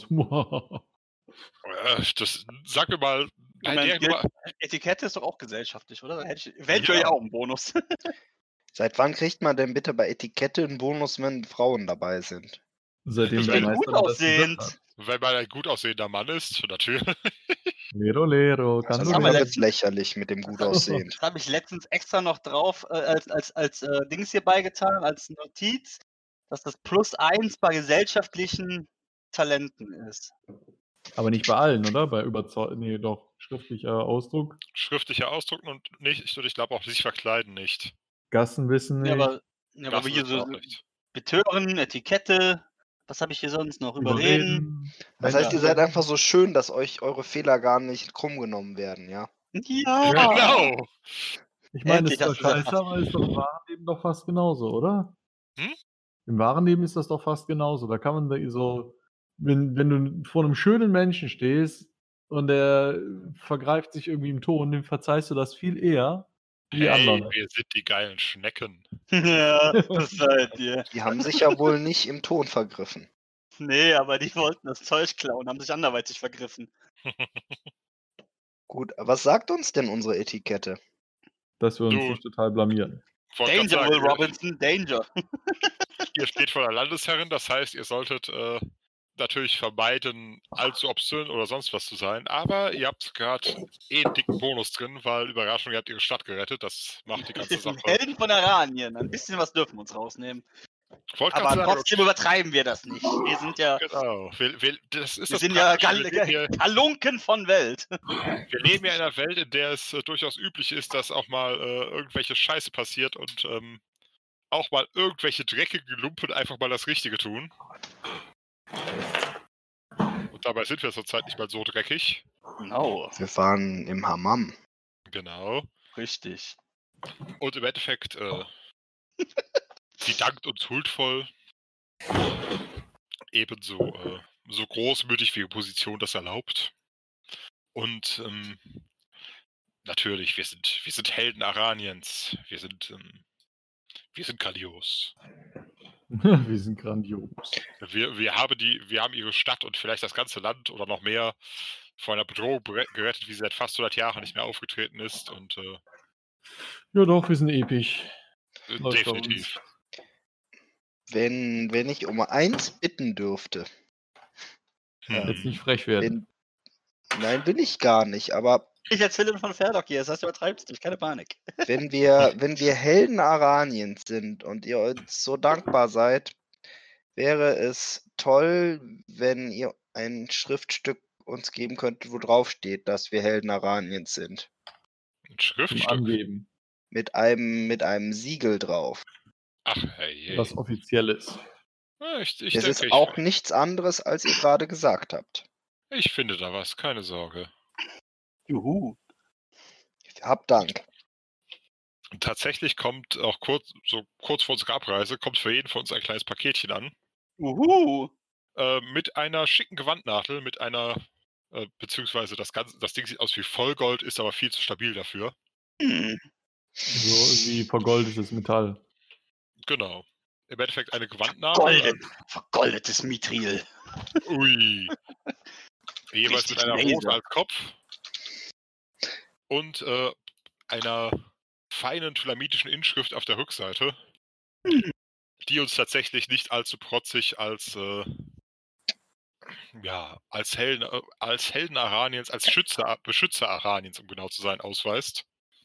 [SPEAKER 3] das, sag mir mal, bei
[SPEAKER 4] Moment,
[SPEAKER 3] der Nummer,
[SPEAKER 4] Etikette ist doch auch gesellschaftlich, oder? Da hätte ich eventuell
[SPEAKER 3] Ja.
[SPEAKER 4] auch einen Bonus.
[SPEAKER 2] Seit wann kriegt man denn bitte bei Etikette einen Bonus, wenn Frauen dabei sind?
[SPEAKER 5] Seitdem
[SPEAKER 4] Ich
[SPEAKER 5] der
[SPEAKER 4] bin
[SPEAKER 5] Meister
[SPEAKER 4] gut
[SPEAKER 5] das
[SPEAKER 4] aussehend.
[SPEAKER 5] gesagt hat.
[SPEAKER 3] wenn man ein gut aussehender Mann ist, natürlich.
[SPEAKER 5] Lero, Lero. Kann
[SPEAKER 2] Das
[SPEAKER 5] du
[SPEAKER 2] ist
[SPEAKER 4] aber
[SPEAKER 2] aber
[SPEAKER 5] nicht.
[SPEAKER 2] jetzt lächerlich mit dem gut aussehend.
[SPEAKER 4] Das habe ich letztens extra noch drauf als Dings hier beigetan, als Notiz. dass das +1 bei gesellschaftlichen Talenten ist.
[SPEAKER 5] Aber nicht bei allen, oder? Bei nee, doch, schriftlicher Ausdruck.
[SPEAKER 3] Schriftlicher Ausdruck und nicht, und ich glaube auch sich verkleiden nicht.
[SPEAKER 5] Gassenwissen nicht.
[SPEAKER 4] Aber
[SPEAKER 3] Das
[SPEAKER 4] hier
[SPEAKER 3] ist
[SPEAKER 4] so
[SPEAKER 3] auch nicht.
[SPEAKER 4] Betören, Etikette, was habe ich hier sonst noch? Überreden.
[SPEAKER 2] Das heißt, ihr seid einfach so schön, dass euch eure Fehler gar nicht krumm genommen werden, ja?
[SPEAKER 4] Ja.
[SPEAKER 3] Genau!
[SPEAKER 5] Ich meine, das
[SPEAKER 4] Endlich
[SPEAKER 5] ist
[SPEAKER 4] hast
[SPEAKER 5] doch
[SPEAKER 4] du's
[SPEAKER 5] scheiße, aber ist doch im wahren Leben doch fast genauso, oder?
[SPEAKER 3] Hm?
[SPEAKER 5] Im wahren Leben ist das doch fast genauso. Da kann man da so, wenn du vor einem schönen Menschen stehst und der vergreift sich irgendwie im Ton, dem verzeihst du das viel eher wie die
[SPEAKER 3] Hey,
[SPEAKER 5] anderen.
[SPEAKER 3] wir sind die geilen Schnecken.
[SPEAKER 4] Ja, das seid ihr.
[SPEAKER 2] Die haben sich ja wohl nicht im Ton vergriffen.
[SPEAKER 4] Nee, aber die wollten das Zeug klauen, haben sich anderweitig vergriffen.
[SPEAKER 2] Gut, was sagt uns denn unsere Etikette?
[SPEAKER 5] Dass wir uns
[SPEAKER 3] Du-
[SPEAKER 5] nicht total blamieren.
[SPEAKER 3] Wollte grad
[SPEAKER 4] Danger,
[SPEAKER 3] sagen,
[SPEAKER 4] Will Robinson, Danger.
[SPEAKER 3] Ihr steht vor der Landesherrin, das heißt, ihr solltet natürlich vermeiden, allzu obszön oder sonst was zu sein. Aber ihr habt gerade einen dicken Bonus drin, weil Überraschung, ihr habt ihre Stadt gerettet. Das macht die ganze
[SPEAKER 4] Wir sind
[SPEAKER 3] Sache.
[SPEAKER 4] Helden von Aranien. Ein bisschen was dürfen wir uns rausnehmen.
[SPEAKER 3] Wollte
[SPEAKER 4] Aber
[SPEAKER 3] grad sagen,
[SPEAKER 4] trotzdem übertreiben wir das nicht. Wir sind ja,
[SPEAKER 3] genau. Das ist
[SPEAKER 4] wir
[SPEAKER 3] das
[SPEAKER 4] sind ja
[SPEAKER 3] Praktische. Wir leben hier-
[SPEAKER 4] Galunken von Welt.
[SPEAKER 3] Wir leben ja in einer Welt, in der es durchaus üblich ist, dass auch mal irgendwelche Scheiße passiert und auch mal irgendwelche dreckigen Lumpen einfach mal das Richtige tun. Und dabei sind wir zurzeit nicht mal so dreckig.
[SPEAKER 4] Genau,
[SPEAKER 2] Wir waren im Hammam.
[SPEAKER 3] Genau.
[SPEAKER 4] richtig.
[SPEAKER 3] Und im Endeffekt, sie dankt uns huldvoll. Ebenso so großmütig wie ihre Position das erlaubt. Und natürlich, wir sind Helden Araniens. Wir sind grandios.
[SPEAKER 5] Wir sind grandios.
[SPEAKER 3] Wir haben ihre Stadt und vielleicht das ganze Land oder noch mehr vor einer Bedrohung gerettet, wie sie seit fast 100 Jahren nicht mehr aufgetreten ist. Und
[SPEAKER 5] Ja doch, wir sind episch. Läuft bei
[SPEAKER 3] definitiv.
[SPEAKER 2] Wenn ich um eins bitten dürfte.
[SPEAKER 5] Jetzt nicht frech werden.
[SPEAKER 2] Nein, will ich gar nicht, aber
[SPEAKER 4] Ich als Philipp von Ferdock hier, das heißt, du übertreibst nicht, keine Panik.
[SPEAKER 2] wenn wir Helden Araniens sind und ihr uns so dankbar seid, wäre es toll, wenn ihr ein Schriftstück uns geben könntet, wo drauf steht, dass wir Helden Araniens sind.
[SPEAKER 3] Ein
[SPEAKER 5] Zum
[SPEAKER 3] Schriftstück.
[SPEAKER 5] Angeben.
[SPEAKER 2] Mit einem Siegel drauf.
[SPEAKER 3] Ach, hey.
[SPEAKER 5] Was offiziell ist.
[SPEAKER 3] Ich
[SPEAKER 2] Es
[SPEAKER 3] denke,
[SPEAKER 2] ist auch nichts anderes, als ihr gerade gesagt habt.
[SPEAKER 3] ich finde da was, keine Sorge.
[SPEAKER 4] Juhu.
[SPEAKER 2] Hab Dank.
[SPEAKER 3] Und tatsächlich kommt auch kurz vor unserer Abreise, kommt für jeden von uns ein kleines Paketchen an.
[SPEAKER 4] Uhu.
[SPEAKER 3] Mit einer schicken Gewandnadel, mit einer, beziehungsweise das Ding sieht aus wie Vollgold, ist aber viel zu stabil dafür.
[SPEAKER 4] Hm.
[SPEAKER 5] So irgendwie vergoldetes Metall.
[SPEAKER 3] Genau. Im Endeffekt eine Gewandnadel.
[SPEAKER 4] Vergoldetes Mithril.
[SPEAKER 3] Ui. Jeweils
[SPEAKER 4] Richtig
[SPEAKER 3] mit einer
[SPEAKER 4] Laser.
[SPEAKER 3] Rose als Kopf. Und einer feinen thulamitischen Inschrift auf der Rückseite, die uns tatsächlich nicht allzu protzig als Helden Araniens, als Beschützer Araniens, um genau zu sein, ausweist.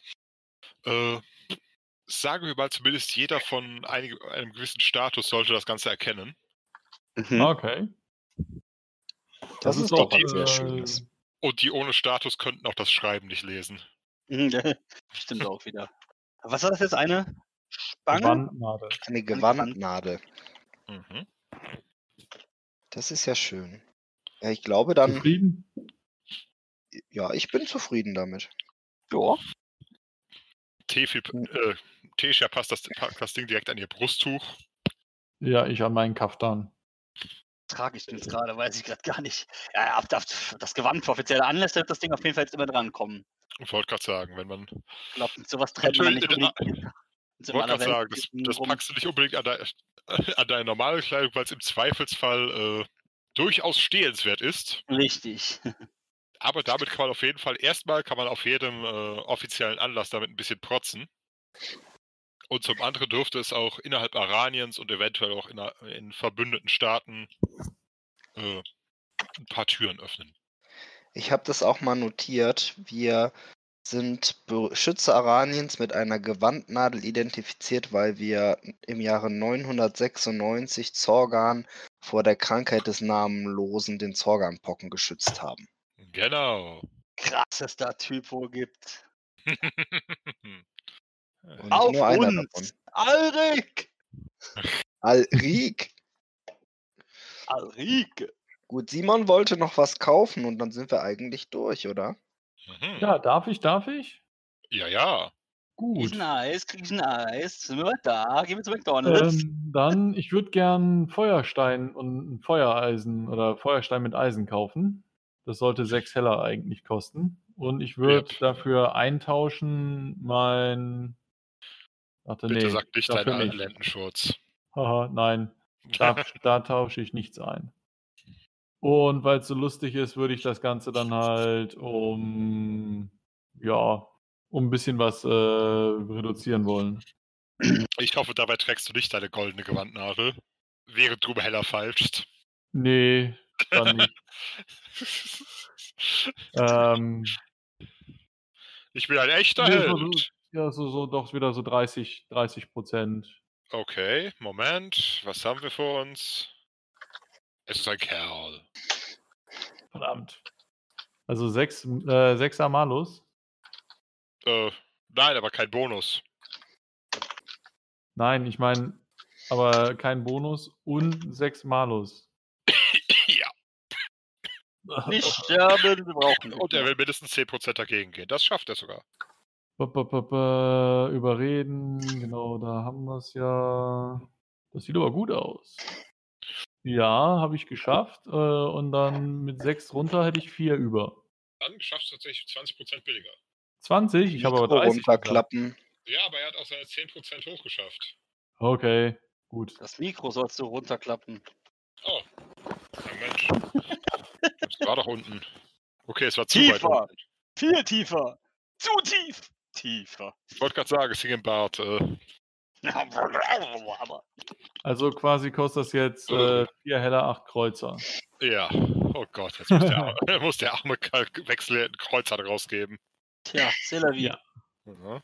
[SPEAKER 3] Sagen wir mal, zumindest jeder von einem gewissen Status sollte das Ganze erkennen.
[SPEAKER 5] Okay.
[SPEAKER 2] Das ist doch was sehr Schönes.
[SPEAKER 3] Und die ohne Status könnten auch das Schreiben nicht lesen.
[SPEAKER 4] Stimmt auch wieder. Was war das jetzt? Eine Spange?
[SPEAKER 5] Gewandnadel.
[SPEAKER 2] Eine Gewandnadel.
[SPEAKER 3] Mhm.
[SPEAKER 2] Das ist ja schön. Ja, ich glaube dann.
[SPEAKER 5] Zufrieden?
[SPEAKER 2] Ja, ich bin zufrieden damit.
[SPEAKER 4] Ja.
[SPEAKER 3] Tesha packt das Ding direkt an ihr Brusttuch.
[SPEAKER 5] Ja, ich an meinen Kaftan.
[SPEAKER 4] Trage ich denn jetzt gerade, weiß ich gerade gar nicht. Ja, das Gewand für offizielle Anlässe wird das Ding auf jeden Fall jetzt immer drankommen.
[SPEAKER 3] Ich wollte gerade sagen, wenn man.
[SPEAKER 4] Ich glaube, sowas trennt man nicht
[SPEAKER 3] Natürlich,
[SPEAKER 4] unbedingt.
[SPEAKER 3] Ich wollte gerade sagen, das packst du nicht unbedingt an deine normale Kleidung, weil es im Zweifelsfall durchaus stehenswert ist.
[SPEAKER 4] Richtig.
[SPEAKER 3] Aber damit kann man auf jedem offiziellen Anlass damit ein bisschen protzen. Und zum anderen dürfte es auch innerhalb Araniens und eventuell auch in verbündeten Staaten ein paar Türen öffnen.
[SPEAKER 2] Ich habe das auch mal notiert. Wir sind Beschützer Araniens mit einer Gewandnadel identifiziert, weil wir im Jahre 996 Zorgan vor der Krankheit des Namenlosen, den Zorganpocken, geschützt haben.
[SPEAKER 3] Genau.
[SPEAKER 4] Krassester Typ, wo gibt.
[SPEAKER 2] Und
[SPEAKER 4] Auf
[SPEAKER 2] nur einer
[SPEAKER 4] uns!
[SPEAKER 2] davon.
[SPEAKER 4] Alrik!
[SPEAKER 2] Alrik!
[SPEAKER 4] Alrik!
[SPEAKER 2] Gut, Simon wollte noch was kaufen und dann sind wir eigentlich durch, oder?
[SPEAKER 3] Mhm.
[SPEAKER 5] Ja, darf ich?
[SPEAKER 3] Ja.
[SPEAKER 4] Krieg ich
[SPEAKER 5] Gut.
[SPEAKER 4] ein Eis? Sind wir da? Gehen wir zu McDonalds?
[SPEAKER 5] Dann, ich würde gern Feuerstein und ein Feuereisen oder Feuerstein mit Eisen kaufen. Das sollte 6 Heller eigentlich kosten. Und ich würde
[SPEAKER 3] Yep.
[SPEAKER 5] dafür eintauschen mein. Warte,
[SPEAKER 3] Bitte
[SPEAKER 5] nee,
[SPEAKER 3] sag nicht
[SPEAKER 5] dafür
[SPEAKER 3] deinen
[SPEAKER 5] nicht.
[SPEAKER 3] Lendenschurz.
[SPEAKER 5] Haha, nein. Da tausche ich nichts ein. Und weil es so lustig ist, würde ich das Ganze dann halt um ein bisschen was reduzieren wollen.
[SPEAKER 3] Ich hoffe, dabei trägst du nicht deine goldene Gewandnadel, während du heller falschst.
[SPEAKER 5] Nee, dann nicht.
[SPEAKER 3] Ich bin ein echter
[SPEAKER 5] Nee,
[SPEAKER 3] Held.
[SPEAKER 5] doch wieder so 30%.
[SPEAKER 3] Okay, Moment. Was haben wir vor uns? Es ist ein Kerl.
[SPEAKER 5] Verdammt. Also 6er Malus?
[SPEAKER 3] Nein, aber kein Bonus.
[SPEAKER 5] Nein, ich meine, aber kein Bonus und 6 Malus.
[SPEAKER 3] Ja.
[SPEAKER 4] Nicht sterben, wir brauchen
[SPEAKER 3] Und er will mindestens 10% dagegen gehen. Das schafft er sogar.
[SPEAKER 5] Überreden, genau, da haben wir es ja. Das sieht aber gut aus. Ja, habe ich geschafft. Und dann mit 6 runter hätte ich 4 über.
[SPEAKER 3] Dann schaffst du tatsächlich 20% billiger.
[SPEAKER 5] 20? Ich habe aber
[SPEAKER 2] Mikro
[SPEAKER 5] 30 gesagt.
[SPEAKER 2] runterklappen.
[SPEAKER 3] Ja, aber er hat auch seine 10% hochgeschafft.
[SPEAKER 5] Okay, gut.
[SPEAKER 4] Das Mikro sollst du runterklappen.
[SPEAKER 3] Oh. Ein Mensch. Das war doch unten. Okay, es war zu weit
[SPEAKER 4] Tiefer!
[SPEAKER 3] unten.
[SPEAKER 4] Viel tiefer! Zu tief! Tiefer.
[SPEAKER 3] Ich wollte gerade sagen, es hing im Bart.
[SPEAKER 4] Aber
[SPEAKER 5] Also quasi kostet das jetzt 4 Heller, 8 Kreuzer.
[SPEAKER 3] Ja. Oh Gott, jetzt muss muss der arme Wechsel einen Kreuzer rausgeben.
[SPEAKER 4] tja, c'est la vie.
[SPEAKER 5] Ja.
[SPEAKER 3] Mhm.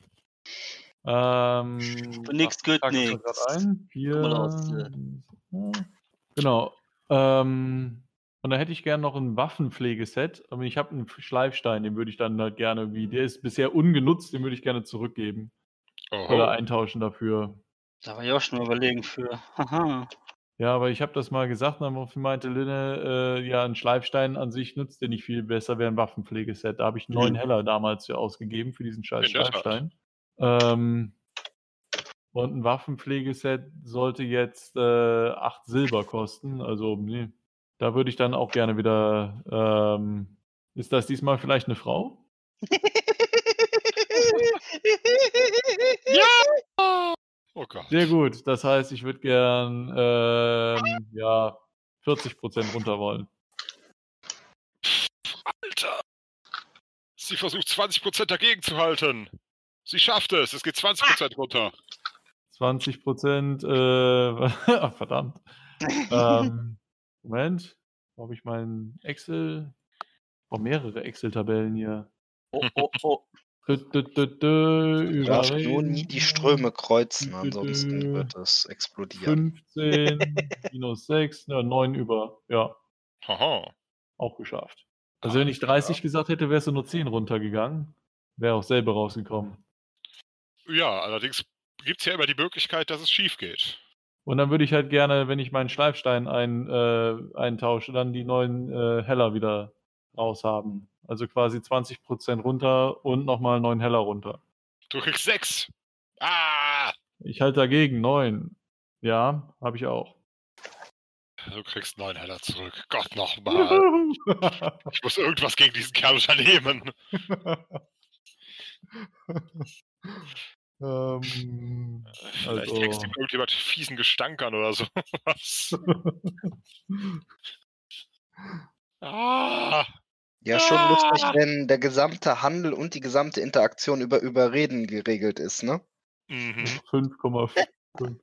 [SPEAKER 4] Für nix geht
[SPEAKER 5] trag das mal
[SPEAKER 4] nix.
[SPEAKER 5] grad ein.
[SPEAKER 4] Guck mal,
[SPEAKER 5] Genau. Und da hätte ich gerne noch ein Waffenpflegeset. Aber ich habe einen Schleifstein, den würde ich dann halt gerne, der ist bisher ungenutzt, den würde ich gerne zurückgeben. Oder
[SPEAKER 3] Oho.
[SPEAKER 5] eintauschen dafür.
[SPEAKER 4] Da war ich auch schon mal überlegen für. Haha.
[SPEAKER 5] Ja, aber ich habe das mal gesagt, und dann meinte Linne, ja, ein Schleifstein an sich nützt dir nicht viel, besser wäre ein Waffenpflegeset. Da habe ich 9 Heller damals ja ausgegeben für diesen scheiß
[SPEAKER 3] In der Tat.
[SPEAKER 5] Schleifstein. Und ein Waffenpflegeset sollte jetzt 8 Silber kosten. Also, nee. Da würde ich dann auch gerne wieder. Ist das diesmal vielleicht eine Frau?
[SPEAKER 3] Ja! Oh Gott.
[SPEAKER 5] Sehr gut. Das heißt, ich würde gern 40% runter wollen.
[SPEAKER 3] Alter! Sie versucht 20% dagegen zu halten. Sie schafft es. Es geht 20% runter.
[SPEAKER 5] 20%. Ach, verdammt. Moment. Wo habe ich meinen Excel? Ich brauche mehrere Excel-Tabellen hier.
[SPEAKER 4] Oh.
[SPEAKER 2] Du darfst nur nie
[SPEAKER 5] Überreden.
[SPEAKER 2] die Ströme kreuzen, ansonsten wird es explodieren.
[SPEAKER 5] 15 minus 6, 9 über. Ja,
[SPEAKER 3] Haha.
[SPEAKER 5] auch geschafft. Also wenn ich 30 gesagt hätte, wärst du nur 10 runtergegangen. Wäre auch selber rausgekommen.
[SPEAKER 3] Ja, allerdings gibt es ja immer die Möglichkeit, dass es schief geht.
[SPEAKER 5] Und dann würde ich halt gerne, wenn ich meinen Schleifstein eintausche, dann die 9 Heller wieder raus haben. Also quasi 20% runter und nochmal 9 Heller runter.
[SPEAKER 3] Du kriegst 6. Ah!
[SPEAKER 5] Ich halte dagegen 9. Ja, habe ich auch.
[SPEAKER 3] Du kriegst 9 Heller zurück. Gott nochmal. Ich muss irgendwas gegen diesen Kerl unternehmen. Vielleicht
[SPEAKER 5] Also.
[SPEAKER 3] hängst du irgendjemand fiesen Gestank an oder so. Was? Ah!
[SPEAKER 2] Ja, schon lustig, wenn der gesamte Handel und die gesamte Interaktion über Überreden geregelt ist, ne?
[SPEAKER 3] Mhm.
[SPEAKER 5] 5,5.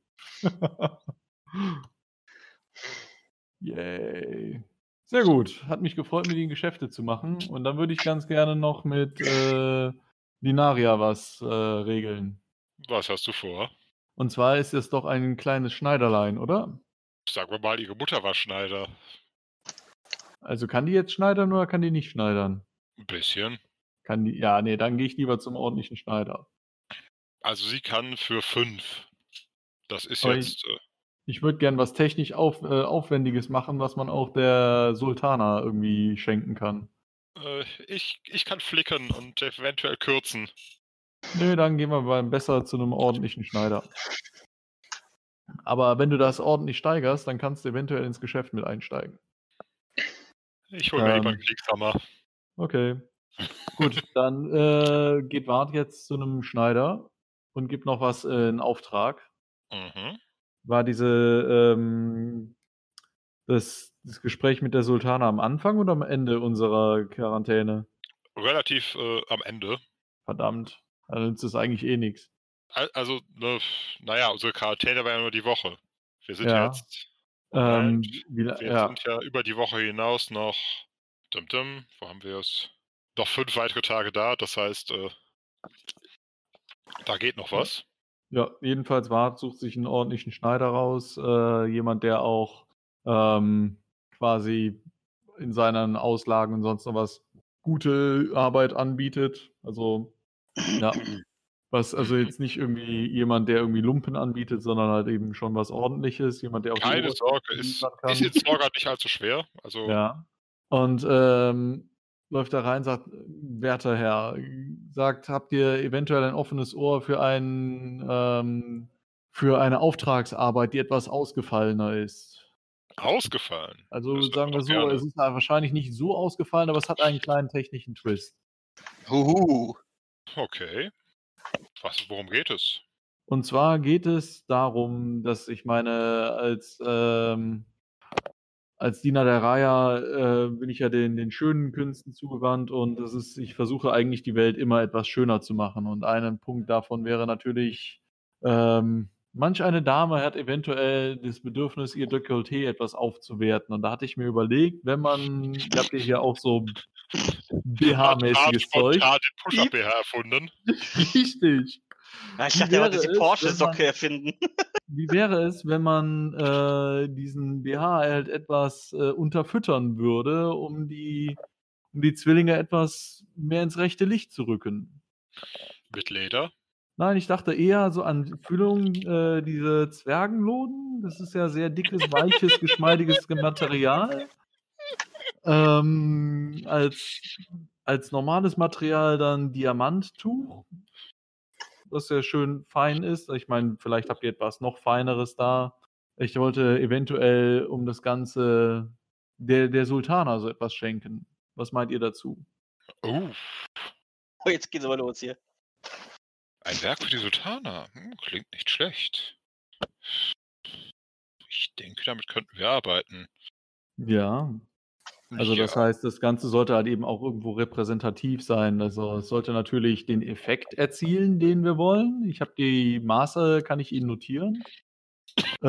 [SPEAKER 5] Yay. Sehr gut. Hat mich gefreut, mit Ihnen Geschäfte zu machen. Und dann würde ich ganz gerne noch mit Linaria was regeln.
[SPEAKER 3] Was hast du vor?
[SPEAKER 5] Und zwar ist es doch ein kleines Schneiderlein, oder?
[SPEAKER 3] Sagen wir mal, ihre Mutter war Schneider.
[SPEAKER 5] Also kann die jetzt schneidern oder kann die nicht schneidern?
[SPEAKER 3] Ein bisschen.
[SPEAKER 5] Kann die. Ja, nee, dann gehe ich lieber zum ordentlichen Schneider.
[SPEAKER 3] Also sie kann für 5. Das ist
[SPEAKER 5] Aber
[SPEAKER 3] jetzt...
[SPEAKER 5] Ich würde gern was technisch Aufwendiges machen, was man auch der Sultana irgendwie schenken kann.
[SPEAKER 3] ich kann flicken und eventuell kürzen.
[SPEAKER 5] Nö, dann gehen wir besser zu einem ordentlichen Schneider. Aber wenn du das ordentlich steigerst, dann kannst du eventuell ins Geschäft mit einsteigen.
[SPEAKER 3] Ich hole mir lieber einen Kriegshammer.
[SPEAKER 5] Okay. Gut, dann geht Wart jetzt zu einem Schneider und gibt noch was in Auftrag.
[SPEAKER 3] Mhm.
[SPEAKER 5] War das Gespräch mit der Sultana am Anfang oder am Ende unserer Quarantäne?
[SPEAKER 3] Relativ am Ende.
[SPEAKER 5] Verdammt, dann nützt es eigentlich eh nichts.
[SPEAKER 3] Also, naja, unsere Quarantäne war ja nur die Woche. Wir sind
[SPEAKER 5] Ja.
[SPEAKER 3] jetzt... Moment, wir
[SPEAKER 5] ja.
[SPEAKER 3] sind ja über die Woche hinaus noch... wo haben wir es? Noch 5 weitere Tage da, das heißt, da geht noch was.
[SPEAKER 5] Ja, jedenfalls Wart sucht sich einen ordentlichen Schneider raus. Jemand, der auch quasi in seinen Auslagen und sonst noch was gute Arbeit anbietet. Also, ja. Was also jetzt nicht irgendwie jemand, der irgendwie Lumpen anbietet, sondern halt eben schon was Ordentliches. Jemand, der auch die
[SPEAKER 3] Keine
[SPEAKER 5] Uhrzeit
[SPEAKER 3] Sorge,
[SPEAKER 5] liefern
[SPEAKER 3] ist
[SPEAKER 5] kann.
[SPEAKER 3] jetzt Sorge nicht allzu schwer. Also,
[SPEAKER 5] Ja. Und läuft da rein, sagt, werter Herr, sagt, habt ihr eventuell ein offenes Ohr für für eine Auftragsarbeit, die etwas ausgefallener ist?
[SPEAKER 3] ausgefallen.
[SPEAKER 5] Also
[SPEAKER 3] Das
[SPEAKER 5] sagen wir
[SPEAKER 3] doch
[SPEAKER 5] so,
[SPEAKER 3] gerne.
[SPEAKER 5] es ist wahrscheinlich nicht so ausgefallen, aber es hat einen kleinen technischen Twist.
[SPEAKER 4] Huhu.
[SPEAKER 3] Okay. Worum geht es?
[SPEAKER 5] Und zwar geht es darum, dass ich meine, als Diener der Raya bin ich ja den schönen Künsten zugewandt und ich versuche eigentlich die Welt immer etwas schöner zu machen. Und ein Punkt davon wäre natürlich, manch eine Dame hat eventuell das Bedürfnis, ihr Dekolleté etwas aufzuwerten. Und da hatte ich mir überlegt, ihr habt ja hier auch so BH-mäßiges Zeug.
[SPEAKER 3] Spontan den Push-Up-BH erfunden.
[SPEAKER 5] Richtig.
[SPEAKER 4] Ja, ich
[SPEAKER 5] Wie
[SPEAKER 4] dachte, er wollte
[SPEAKER 5] wäre
[SPEAKER 4] die
[SPEAKER 5] es,
[SPEAKER 4] Porsche-Socke erfinden.
[SPEAKER 5] Wie wäre es, wenn man diesen BH halt etwas unterfüttern würde, um die Zwillinge etwas mehr ins rechte Licht zu rücken?
[SPEAKER 3] Mit Leder?
[SPEAKER 5] Nein, ich dachte eher so an Füllung, diese Zwergenloden. Das ist ja sehr dickes, weiches, geschmeidiges Material. Als normales Material dann Diamanttuch, was ja schön fein ist. Ich meine, vielleicht habt ihr etwas noch Feineres da. Ich wollte eventuell um das Ganze der Sultana so etwas schenken. Was meint ihr dazu?
[SPEAKER 4] Oh, jetzt geht's aber los hier.
[SPEAKER 3] Ein Werk für die Sultana. Klingt nicht schlecht. Ich denke, damit könnten wir arbeiten.
[SPEAKER 5] Ja. Also das heißt, das Ganze sollte halt eben auch irgendwo repräsentativ sein. Also es sollte natürlich den Effekt erzielen, den wir wollen. Ich habe die Maße, kann ich Ihnen notieren.
[SPEAKER 3] Du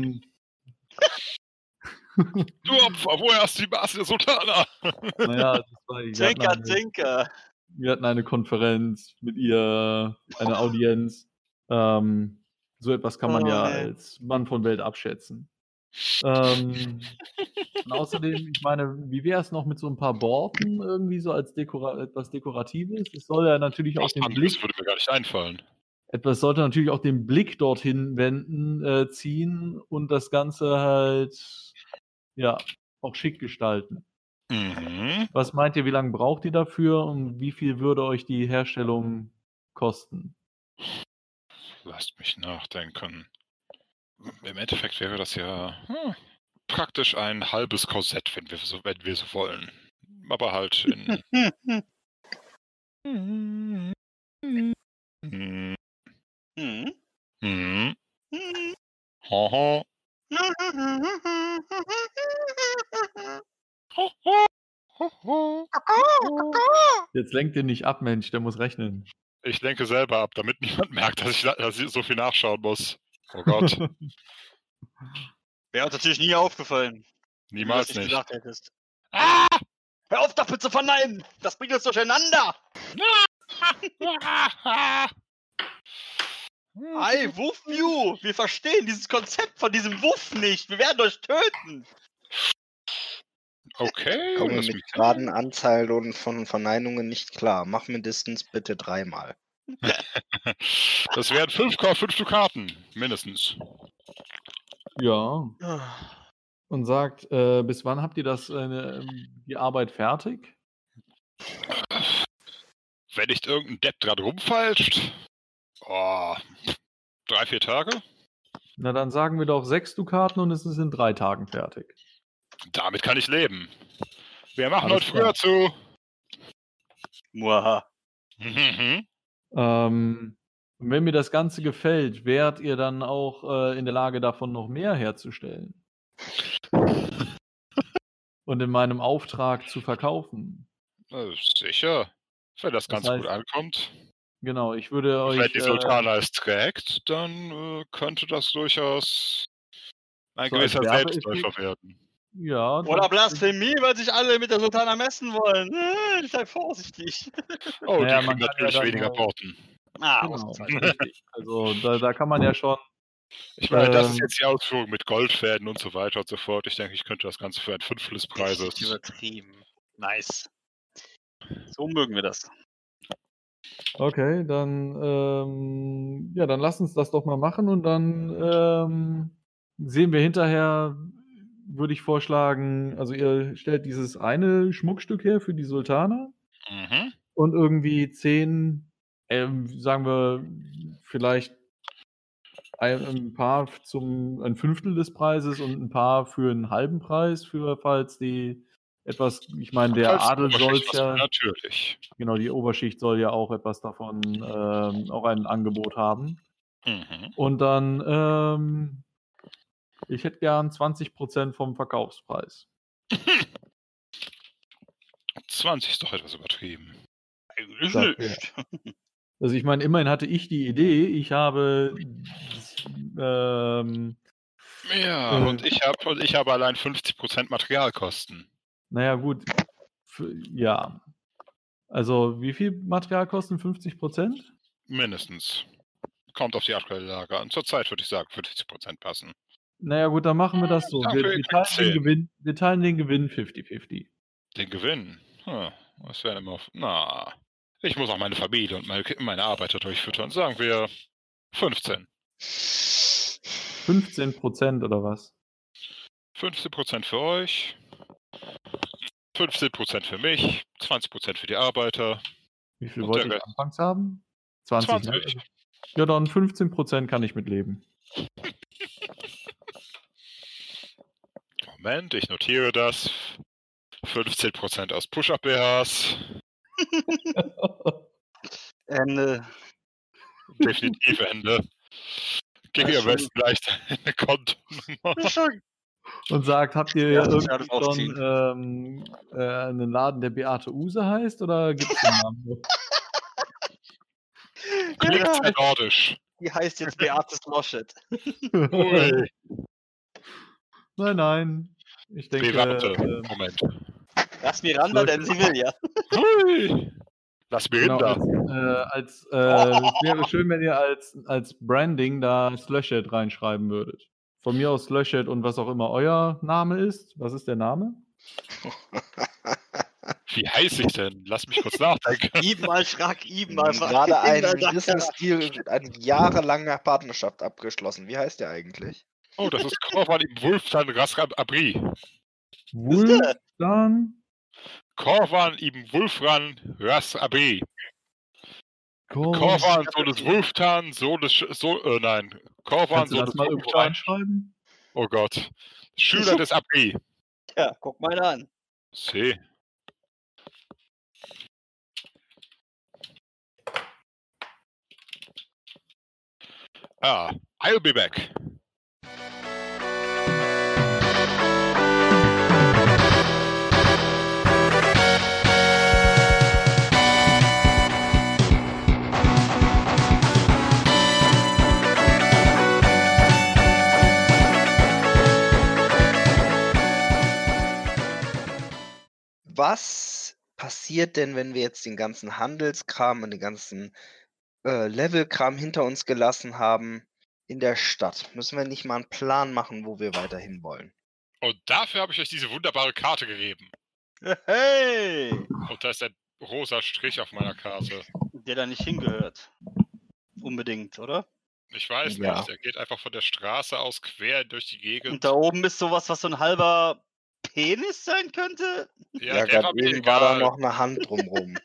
[SPEAKER 3] Opfer, woher hast du die Maße der Sultana?
[SPEAKER 5] Naja,
[SPEAKER 4] Zinker.
[SPEAKER 5] Wir hatten eine Konferenz mit ihr, eine Audienz. So etwas kann man ja als Mann von Welt abschätzen. Und außerdem, ich meine, wie wäre es noch mit so ein paar Borten irgendwie so als etwas Dekoratives? Es soll ja natürlich auch den Blick.
[SPEAKER 3] Das würde mir gar nicht einfallen.
[SPEAKER 5] Etwas sollte natürlich auch den Blick dorthin ziehen und das Ganze halt, ja, auch schick gestalten.
[SPEAKER 3] Mhm.
[SPEAKER 5] Was meint ihr, wie lange braucht ihr dafür und wie viel würde euch die Herstellung kosten?
[SPEAKER 3] Lasst mich nachdenken. Im Endeffekt wäre das ja praktisch ein halbes Korsett, wenn wir so wollen. Aber halt in... Hoho.
[SPEAKER 5] Jetzt lenkt den nicht ab, Mensch, der muss rechnen.
[SPEAKER 3] Ich lenke selber ab, damit niemand merkt, dass ich so viel nachschauen muss. Oh Gott.
[SPEAKER 4] Wäre uns natürlich nie aufgefallen.
[SPEAKER 3] Niemals
[SPEAKER 4] wenn du das
[SPEAKER 3] nicht.
[SPEAKER 4] Gesagt hättest. Hör auf, dafür zu verneinen! Das bringt uns durcheinander! Ei, Wuff you! Wir verstehen dieses Konzept von diesem Wuff nicht. Wir werden euch töten.
[SPEAKER 3] Okay,
[SPEAKER 2] Komme
[SPEAKER 3] lass
[SPEAKER 2] mit
[SPEAKER 3] mich
[SPEAKER 2] geraden Anzahlungen von Verneinungen nicht klar. Mach mindestens bitte 3-mal.
[SPEAKER 3] Das wären 5,5 Dukaten, mindestens.
[SPEAKER 5] Ja. Und sagt, bis wann habt ihr die Arbeit fertig?
[SPEAKER 3] Wenn nicht irgendein Depp dran rumfalscht, 3-4 Tage.
[SPEAKER 5] Na, dann sagen wir doch 6 Dukaten und es ist in 3 Tagen fertig.
[SPEAKER 3] Damit kann ich leben. Wir machen
[SPEAKER 5] Alles
[SPEAKER 3] heute früher zu.
[SPEAKER 4] Muaha.
[SPEAKER 3] Mhm.
[SPEAKER 5] Und wenn mir das Ganze gefällt, wärt ihr dann auch in der Lage, davon noch mehr herzustellen? Und in meinem Auftrag zu verkaufen?
[SPEAKER 3] Sicher. Wenn das
[SPEAKER 5] Das
[SPEAKER 3] ganz gut
[SPEAKER 5] heißt-
[SPEAKER 3] ankommt.
[SPEAKER 5] Genau, ich würde
[SPEAKER 3] Und
[SPEAKER 5] euch...
[SPEAKER 3] wenn die Sultana es trägt, dann könnte das durchaus ein
[SPEAKER 5] So als
[SPEAKER 3] gewisser
[SPEAKER 5] Werbeeffekt?
[SPEAKER 3] Selbstläufer werden.
[SPEAKER 5] ja,
[SPEAKER 4] Oder Blasphemie, weil sich alle mit der Sultana messen wollen. Sei vorsichtig.
[SPEAKER 3] Oh,
[SPEAKER 5] Naja,
[SPEAKER 3] die
[SPEAKER 5] man
[SPEAKER 3] kriegen
[SPEAKER 5] kann ja
[SPEAKER 3] natürlich
[SPEAKER 5] dann
[SPEAKER 3] weniger
[SPEAKER 5] auch-
[SPEAKER 3] Porten.
[SPEAKER 5] Genau, richtig. Also da kann man ja schon...
[SPEAKER 3] Ich meine, das ist
[SPEAKER 5] Ähm,
[SPEAKER 3] jetzt die Ausführung mit Goldfäden und so weiter und so fort. Ich denke, ich könnte das Ganze für ein Fünftel des Preises.
[SPEAKER 4] Richtig übertrieben. Nice. So mögen wir das.
[SPEAKER 5] Okay, dann lass uns das doch mal machen und dann sehen wir hinterher, würde ich vorschlagen, also ihr stellt dieses eine Schmuckstück her für die Sultana
[SPEAKER 3] Mhm.
[SPEAKER 5] und irgendwie 10, sagen wir, vielleicht ein paar ein Fünftel des Preises und ein paar für einen halben Preis, falls die etwas, ich meine, der
[SPEAKER 3] Falls die
[SPEAKER 5] Adel soll
[SPEAKER 3] Oberschicht
[SPEAKER 5] es
[SPEAKER 3] was will,
[SPEAKER 5] ja,
[SPEAKER 3] natürlich.
[SPEAKER 5] genau, die Oberschicht soll ja auch etwas davon, auch ein Angebot haben.
[SPEAKER 3] Mhm.
[SPEAKER 5] Und dann, ich hätte gern 20% vom Verkaufspreis.
[SPEAKER 3] 20 ist doch etwas übertrieben.
[SPEAKER 4] Eigentlich
[SPEAKER 5] Das
[SPEAKER 4] nicht.
[SPEAKER 5] Also ich meine, immerhin hatte ich die Idee, ich habe
[SPEAKER 3] Ja, und ich habe allein 50% Materialkosten.
[SPEAKER 5] naja gut, ja. Also wie viel Materialkosten? 50%?
[SPEAKER 3] Mindestens. Kommt auf die aktuelle Lage an. Zurzeit würde ich sagen, 50% passen.
[SPEAKER 5] Naja gut, dann machen wir das so.
[SPEAKER 3] Dafür
[SPEAKER 5] Wir
[SPEAKER 3] kriegt
[SPEAKER 5] teilen den Gewinn 50-50.
[SPEAKER 3] Den Gewinn? Was wären immer. Ich muss auch meine Familie und meine Arbeiter durchfüttern. Sagen wir 15.
[SPEAKER 5] 15% oder was?
[SPEAKER 3] 15% für euch, 15% für mich, 20% für die Arbeiter.
[SPEAKER 5] Wie viel
[SPEAKER 3] Und
[SPEAKER 5] wollte
[SPEAKER 3] der
[SPEAKER 5] ich
[SPEAKER 3] Rest?
[SPEAKER 5] anfangs haben? 20, ne?
[SPEAKER 3] 20.
[SPEAKER 5] Ja, dann 15% kann ich mitleben.
[SPEAKER 3] Moment, ich notiere das. 15% aus Push-Up-BHs.
[SPEAKER 4] Ende.
[SPEAKER 3] Definitiv Ende. Gib
[SPEAKER 4] Ja,
[SPEAKER 3] ihr am
[SPEAKER 4] schon.
[SPEAKER 3] besten gleich deine Kontonummer.
[SPEAKER 5] Und sagt, habt ihr
[SPEAKER 4] Ja,
[SPEAKER 5] irgendwie
[SPEAKER 4] das aufziehen.
[SPEAKER 5] schon einen Laden, der Beate Use heißt, oder gibt es den Namen noch?
[SPEAKER 3] Klingt
[SPEAKER 4] Ja.
[SPEAKER 3] sehr nordisch.
[SPEAKER 4] Die heißt jetzt Beates Loschet.
[SPEAKER 3] Ui.
[SPEAKER 5] Nein. Ich denke,
[SPEAKER 3] Warte, Moment.
[SPEAKER 4] Lass Miranda, denn sie will ja.
[SPEAKER 3] Hui. Lass mir
[SPEAKER 5] genau,
[SPEAKER 3] hinter.
[SPEAKER 5] es wäre schön, wenn ihr als Branding da Slushed reinschreiben würdet. Von mir aus Slushed und was auch immer euer Name ist. Was ist der Name?
[SPEAKER 3] Wie heiß ich denn? Lass mich kurz nachdenken.
[SPEAKER 4] Ibn al-Shrak, Ibn al-Shrak.
[SPEAKER 2] Gerade einen Business-Deal, eine jahrelange Partnerschaft abgeschlossen. Wie heißt der eigentlich?
[SPEAKER 3] Oh, das ist Korvan im Wulftan Rasram Abri.
[SPEAKER 5] Wulfdan?
[SPEAKER 3] Korvan ibn Wulfran Ras Abri. Korvan, Sohn des Wulftan, Sohn des nein. Korvan,
[SPEAKER 5] Kannst du
[SPEAKER 3] Sohn
[SPEAKER 5] das
[SPEAKER 3] des
[SPEAKER 5] mal irgendwo
[SPEAKER 3] Wulftan.
[SPEAKER 5] reinschreiben?
[SPEAKER 3] Oh Gott. Schüler des Abri.
[SPEAKER 4] Ja, guck mal an.
[SPEAKER 3] See. I'll be back.
[SPEAKER 2] Was passiert denn, wenn wir jetzt den ganzen Handelskram und den ganzen Levelkram hinter uns gelassen haben in der Stadt? Müssen wir nicht mal einen Plan machen, wo wir weiterhin wollen?
[SPEAKER 3] Und dafür habe ich euch diese wunderbare Karte gegeben.
[SPEAKER 4] Hey!
[SPEAKER 3] Und da ist ein rosa Strich auf meiner Karte.
[SPEAKER 4] Der da nicht hingehört. Unbedingt, oder?
[SPEAKER 3] Ich weiß
[SPEAKER 2] Ja.
[SPEAKER 3] nicht, er geht einfach von der Straße aus quer durch die Gegend.
[SPEAKER 4] Und da oben ist sowas, was so ein halber Penis sein könnte?
[SPEAKER 2] Ja,
[SPEAKER 3] der
[SPEAKER 2] gerade
[SPEAKER 3] mir
[SPEAKER 2] eben war da
[SPEAKER 3] egal.
[SPEAKER 2] noch eine Hand drumrum.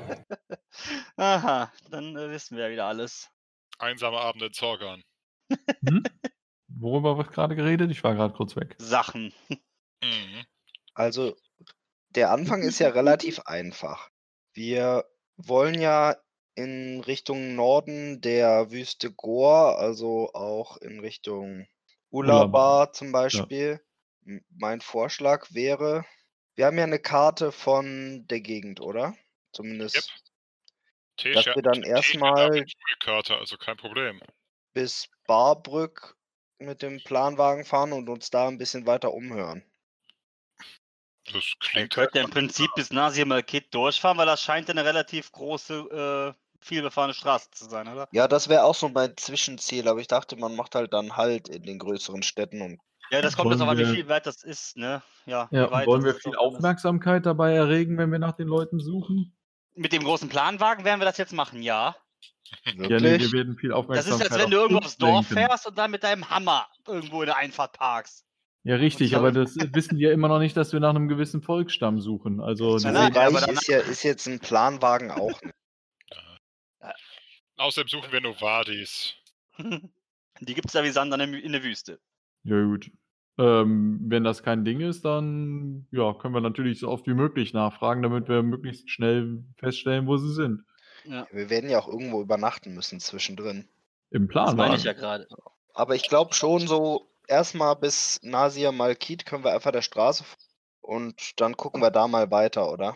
[SPEAKER 4] Aha, dann wissen wir ja wieder alles.
[SPEAKER 3] Einsame Abende in Zorgan.
[SPEAKER 5] Hm? Worüber wird gerade geredet? Ich war gerade kurz weg.
[SPEAKER 4] Sachen.
[SPEAKER 3] Mhm.
[SPEAKER 2] Also, der Anfang ist ja relativ einfach. Wir wollen ja in Richtung Norden der Wüste Gor, also auch in Richtung Ulabar zum Beispiel. Mein Vorschlag wäre, wir haben ja eine Karte von der Gegend, oder? Zumindest dass wir dann erstmal
[SPEAKER 3] Karte, also kein Problem.
[SPEAKER 2] bis Barbrück mit dem Planwagen fahren und uns da ein bisschen weiter umhören.
[SPEAKER 3] Das
[SPEAKER 4] Wir
[SPEAKER 3] klingt
[SPEAKER 4] könnten ja im Prinzip bis Nasir Malkit durchfahren, weil das scheint eine relativ große, vielbefahrene Straße zu sein, oder?
[SPEAKER 2] Ja, das wäre auch so mein Zwischenziel, aber ich dachte, man macht halt dann Halt in den größeren Städten und
[SPEAKER 4] Ja, das kommt jetzt
[SPEAKER 5] Wollen
[SPEAKER 4] auch an, wie
[SPEAKER 5] wir-
[SPEAKER 4] viel weit das ist, ne? Ja,
[SPEAKER 5] Ja,
[SPEAKER 4] wie weit
[SPEAKER 5] wollen
[SPEAKER 4] das
[SPEAKER 5] wir
[SPEAKER 4] jetzt
[SPEAKER 5] viel
[SPEAKER 4] auch dann ist.
[SPEAKER 5] Aufmerksamkeit dabei erregen, wenn wir nach den Leuten suchen?
[SPEAKER 4] Mit dem großen Planwagen werden wir das jetzt machen, ja.
[SPEAKER 5] Ja, nee,
[SPEAKER 2] wirklich.
[SPEAKER 5] wir werden viel
[SPEAKER 4] Das ist,
[SPEAKER 5] Aufmerksamkeit
[SPEAKER 4] als wenn du
[SPEAKER 5] auf
[SPEAKER 4] irgendwo
[SPEAKER 5] uns
[SPEAKER 4] aufs Dorf
[SPEAKER 5] lenken.
[SPEAKER 4] fährst und dann mit deinem Hammer irgendwo in der Einfahrt parkst.
[SPEAKER 5] Ja, richtig,
[SPEAKER 4] Und
[SPEAKER 5] aber
[SPEAKER 4] so-
[SPEAKER 5] das wissen die ja immer noch nicht, dass wir nach einem gewissen Volksstamm suchen. Also
[SPEAKER 2] So
[SPEAKER 4] Nein, nein,
[SPEAKER 5] deswegen-
[SPEAKER 4] aber
[SPEAKER 2] reich ist jetzt ein Planwagen auch nicht.
[SPEAKER 3] Außerdem suchen wir Novadis.
[SPEAKER 4] Die gibt's ja wie Sand in der Wüste.
[SPEAKER 5] ja gut. Wenn das kein Ding ist, dann ja, können wir natürlich so oft wie möglich nachfragen, damit wir möglichst schnell feststellen, wo sie sind.
[SPEAKER 4] Ja,
[SPEAKER 2] Wir werden ja auch irgendwo übernachten müssen zwischendrin.
[SPEAKER 5] Im
[SPEAKER 4] das meine ich
[SPEAKER 5] Planwagen.
[SPEAKER 4] ja gerade.
[SPEAKER 2] Aber ich glaube schon so, erstmal bis Nasir Malkit können wir einfach der Straße und dann gucken wir da mal weiter, oder?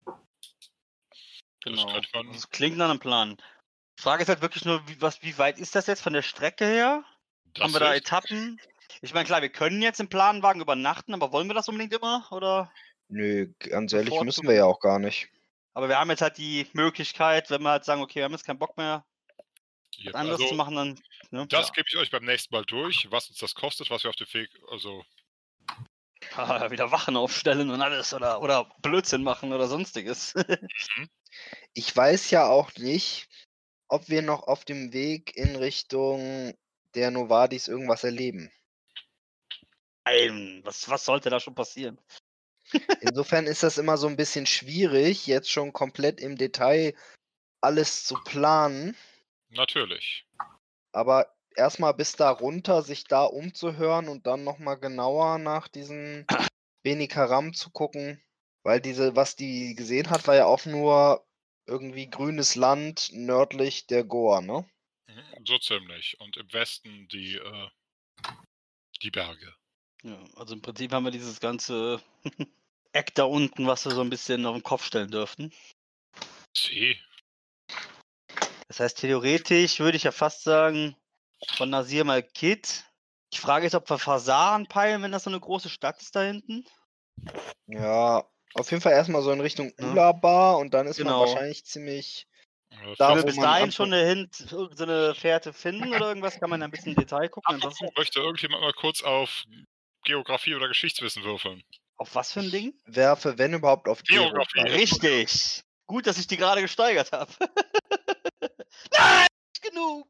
[SPEAKER 4] Genau.
[SPEAKER 3] könnte man-
[SPEAKER 4] Das klingt nach einem Plan. Die Frage ist halt wirklich nur, wie weit ist das jetzt von der Strecke her?
[SPEAKER 3] Das
[SPEAKER 4] Haben wir da
[SPEAKER 3] ist-
[SPEAKER 4] Etappen? Ich meine, klar, wir können jetzt im Planwagen übernachten, aber wollen wir das unbedingt immer? Oder?
[SPEAKER 2] Nö, ganz ehrlich
[SPEAKER 4] Bevorzugen.
[SPEAKER 2] müssen wir ja auch gar nicht.
[SPEAKER 4] Aber wir haben jetzt halt die Möglichkeit, wenn wir halt sagen, okay, wir haben jetzt keinen Bock mehr,
[SPEAKER 3] Ja,
[SPEAKER 4] was anderes
[SPEAKER 3] also,
[SPEAKER 4] zu machen, dann. Ne?
[SPEAKER 3] das gebe ich euch beim nächsten Mal durch, was uns das kostet, was wir auf dem Weg, also
[SPEAKER 4] ja. Wieder Wachen aufstellen und alles oder Blödsinn machen oder sonstiges.
[SPEAKER 2] Ich weiß ja auch nicht, ob wir noch auf dem Weg in Richtung der Novadis irgendwas erleben.
[SPEAKER 4] Nein, was sollte da schon passieren?
[SPEAKER 2] Insofern ist das immer so ein bisschen schwierig, jetzt schon komplett im Detail alles zu planen.
[SPEAKER 3] natürlich.
[SPEAKER 2] Aber erstmal bis da runter, sich da umzuhören und dann nochmal genauer nach diesen Benikaram zu gucken. Weil was die gesehen hat, war ja auch nur irgendwie grünes Land nördlich der Goa, ne?
[SPEAKER 3] So ziemlich. Und im Westen die Berge.
[SPEAKER 4] Ja, also im Prinzip haben wir dieses ganze Eck da unten, was wir so ein bisschen auf den Kopf stellen dürften.
[SPEAKER 3] See.
[SPEAKER 4] Das heißt, theoretisch würde ich ja fast sagen, von Nasir Malkit. Die Frage ist, ob wir Fasar anpeilen, wenn das so eine große Stadt ist da hinten.
[SPEAKER 2] Ja, auf jeden Fall erstmal so in Richtung
[SPEAKER 4] Ja.
[SPEAKER 2] Ulabar und dann ist man
[SPEAKER 4] Genau.
[SPEAKER 2] wahrscheinlich ziemlich. Da,
[SPEAKER 4] Können
[SPEAKER 2] wo
[SPEAKER 4] wir bis
[SPEAKER 2] man
[SPEAKER 4] dahin
[SPEAKER 2] anfängt-
[SPEAKER 4] schon so eine Fährte finden oder irgendwas? Kann man da ein bisschen im Detail gucken? Ansonsten,
[SPEAKER 3] Apropos, möchte irgendjemand mal kurz auf Geografie oder Geschichtswissen würfeln?
[SPEAKER 4] auf was für ein Ding?
[SPEAKER 2] werfe, wenn überhaupt, auf
[SPEAKER 3] Geografie.
[SPEAKER 2] Geografie.
[SPEAKER 4] Richtig. Gut, dass ich die gerade gesteigert habe. Nein, nicht genug.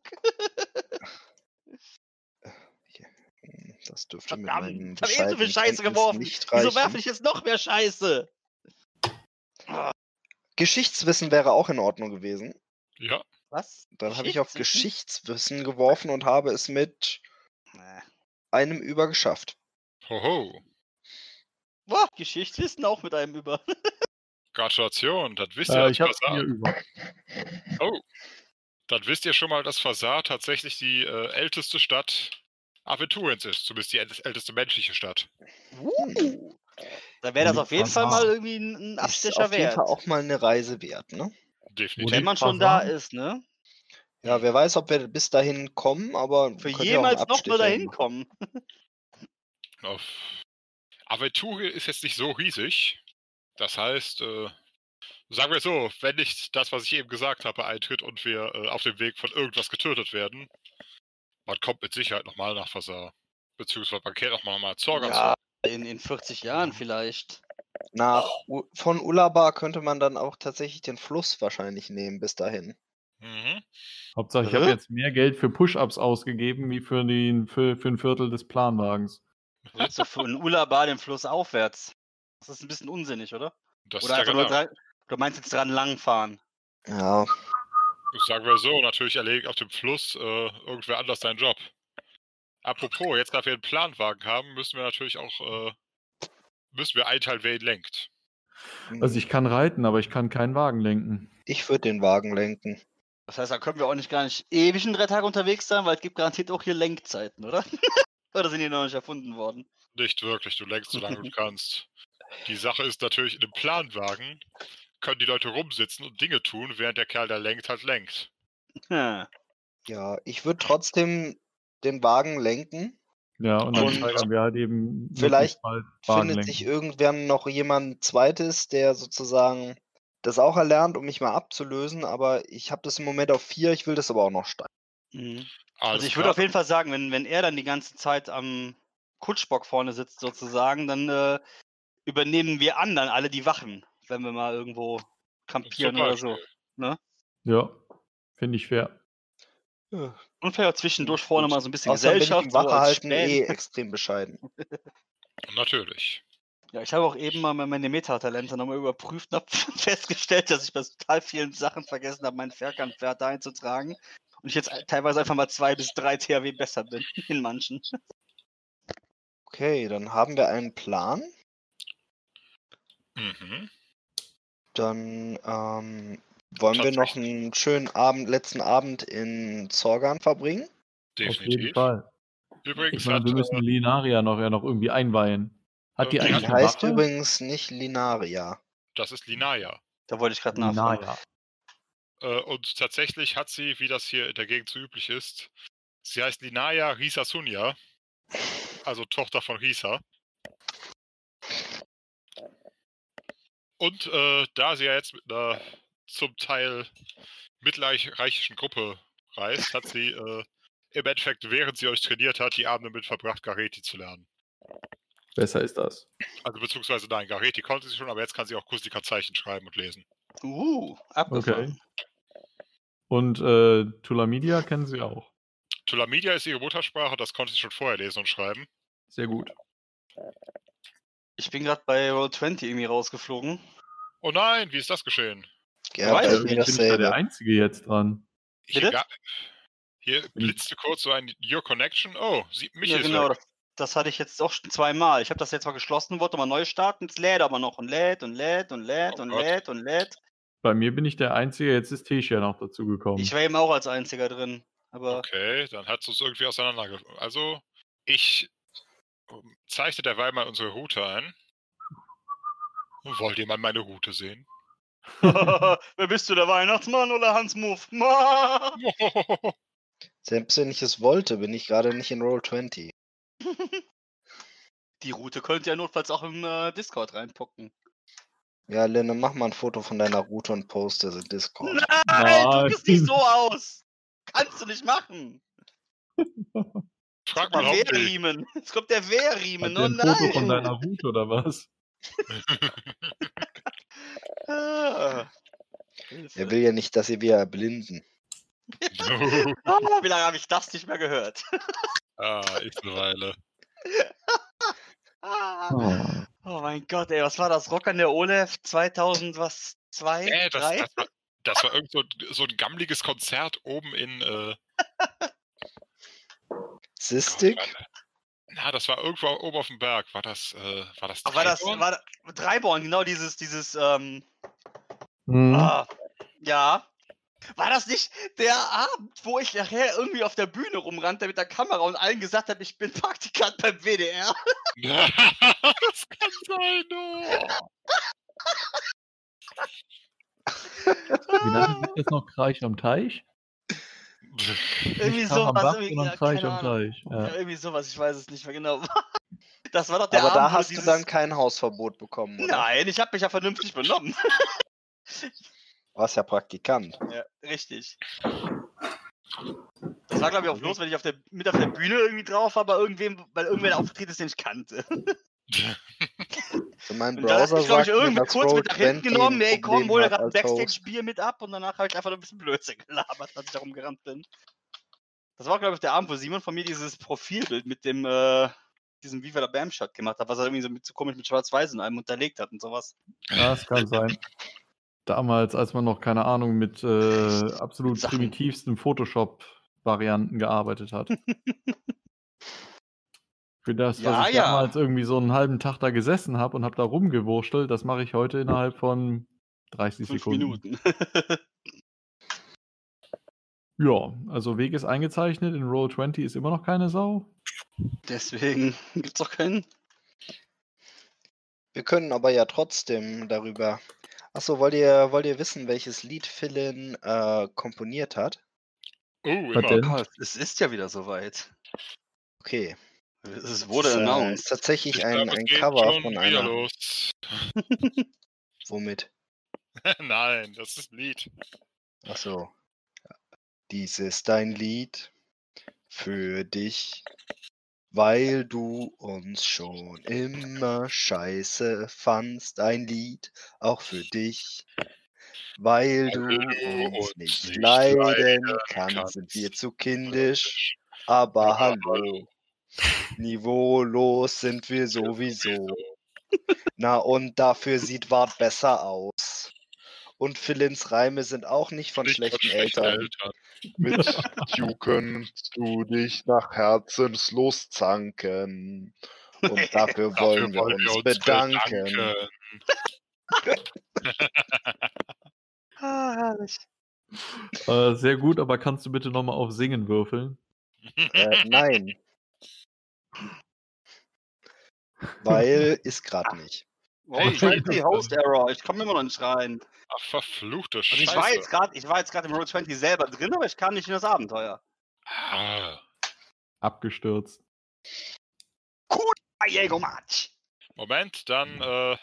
[SPEAKER 2] Das dürfte mit
[SPEAKER 4] Verdammt,
[SPEAKER 2] meinem
[SPEAKER 4] ich habe eh so viel Scheiße
[SPEAKER 2] Bescheid
[SPEAKER 4] geworfen.
[SPEAKER 2] nicht
[SPEAKER 4] Wieso
[SPEAKER 2] reichen.
[SPEAKER 4] werfe ich jetzt noch mehr Scheiße?
[SPEAKER 2] Geschichtswissen wäre auch in Ordnung gewesen.
[SPEAKER 3] Ja.
[SPEAKER 4] Was?
[SPEAKER 2] Dann habe ich auf
[SPEAKER 4] Geschichtswissen?
[SPEAKER 2] Geschichtswissen geworfen und habe es mit
[SPEAKER 4] Nee.
[SPEAKER 2] einem Über geschafft.
[SPEAKER 3] Hoho.
[SPEAKER 4] Boah, Geschichtswissen auch mit einem über.
[SPEAKER 3] Gratulation. Das wisst ihr.
[SPEAKER 5] Ich habe
[SPEAKER 3] Fasar.
[SPEAKER 5] hier über.
[SPEAKER 3] Oh. Dann wisst ihr schon mal, dass Fasar tatsächlich die älteste Stadt Aventuriens ist. Zumindest die älteste menschliche Stadt.
[SPEAKER 4] Da wäre das
[SPEAKER 5] Und
[SPEAKER 4] auf jeden Fall
[SPEAKER 5] Fasar.
[SPEAKER 4] mal irgendwie ein
[SPEAKER 2] Ist
[SPEAKER 4] Abstecher
[SPEAKER 2] auf jeden
[SPEAKER 4] wert.
[SPEAKER 2] Fall auch mal eine Reise wert, ne?
[SPEAKER 3] Definitiv.
[SPEAKER 4] Wenn man schon da
[SPEAKER 5] Fasar?
[SPEAKER 4] ist, ne?
[SPEAKER 2] Ja, wer weiß, ob wir bis dahin kommen, aber
[SPEAKER 4] Für
[SPEAKER 2] wir können ja auch einen
[SPEAKER 4] jemals noch nur
[SPEAKER 2] Abstecher
[SPEAKER 4] dahin
[SPEAKER 2] hinmachen.
[SPEAKER 4] kommen.
[SPEAKER 3] Aventurien ist jetzt nicht so riesig. Das heißt, Sagen wir so, wenn nicht das, was ich eben gesagt habe, eintritt und wir auf dem Weg von irgendwas getötet werden, man kommt mit Sicherheit nochmal nach Fasar. Beziehungsweise man kehrt auch mal Zorgan
[SPEAKER 4] Ja,
[SPEAKER 3] zurück.
[SPEAKER 4] in 40 Jahren vielleicht.
[SPEAKER 2] Von Ulabar könnte man dann auch tatsächlich den Fluss wahrscheinlich nehmen bis dahin.
[SPEAKER 3] Mhm.
[SPEAKER 5] Hauptsache, ich habe jetzt mehr Geld für Push-Ups ausgegeben, wie für ein Viertel des Planwagens.
[SPEAKER 4] Du willst doch für einen Ulabar den Fluss aufwärts. Das ist ein bisschen unsinnig, oder?
[SPEAKER 3] Das
[SPEAKER 4] Oder
[SPEAKER 3] ist
[SPEAKER 4] einfach
[SPEAKER 3] ja
[SPEAKER 4] nur
[SPEAKER 3] genau.
[SPEAKER 4] du meinst jetzt dran langfahren.
[SPEAKER 2] Ja,
[SPEAKER 3] Sagen wir so, natürlich erledigt auf dem Fluss irgendwer anders seinen Job. Apropos, jetzt da wir einen Planwagen haben, müssen wir natürlich auch einteilen, wer ihn lenkt.
[SPEAKER 5] Also ich kann reiten, aber ich kann keinen Wagen lenken.
[SPEAKER 2] ich würde den Wagen lenken.
[SPEAKER 4] Das heißt, da können wir auch nicht gar nicht ewig in 3 Tagen unterwegs sein, weil es gibt garantiert auch hier Lenkzeiten, oder? Oder sind die noch nicht erfunden worden?
[SPEAKER 3] Nicht wirklich, du lenkst, solange du kannst. Die Sache ist natürlich, in dem Planwagen können die Leute rumsitzen und Dinge tun, während der Kerl, der lenkt, halt lenkt.
[SPEAKER 4] Hm.
[SPEAKER 2] Ja, ich würde trotzdem den Wagen lenken.
[SPEAKER 5] Ja, und dann
[SPEAKER 2] Und
[SPEAKER 5] steigern wir halt eben
[SPEAKER 2] vielleicht
[SPEAKER 5] möglichst bald Wagen
[SPEAKER 2] Findet
[SPEAKER 5] lenken.
[SPEAKER 2] sich irgendwer noch jemand Zweites, der sozusagen das auch erlernt, um mich mal abzulösen, aber ich habe das im Moment auf 4, ich will das aber auch noch steigern.
[SPEAKER 4] Mhm.
[SPEAKER 3] Alles
[SPEAKER 4] Also ich würde
[SPEAKER 3] klar.
[SPEAKER 4] auf jeden Fall sagen, wenn er dann die ganze Zeit am Kutschbock vorne sitzt sozusagen, dann übernehmen wir anderen alle die Wachen, wenn wir mal irgendwo kampieren
[SPEAKER 3] Zum
[SPEAKER 4] oder so.
[SPEAKER 3] Beispiel.
[SPEAKER 4] Ne?
[SPEAKER 5] Ja, finde ich fair.
[SPEAKER 2] Ja,
[SPEAKER 4] Und vielleicht auch zwischendurch vorne
[SPEAKER 2] gut.
[SPEAKER 4] mal so ein bisschen
[SPEAKER 2] Außerdem bin ich
[SPEAKER 4] Gesellschaft.
[SPEAKER 2] im
[SPEAKER 4] So
[SPEAKER 2] Wache
[SPEAKER 4] als
[SPEAKER 2] halten
[SPEAKER 4] Spähen.
[SPEAKER 2] extrem bescheiden.
[SPEAKER 3] Natürlich.
[SPEAKER 4] Ja, ich habe auch eben mal meine Metatalente nochmal überprüft und habe festgestellt, dass ich bei total vielen Sachen vergessen habe, meinen Fährkampfwert einzutragen. Und ich jetzt teilweise einfach mal 2 bis 3 THW besser bin in manchen.
[SPEAKER 2] Okay, dann haben wir einen Plan.
[SPEAKER 3] Mhm.
[SPEAKER 2] Dann wollen wir noch einen schönen letzten Abend in Zorgan verbringen.
[SPEAKER 5] Auf jeden
[SPEAKER 3] Definitiv.
[SPEAKER 5] Fall.
[SPEAKER 3] Übrigens
[SPEAKER 5] Ich meine, wir müssen Linaria noch irgendwie einweihen. Hat die
[SPEAKER 3] Die
[SPEAKER 5] eigentlich
[SPEAKER 2] Die
[SPEAKER 5] eine
[SPEAKER 2] heißt
[SPEAKER 5] Waffe?
[SPEAKER 2] übrigens nicht Linaria.
[SPEAKER 3] das ist Linaya.
[SPEAKER 4] Da wollte ich gerade nachfragen.
[SPEAKER 5] Linaria.
[SPEAKER 3] Und tatsächlich hat sie, wie das hier in der Gegend so üblich ist, sie heißt Linaya Risa Sunya, also Tochter von Risa. Und da sie ja jetzt mit einer zum Teil mittelreichischen Gruppe reist, hat sie im Endeffekt, während sie euch trainiert hat, die Abende mit verbracht, Gareti zu lernen.
[SPEAKER 5] Besser ist das.
[SPEAKER 3] Also beziehungsweise nein, Gareti konnte sie schon, aber jetzt kann sie auch Kustika-Zeichen schreiben und lesen.
[SPEAKER 4] Abgefahren.
[SPEAKER 5] Okay. Und Tulamidia kennen Sie auch.
[SPEAKER 3] Tulamidia ist ihre Muttersprache, das konnte sie schon vorher lesen und schreiben.
[SPEAKER 5] Sehr gut.
[SPEAKER 4] Ich bin gerade bei Roll20 irgendwie rausgeflogen.
[SPEAKER 3] Oh nein, wie ist das geschehen?
[SPEAKER 2] Ja,
[SPEAKER 4] Weiß
[SPEAKER 2] bei
[SPEAKER 4] ich
[SPEAKER 2] mir
[SPEAKER 4] nicht,
[SPEAKER 5] Bin ich da der
[SPEAKER 2] dasselbe.
[SPEAKER 5] Einzige jetzt dran?
[SPEAKER 4] Bitte?
[SPEAKER 3] Hier blitzte kurz so ein Your Connection. Oh, mich
[SPEAKER 4] Ja,
[SPEAKER 3] ist
[SPEAKER 4] genau.
[SPEAKER 3] weg.
[SPEAKER 4] Das hatte ich jetzt auch schon 2-mal. Ich habe das jetzt mal geschlossen, wollte mal neu starten. Es lädt aber noch und lädt und lädt und lädt
[SPEAKER 3] Oh
[SPEAKER 4] und
[SPEAKER 3] Gott.
[SPEAKER 4] lädt und lädt.
[SPEAKER 5] Bei mir bin ich der Einzige, jetzt ist Tesha noch dazugekommen.
[SPEAKER 4] Ich war eben auch als Einziger drin. Aber
[SPEAKER 3] Okay, dann hat es uns irgendwie auseinandergebracht. Also, ich zeichne derweil mal unsere Route ein. Wollt ihr mal meine Route sehen?
[SPEAKER 4] wer bist du, der Weihnachtsmann oder Hans Muff?
[SPEAKER 2] Selbst wenn ich es wollte, bin ich gerade nicht in Roll20.
[SPEAKER 4] Die Route könnt ihr notfalls auch im Discord reinpucken.
[SPEAKER 2] Ja, Lenne, mach mal ein Foto von deiner Route und poste es in Discord.
[SPEAKER 4] Nein, du bist nicht so aus. Kannst du nicht machen.
[SPEAKER 3] Frag
[SPEAKER 4] Der
[SPEAKER 3] mal Hompi.
[SPEAKER 4] Wehrriemen. Jetzt kommt der Wehrriemen.
[SPEAKER 5] Hat
[SPEAKER 4] Oh
[SPEAKER 5] der ein Foto von
[SPEAKER 4] nein.
[SPEAKER 5] deiner Route oder was?
[SPEAKER 4] Ah.
[SPEAKER 2] Er will ja nicht, dass ihr wieder erblinden.
[SPEAKER 4] Wie lange habe ich das nicht mehr gehört?
[SPEAKER 3] Ist eine Weile.
[SPEAKER 4] Oh mein Gott, ey, was war das? Rock an der OLED 2000, was? 2? 3?
[SPEAKER 3] Das war irgend so ein gammeliges Konzert oben in.
[SPEAKER 2] Sistik?
[SPEAKER 3] Na, das war irgendwo oben auf dem Berg. War das
[SPEAKER 4] Ach, war das
[SPEAKER 3] Dreiborn?
[SPEAKER 4] Dreiborn, genau dieses
[SPEAKER 5] Hm.
[SPEAKER 4] ja. War das nicht der Abend, wo ich nachher irgendwie auf der Bühne rumrannte mit der Kamera und allen gesagt habe, ich bin Praktikant beim WDR?
[SPEAKER 3] Das kann sein, oh.
[SPEAKER 5] Wie nannte sich das noch? Kreich am Teich?
[SPEAKER 4] Irgendwie
[SPEAKER 5] Nicht Krach am
[SPEAKER 4] sowas.
[SPEAKER 5] Bach,
[SPEAKER 4] Irgendwie,
[SPEAKER 5] sondern
[SPEAKER 4] ja,
[SPEAKER 5] Kreich
[SPEAKER 4] keine
[SPEAKER 5] am
[SPEAKER 4] Ahnung.
[SPEAKER 5] Teich. Ja.
[SPEAKER 4] Ja, irgendwie sowas, ich weiß es nicht mehr genau. Das war doch der
[SPEAKER 2] Aber
[SPEAKER 4] Abend,
[SPEAKER 2] da
[SPEAKER 4] wo
[SPEAKER 2] hast du dann kein Hausverbot bekommen, oder?
[SPEAKER 4] Nein, ich habe mich ja vernünftig benommen.
[SPEAKER 2] Warst ja Praktikant.
[SPEAKER 4] Ja, richtig. Das war, glaube ich, auch bloß, wenn ich mit auf der Bühne irgendwie drauf war, weil irgendwer aufgetreten ist, den ich kannte.
[SPEAKER 2] So mein
[SPEAKER 4] Und da hat
[SPEAKER 2] Browser
[SPEAKER 4] mich, glaube ich,
[SPEAKER 2] sagt mir,
[SPEAKER 4] irgendwie
[SPEAKER 2] dass
[SPEAKER 4] kurz mit nach hinten
[SPEAKER 2] Roll20
[SPEAKER 4] genommen.
[SPEAKER 2] ein
[SPEAKER 4] Ey, komm,
[SPEAKER 2] Problem
[SPEAKER 4] hol dir
[SPEAKER 2] hat
[SPEAKER 4] gerade ein
[SPEAKER 2] als Host.
[SPEAKER 4] Backstage-Bier mit ab und danach habe ich einfach nur ein bisschen Blödsinn gelabert, als ich da rumgerannt bin. Das war, glaube ich, der Abend, wo Simon von mir dieses Profilbild mit dem, diesem Viva la Bam-Shot gemacht hat, was er irgendwie so komisch mit Schwarz-Weiß in einem unterlegt hat und sowas.
[SPEAKER 5] Ja, das kann sein. Damals, als man noch, keine Ahnung, mit absolut
[SPEAKER 4] Sachen.
[SPEAKER 5] primitivsten Photoshop-Varianten gearbeitet hat. Für das,
[SPEAKER 4] Ja,
[SPEAKER 5] was ich
[SPEAKER 4] ja.
[SPEAKER 5] damals irgendwie so einen halben Tag da gesessen habe und habe da rumgewurschtelt, das mache ich heute innerhalb von 30
[SPEAKER 4] 5
[SPEAKER 5] Sekunden.
[SPEAKER 4] Minuten.
[SPEAKER 5] Ja, also Weg ist eingezeichnet, in Roll20 ist immer noch keine Sau.
[SPEAKER 4] Deswegen gibt's doch keinen.
[SPEAKER 2] Wir können aber ja trotzdem darüber. Achso, wollt ihr wissen, welches Lied Philin komponiert hat?
[SPEAKER 3] Oh, immer.
[SPEAKER 5] Patent.
[SPEAKER 4] Ah, es ist ja wieder soweit.
[SPEAKER 2] Okay.
[SPEAKER 4] Es wurde
[SPEAKER 2] Ist
[SPEAKER 4] announced.
[SPEAKER 2] tatsächlich
[SPEAKER 3] Ich
[SPEAKER 2] ein
[SPEAKER 3] glaube, es geht
[SPEAKER 2] Cover
[SPEAKER 3] schon
[SPEAKER 2] von
[SPEAKER 3] wieder
[SPEAKER 2] einer.
[SPEAKER 3] los.
[SPEAKER 2] Womit?
[SPEAKER 3] Nein, das ist ein Lied.
[SPEAKER 2] Achso. Dies ist ein Lied für dich, weil du uns schon immer scheiße fandst. Ein Lied auch für dich, weil du uns nicht leiden kannst. Sind wir zu kindisch, aber hallo. Niveaulos sind wir sowieso. Na und dafür sieht Wart besser aus. Und Philins Reime sind auch nicht von schlechten Eltern. Mit You kannst du dich nach Herzenslust zanken. Und dafür wollen wir uns bedanken.
[SPEAKER 4] Ah, herrlich.
[SPEAKER 5] Sehr gut, aber kannst du bitte nochmal auf Singen würfeln?
[SPEAKER 2] Nein. Weil ist gerade nicht.
[SPEAKER 4] Roll20 Host Error. Ich komme immer noch nicht rein.
[SPEAKER 3] Ach, verfluchte
[SPEAKER 4] Also
[SPEAKER 3] Scheiße.
[SPEAKER 4] ich war jetzt gerade im Roll20 selber drin, aber ich kam nicht in das Abenteuer.
[SPEAKER 3] Ah.
[SPEAKER 5] Abgestürzt.
[SPEAKER 4] Cool, Diego Match.
[SPEAKER 3] Moment, dann,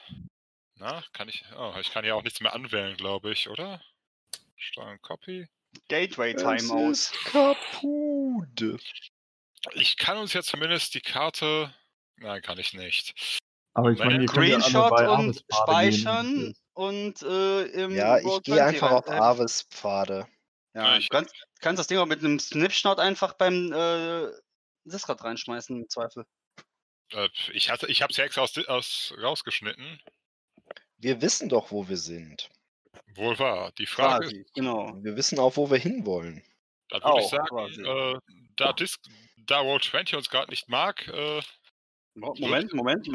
[SPEAKER 3] ich kann ja auch nichts mehr anwählen, glaube ich, oder? Steuern Copy.
[SPEAKER 4] Gateway
[SPEAKER 2] Es
[SPEAKER 4] Timeout.
[SPEAKER 2] ist kaputt.
[SPEAKER 3] Ich kann uns ja zumindest die Karte. Nein, kann ich nicht.
[SPEAKER 5] Aber ich meine, ihr könnt ja alle
[SPEAKER 4] Screenshot
[SPEAKER 5] bei
[SPEAKER 4] und
[SPEAKER 5] Aves Pfade
[SPEAKER 4] speichern
[SPEAKER 5] gehen.
[SPEAKER 4] und im
[SPEAKER 2] Ja, ich
[SPEAKER 4] Roll20
[SPEAKER 2] gehe einfach auf
[SPEAKER 4] rein.
[SPEAKER 2] Aves Pfade.
[SPEAKER 4] Ja,
[SPEAKER 3] Ich-
[SPEAKER 4] du kannst das Ding auch mit einem Snapshot einfach beim Discord reinschmeißen, im Zweifel.
[SPEAKER 3] Ich habe es ja extra rausgeschnitten.
[SPEAKER 2] Wir wissen doch, wo wir sind.
[SPEAKER 3] Wohl wahr. Die Frage ist,
[SPEAKER 4] Quasi, genau.
[SPEAKER 2] Wir wissen auch, wo wir hinwollen.
[SPEAKER 3] da würde ich
[SPEAKER 4] Auch,
[SPEAKER 3] sagen,
[SPEAKER 4] quasi.
[SPEAKER 3] da Roll20 uns gerade nicht mag,
[SPEAKER 4] Moment.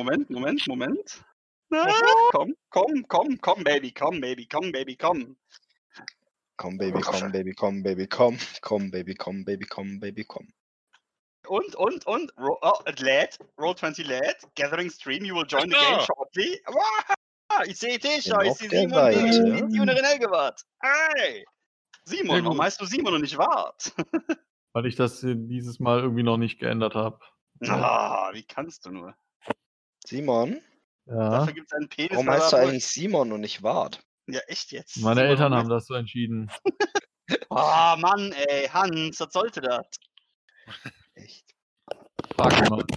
[SPEAKER 4] Na, komm, Baby, komm.
[SPEAKER 2] Komm, Baby, komm, Baby, komm. Komm, Baby, komm, Baby, komm. Komm, Baby, komm, Baby, komm, Baby, komm.
[SPEAKER 4] Und, it lädt, Roll20 lädt, Gathering Stream, you will join the game shortly. Ich sehe dich,
[SPEAKER 2] Bin
[SPEAKER 4] ich
[SPEAKER 2] auf
[SPEAKER 4] sehe
[SPEAKER 2] der
[SPEAKER 4] Simon,
[SPEAKER 2] Seite.
[SPEAKER 4] die Tunerin Elgewart. Hey! Simon,
[SPEAKER 5] Sehr
[SPEAKER 4] warum
[SPEAKER 5] gut.
[SPEAKER 4] heißt du Simon und nicht Wart?
[SPEAKER 5] Weil ich das dieses Mal irgendwie noch nicht geändert habe.
[SPEAKER 4] Wie kannst du nur?
[SPEAKER 2] Simon,
[SPEAKER 5] Ja.
[SPEAKER 4] Dafür gibt es einen Penis.
[SPEAKER 2] warum heißt du eigentlich Simon und nicht Wart?
[SPEAKER 4] Ja, echt jetzt?
[SPEAKER 5] Meine
[SPEAKER 4] Simon,
[SPEAKER 5] Eltern
[SPEAKER 4] warum
[SPEAKER 5] haben das so entschieden.
[SPEAKER 4] Oh Mann, ey, Hans, was sollte das?
[SPEAKER 2] Echt?
[SPEAKER 5] Frag mal.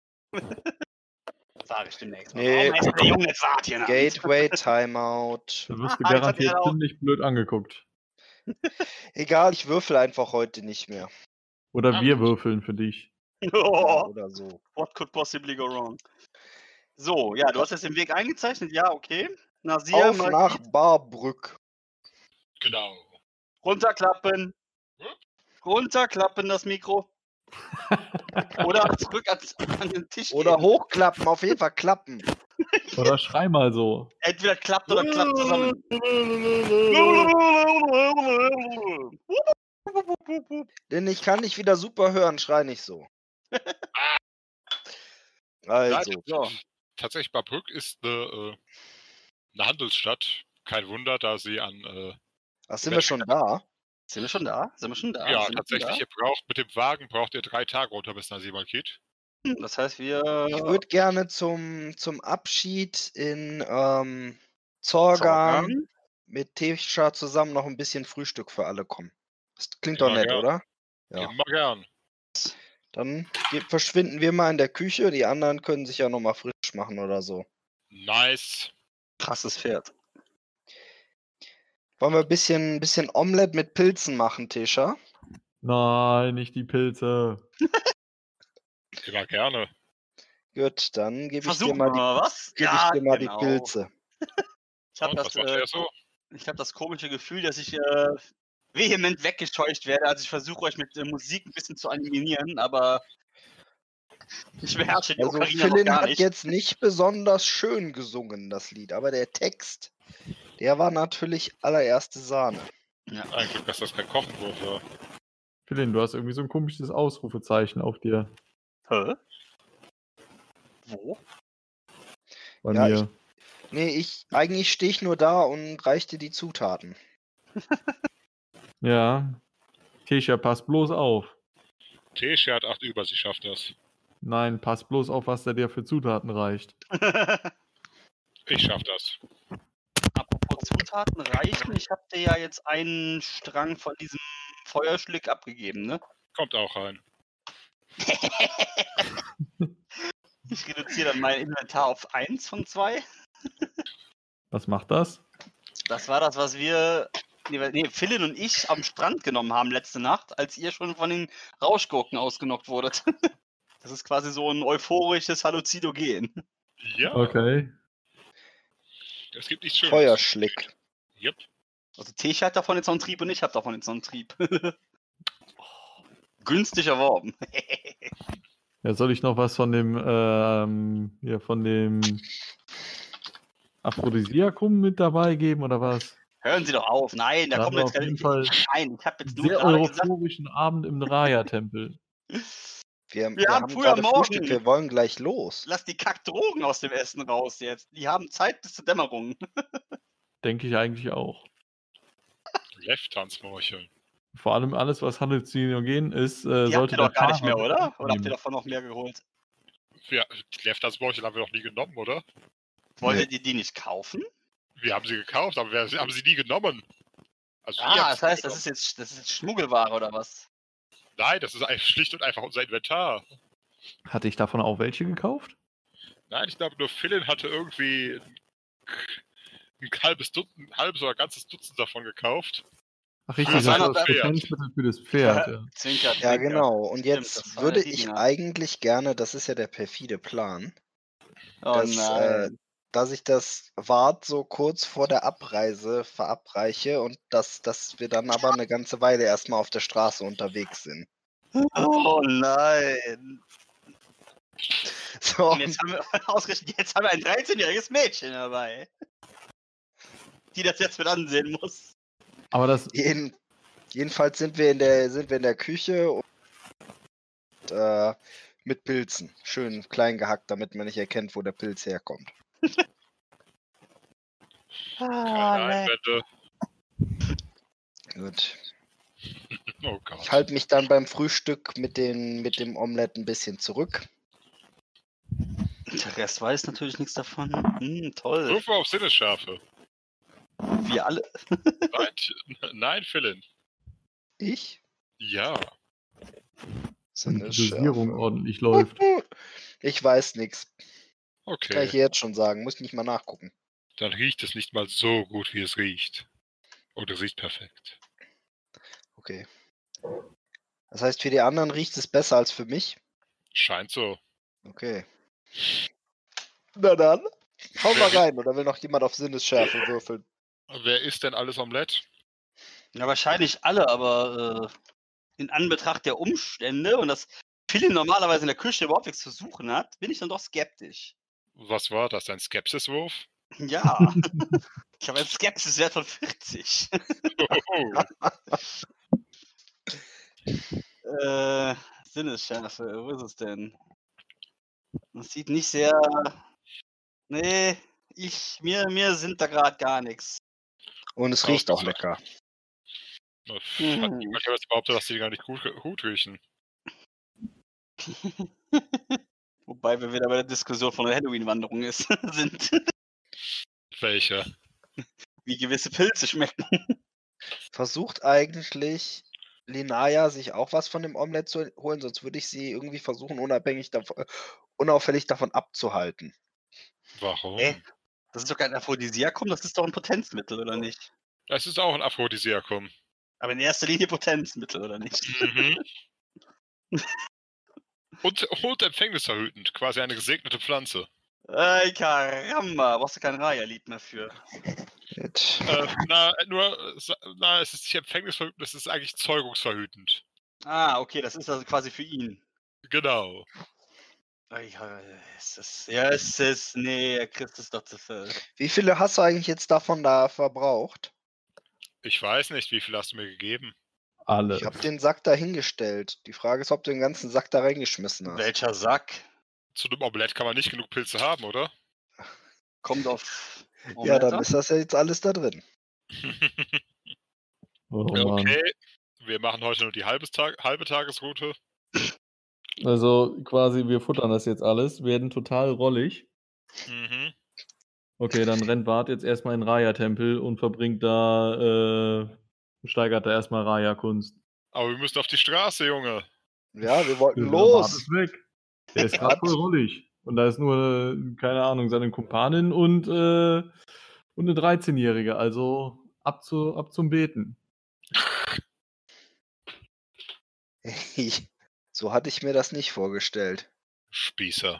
[SPEAKER 4] Sag ich demnächst mal.
[SPEAKER 2] Nee.
[SPEAKER 4] Warum heißt der Junge jetzt Wart hier?
[SPEAKER 2] Gateway Timeout.
[SPEAKER 5] Da wirst du
[SPEAKER 4] Ah, jetzt hat
[SPEAKER 5] garantiert
[SPEAKER 4] er auch-
[SPEAKER 5] ziemlich blöd angeguckt.
[SPEAKER 2] Egal, ich würfel einfach heute nicht mehr.
[SPEAKER 5] Oder wir würfeln für dich.
[SPEAKER 2] Ja,
[SPEAKER 4] Oh,
[SPEAKER 2] oder so.
[SPEAKER 4] what could possibly go wrong? So, ja, du hast jetzt den Weg eingezeichnet, ja, okay. Nasir,
[SPEAKER 2] Auf nach Barbrück.
[SPEAKER 3] genau.
[SPEAKER 4] runterklappen. Runterklappen das Mikro. Oder zurück an den Tisch
[SPEAKER 2] Oder
[SPEAKER 4] gehen.
[SPEAKER 2] hochklappen, auf jeden Fall klappen.
[SPEAKER 5] Oder schrei mal so.
[SPEAKER 4] Entweder klappt oder klappt zusammen.
[SPEAKER 2] Denn ich kann dich wieder super hören, schrei nicht so. Also,
[SPEAKER 4] So.
[SPEAKER 3] Tatsächlich, Barbrück ist eine Handelsstadt. Kein Wunder, da sie an.
[SPEAKER 2] ach, sind wir schon da?
[SPEAKER 4] Sind wir schon da?
[SPEAKER 3] ja,
[SPEAKER 4] Sind wir
[SPEAKER 3] tatsächlich, ihr braucht mit dem Wagen 3 Tage runter bis nach Simalkit.
[SPEAKER 4] da? Das heißt, wir.
[SPEAKER 2] Ich würde gerne zum Abschied in Zorgan mit Tesha zusammen noch ein bisschen Frühstück für alle kommen. Das klingt doch
[SPEAKER 3] Immer
[SPEAKER 2] nett,
[SPEAKER 3] gern.
[SPEAKER 2] oder? Ja.
[SPEAKER 3] Immer gern.
[SPEAKER 2] Dann verschwinden wir mal in der Küche. Die anderen können sich ja noch mal frisch machen oder so.
[SPEAKER 3] Nice.
[SPEAKER 4] Krasses Pferd.
[SPEAKER 2] Wollen wir ein bisschen Omelette mit Pilzen machen, Tesha?
[SPEAKER 5] Nein, nicht die Pilze.
[SPEAKER 3] Immer gerne.
[SPEAKER 2] Gut, dann gebe ich dir
[SPEAKER 4] Versuchen
[SPEAKER 2] mal
[SPEAKER 4] wir mal was?
[SPEAKER 2] die
[SPEAKER 4] genau.
[SPEAKER 2] Pilze.
[SPEAKER 4] Ich habe
[SPEAKER 3] Und,
[SPEAKER 4] das,
[SPEAKER 3] was macht er so?
[SPEAKER 4] das komische Gefühl, dass ich vehement weggescheucht werde. Also ich versuche euch mit Musik ein bisschen zu animieren, aber ich beherrsche die
[SPEAKER 2] Also
[SPEAKER 4] Ocarina noch
[SPEAKER 2] Philin
[SPEAKER 4] gar
[SPEAKER 2] hat
[SPEAKER 4] nicht.
[SPEAKER 2] jetzt nicht besonders schön gesungen, das Lied, aber der Text, der war natürlich allererste Sahne.
[SPEAKER 3] Ein Glück, dass das kein Kochenwurf war.
[SPEAKER 5] Philin, du hast irgendwie so ein komisches Ausrufezeichen auf dir.
[SPEAKER 4] Hä? Wo?
[SPEAKER 5] Bei
[SPEAKER 2] Ja,
[SPEAKER 5] mir.
[SPEAKER 2] Eigentlich stehe ich nur da und reiche dir die Zutaten.
[SPEAKER 5] Ja. Tesha, pass bloß auf.
[SPEAKER 3] Tesha hat 8 über, sie schafft das.
[SPEAKER 5] Nein, pass bloß auf, was der dir für Zutaten reicht.
[SPEAKER 3] Ich schaff das.
[SPEAKER 4] Apropos Zutaten reichen, ich habe dir ja jetzt einen Strang von diesem Feuerschlick abgegeben, ne?
[SPEAKER 3] Kommt auch rein.
[SPEAKER 4] Ich reduziere dann mein Inventar auf 1 von 2.
[SPEAKER 5] Was macht das?
[SPEAKER 4] Das war das, was wir, Philin und ich am Strand genommen haben letzte Nacht, als ihr schon von den Rauschgurken ausgenockt wurdet. Das ist quasi so ein euphorisches Halluzinogen.
[SPEAKER 3] Ja,
[SPEAKER 5] Okay.
[SPEAKER 3] es gibt nichts Schönes.
[SPEAKER 2] Feuerschlick.
[SPEAKER 3] Yep.
[SPEAKER 4] Also Tesha hat davon jetzt noch einen Trieb und ich habe davon jetzt noch einen Trieb. Günstig erworben.
[SPEAKER 5] Ja, soll ich noch was von dem Aphrodisiakum mit dabei geben oder was?
[SPEAKER 4] Hören Sie doch auf. Nein, da
[SPEAKER 5] Da
[SPEAKER 4] kommen
[SPEAKER 5] haben wir
[SPEAKER 4] jetzt
[SPEAKER 5] auf jeden Fall
[SPEAKER 4] Nein, ich habe jetzt nur
[SPEAKER 5] Sehr
[SPEAKER 4] gerade gesagt,
[SPEAKER 5] euphorischen Abend im Raya-Tempel.
[SPEAKER 2] Wir
[SPEAKER 4] haben
[SPEAKER 2] haben
[SPEAKER 4] früh
[SPEAKER 2] gerade
[SPEAKER 4] am Morgen.
[SPEAKER 2] Frühstück, wir wollen gleich los.
[SPEAKER 4] lass die Kackdrogen aus dem Essen raus jetzt. Die haben Zeit bis zur Dämmerung.
[SPEAKER 5] Denke ich eigentlich auch.
[SPEAKER 3] Left-Tanzmorcheln.
[SPEAKER 5] Vor allem alles, was halluzinogen ist,
[SPEAKER 4] Die habt
[SPEAKER 5] sollte
[SPEAKER 4] ihr doch
[SPEAKER 5] der
[SPEAKER 4] gar nicht
[SPEAKER 5] Fahrer
[SPEAKER 4] mehr, oder? Oder habt ihr
[SPEAKER 5] mitnehmen.
[SPEAKER 4] davon noch mehr geholt?
[SPEAKER 3] Ja, die Left-Tanzmorchel haben wir noch nie genommen, oder?
[SPEAKER 4] Wolltet ihr die nicht kaufen?
[SPEAKER 3] Wir haben sie gekauft, aber wir haben sie nie genommen. Also ihr
[SPEAKER 4] Ah,
[SPEAKER 3] habt
[SPEAKER 4] das
[SPEAKER 3] sie
[SPEAKER 4] heißt,
[SPEAKER 3] genommen.
[SPEAKER 4] das ist jetzt Schmuggelware oder was?
[SPEAKER 3] Nein, das ist eigentlich schlicht und einfach unser Inventar.
[SPEAKER 5] Hatte ich davon auch welche gekauft?
[SPEAKER 3] Nein, ich glaube nur Philin hatte irgendwie ein halbes oder ganzes Dutzend davon gekauft.
[SPEAKER 5] Ach richtig,
[SPEAKER 3] Für
[SPEAKER 5] das
[SPEAKER 3] sein
[SPEAKER 5] war das
[SPEAKER 3] Pferd.
[SPEAKER 5] Potenzmittel für das Pferd. Ja.
[SPEAKER 4] Zwinker,
[SPEAKER 2] Ja,
[SPEAKER 4] Zwinker.
[SPEAKER 2] genau. Und
[SPEAKER 4] Stimmt,
[SPEAKER 2] jetzt
[SPEAKER 4] das war
[SPEAKER 2] würde
[SPEAKER 4] die
[SPEAKER 2] ich
[SPEAKER 4] Dinger.
[SPEAKER 2] eigentlich gerne, das ist ja der perfide Plan,
[SPEAKER 4] Oh nein.
[SPEAKER 2] dass ich das Wart so kurz vor der Abreise verabreiche und dass wir dann aber eine ganze Weile erstmal auf der Straße unterwegs sind.
[SPEAKER 4] Oh nein.
[SPEAKER 2] So,
[SPEAKER 4] Und jetzt haben wir ausgerechnet, jetzt haben wir ein 13-jähriges Mädchen dabei. Die das jetzt mit ansehen muss.
[SPEAKER 5] Aber das,
[SPEAKER 2] jedenfalls sind wir in der Küche und mit Pilzen. Schön klein gehackt, damit man nicht erkennt, wo der Pilz herkommt.
[SPEAKER 3] Keine Einwände.
[SPEAKER 2] Gut.
[SPEAKER 3] Oh Gott.
[SPEAKER 2] Ich halte mich dann beim Frühstück mit dem Omelett ein bisschen zurück.
[SPEAKER 4] Der Rest weiß natürlich nichts davon. Toll.
[SPEAKER 3] Wirf mal auf Sinnesschärfe.
[SPEAKER 4] Wir alle.
[SPEAKER 3] Nein, Philin.
[SPEAKER 2] Ich?
[SPEAKER 3] Ja.
[SPEAKER 5] die Dosierung ordentlich läuft.
[SPEAKER 2] Ich weiß nichts.
[SPEAKER 3] Okay.
[SPEAKER 2] Kann ich jetzt schon sagen. Muss nicht mal nachgucken.
[SPEAKER 3] Dann riecht es nicht mal so gut, wie es riecht. Und es riecht perfekt.
[SPEAKER 2] Okay. Das heißt, für die anderen riecht es besser als für mich?
[SPEAKER 3] Scheint so.
[SPEAKER 2] Okay. Na dann. Hau mal rein. Oder will noch jemand auf Sinnesschärfe würfeln?
[SPEAKER 3] Wer isst denn alles Omelette?
[SPEAKER 4] Ja, wahrscheinlich alle, aber in Anbetracht der Umstände und dass Philin normalerweise in der Küche überhaupt nichts zu suchen hat, bin ich dann doch skeptisch.
[SPEAKER 3] Was war das? Ein Skepsiswurf?
[SPEAKER 4] Ja. Ich habe einen Skepsiswert von 40. Sinnesschärfe, wo ist es denn? Das sieht nicht sehr. Nee, mir sind da gerade gar nichts.
[SPEAKER 2] Und es riecht auch lecker.
[SPEAKER 3] Hat niemand jetzt behauptet, dass die gar nicht gut riechen.
[SPEAKER 4] Wobei wir wieder bei der Diskussion von der Halloween-Wanderung sind.
[SPEAKER 3] Welche?
[SPEAKER 4] wie gewisse Pilze schmecken.
[SPEAKER 2] Versucht eigentlich Linaya sich auch was von dem Omelett zu holen, sonst würde ich sie irgendwie versuchen, unauffällig davon abzuhalten.
[SPEAKER 3] Warum?
[SPEAKER 4] Das ist doch kein Aphrodisiakum, das ist doch ein Potenzmittel, oder nicht?
[SPEAKER 3] Das ist auch ein Aphrodisiakum.
[SPEAKER 4] Aber in erster Linie Potenzmittel, oder nicht?
[SPEAKER 3] Mhm. und empfängnisverhütend, quasi eine gesegnete Pflanze.
[SPEAKER 4] Ey, Karamba, brauchst du kein Raya-Lied mehr für.
[SPEAKER 2] Gut.
[SPEAKER 3] Es ist nicht empfängnisverhütend, es ist eigentlich zeugungsverhütend.
[SPEAKER 4] Ah, okay, das ist also quasi für ihn.
[SPEAKER 3] Genau.
[SPEAKER 4] Nee, Christ ist doch zu viel.
[SPEAKER 2] Wie viele hast du eigentlich jetzt davon da verbraucht?
[SPEAKER 3] Ich weiß nicht, wie viel hast du mir gegeben?
[SPEAKER 5] Alle.
[SPEAKER 2] Ich habe den Sack da hingestellt. Die Frage ist, ob du den ganzen Sack da reingeschmissen hast.
[SPEAKER 4] Welcher Sack?
[SPEAKER 3] Zu einem Omelett kann man nicht genug Pilze haben, oder?
[SPEAKER 4] Kommt auf
[SPEAKER 2] Ja, dann
[SPEAKER 4] Omelette?
[SPEAKER 2] ist das ja jetzt alles da drin.
[SPEAKER 5] Oh, Mann.
[SPEAKER 3] Okay, wir machen heute nur die halbe Tagesroute.
[SPEAKER 5] Also quasi, wir futtern das jetzt alles, werden total rollig.
[SPEAKER 3] Mhm.
[SPEAKER 5] Okay, dann rennt Bart jetzt erstmal in Raya-Tempel und steigert da erstmal Raya-Kunst.
[SPEAKER 3] Aber wir müssen auf die Straße, Junge.
[SPEAKER 2] Ja, wir wollten
[SPEAKER 5] Bart
[SPEAKER 2] los.
[SPEAKER 5] ist weg. Der ist gerade voll rollig. Und da ist nur, keine Ahnung, seine Kumpanin und eine 13-Jährige. Also ab zum Beten.
[SPEAKER 2] So hatte ich mir das nicht vorgestellt.
[SPEAKER 3] Spießer.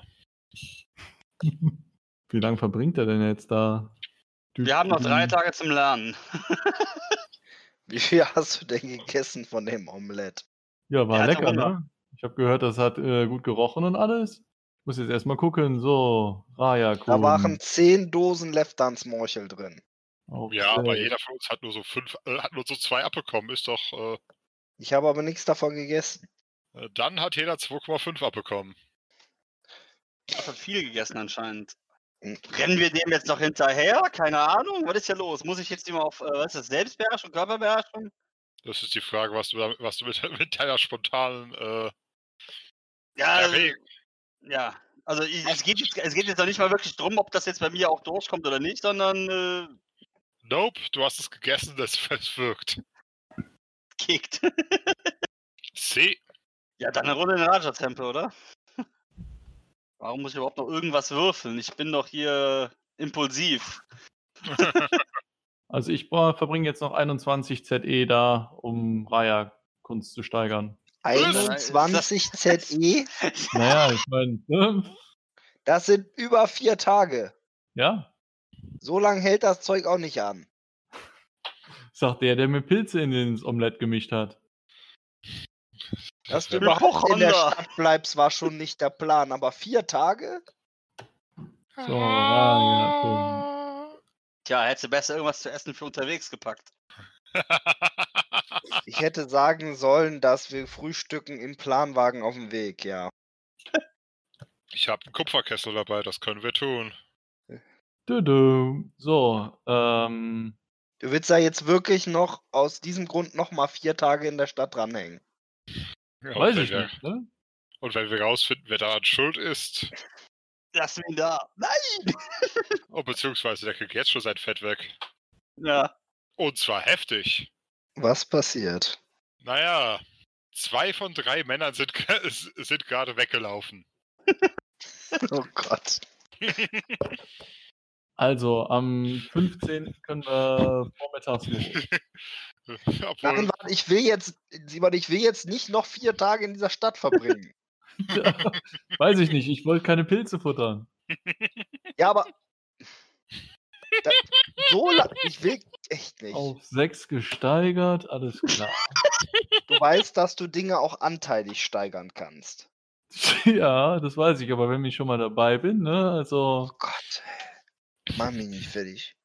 [SPEAKER 5] Wie lange verbringt er denn jetzt da?
[SPEAKER 4] Wir haben noch 3 Tage zum Lernen.
[SPEAKER 2] Wie viel hast du denn gegessen von dem Omelett?
[SPEAKER 5] Ja, war
[SPEAKER 4] Er hatte
[SPEAKER 5] lecker,
[SPEAKER 4] Hunger.
[SPEAKER 5] ne? Ich habe gehört, das hat gut gerochen und alles. Ich muss jetzt erstmal gucken. So, Raya-Kunst.
[SPEAKER 2] Da waren 10 Dosen Leftansmorchel drin.
[SPEAKER 5] Okay.
[SPEAKER 3] Ja, aber jeder von uns hat nur so 2 abbekommen. Ist doch.
[SPEAKER 2] Ich habe aber nichts davon gegessen.
[SPEAKER 3] Dann hat jeder 2,5 abbekommen.
[SPEAKER 4] Das hat viel gegessen anscheinend. Rennen wir dem jetzt noch hinterher? Keine Ahnung. Was ist hier los? Muss ich jetzt immer auf, was ist das, Selbstbeherrschung, Körperbeherrschung?
[SPEAKER 3] Das ist die Frage, was du mit deiner spontanen
[SPEAKER 4] Ja,
[SPEAKER 3] Erregung.
[SPEAKER 4] ja. Also es geht jetzt noch nicht mal wirklich drum, ob das jetzt bei mir auch durchkommt oder nicht, sondern
[SPEAKER 3] Nope, du hast es gegessen, das wirkt.
[SPEAKER 4] kickt.
[SPEAKER 3] See.
[SPEAKER 4] Ja, dann eine Runde in den Raja-Tempel, oder? Warum muss ich überhaupt noch irgendwas würfeln? Ich bin doch hier impulsiv.
[SPEAKER 5] Also ich verbringe jetzt noch 21 ZE da, um Raya-Kunst zu steigern.
[SPEAKER 2] 21 ZE?
[SPEAKER 5] Naja, ich meine, ne?
[SPEAKER 2] Das sind über 4 Tage.
[SPEAKER 5] Ja,
[SPEAKER 2] So lange hält das Zeug auch nicht an.
[SPEAKER 5] sagt der mir Pilze ins Omelett gemischt hat.
[SPEAKER 2] Dass du
[SPEAKER 3] Ja,
[SPEAKER 2] überhaupt in der
[SPEAKER 4] Hypochonder.
[SPEAKER 2] Stadt bleibst, war schon nicht der Plan. Aber 4 Tage?
[SPEAKER 5] So, Raya-Kunst.
[SPEAKER 4] Tja, hättest du besser irgendwas zu essen für unterwegs gepackt.
[SPEAKER 2] Ich hätte sagen sollen, dass wir frühstücken im Planwagen auf dem Weg, ja.
[SPEAKER 3] Ich habe einen Kupferkessel dabei, das können wir tun.
[SPEAKER 5] So,
[SPEAKER 2] Du willst da jetzt wirklich noch aus diesem Grund noch mal 4 Tage in der Stadt dranhängen.
[SPEAKER 3] Ja, und
[SPEAKER 5] weiß
[SPEAKER 3] wenn
[SPEAKER 5] ich
[SPEAKER 3] wir,
[SPEAKER 5] nicht, ne?
[SPEAKER 3] Und wenn wir rausfinden, wer daran schuld ist,
[SPEAKER 4] Lass ihn da. Nein!
[SPEAKER 3] beziehungsweise der kriegt jetzt schon sein Fett weg.
[SPEAKER 4] Ja.
[SPEAKER 3] Und zwar heftig.
[SPEAKER 2] Was passiert?
[SPEAKER 3] Naja, 2 von 3 Männern sind gerade weggelaufen.
[SPEAKER 2] Oh Gott.
[SPEAKER 5] Also, am 15. können wir vormittags los.
[SPEAKER 3] Obwohl,
[SPEAKER 2] Nein, warte, ich will jetzt nicht noch 4 Tage in dieser Stadt verbringen.
[SPEAKER 5] Weiß ich nicht, ich wollte keine Pilze futtern.
[SPEAKER 2] Ja, aber so lang, ich will echt nicht.
[SPEAKER 5] Auf 6 gesteigert, alles klar.
[SPEAKER 2] Du weißt, dass du Dinge auch anteilig steigern kannst.
[SPEAKER 5] Ja, das weiß ich, aber wenn ich schon mal dabei bin, ne, also.
[SPEAKER 2] Oh Gott. Mach mich nicht fertig.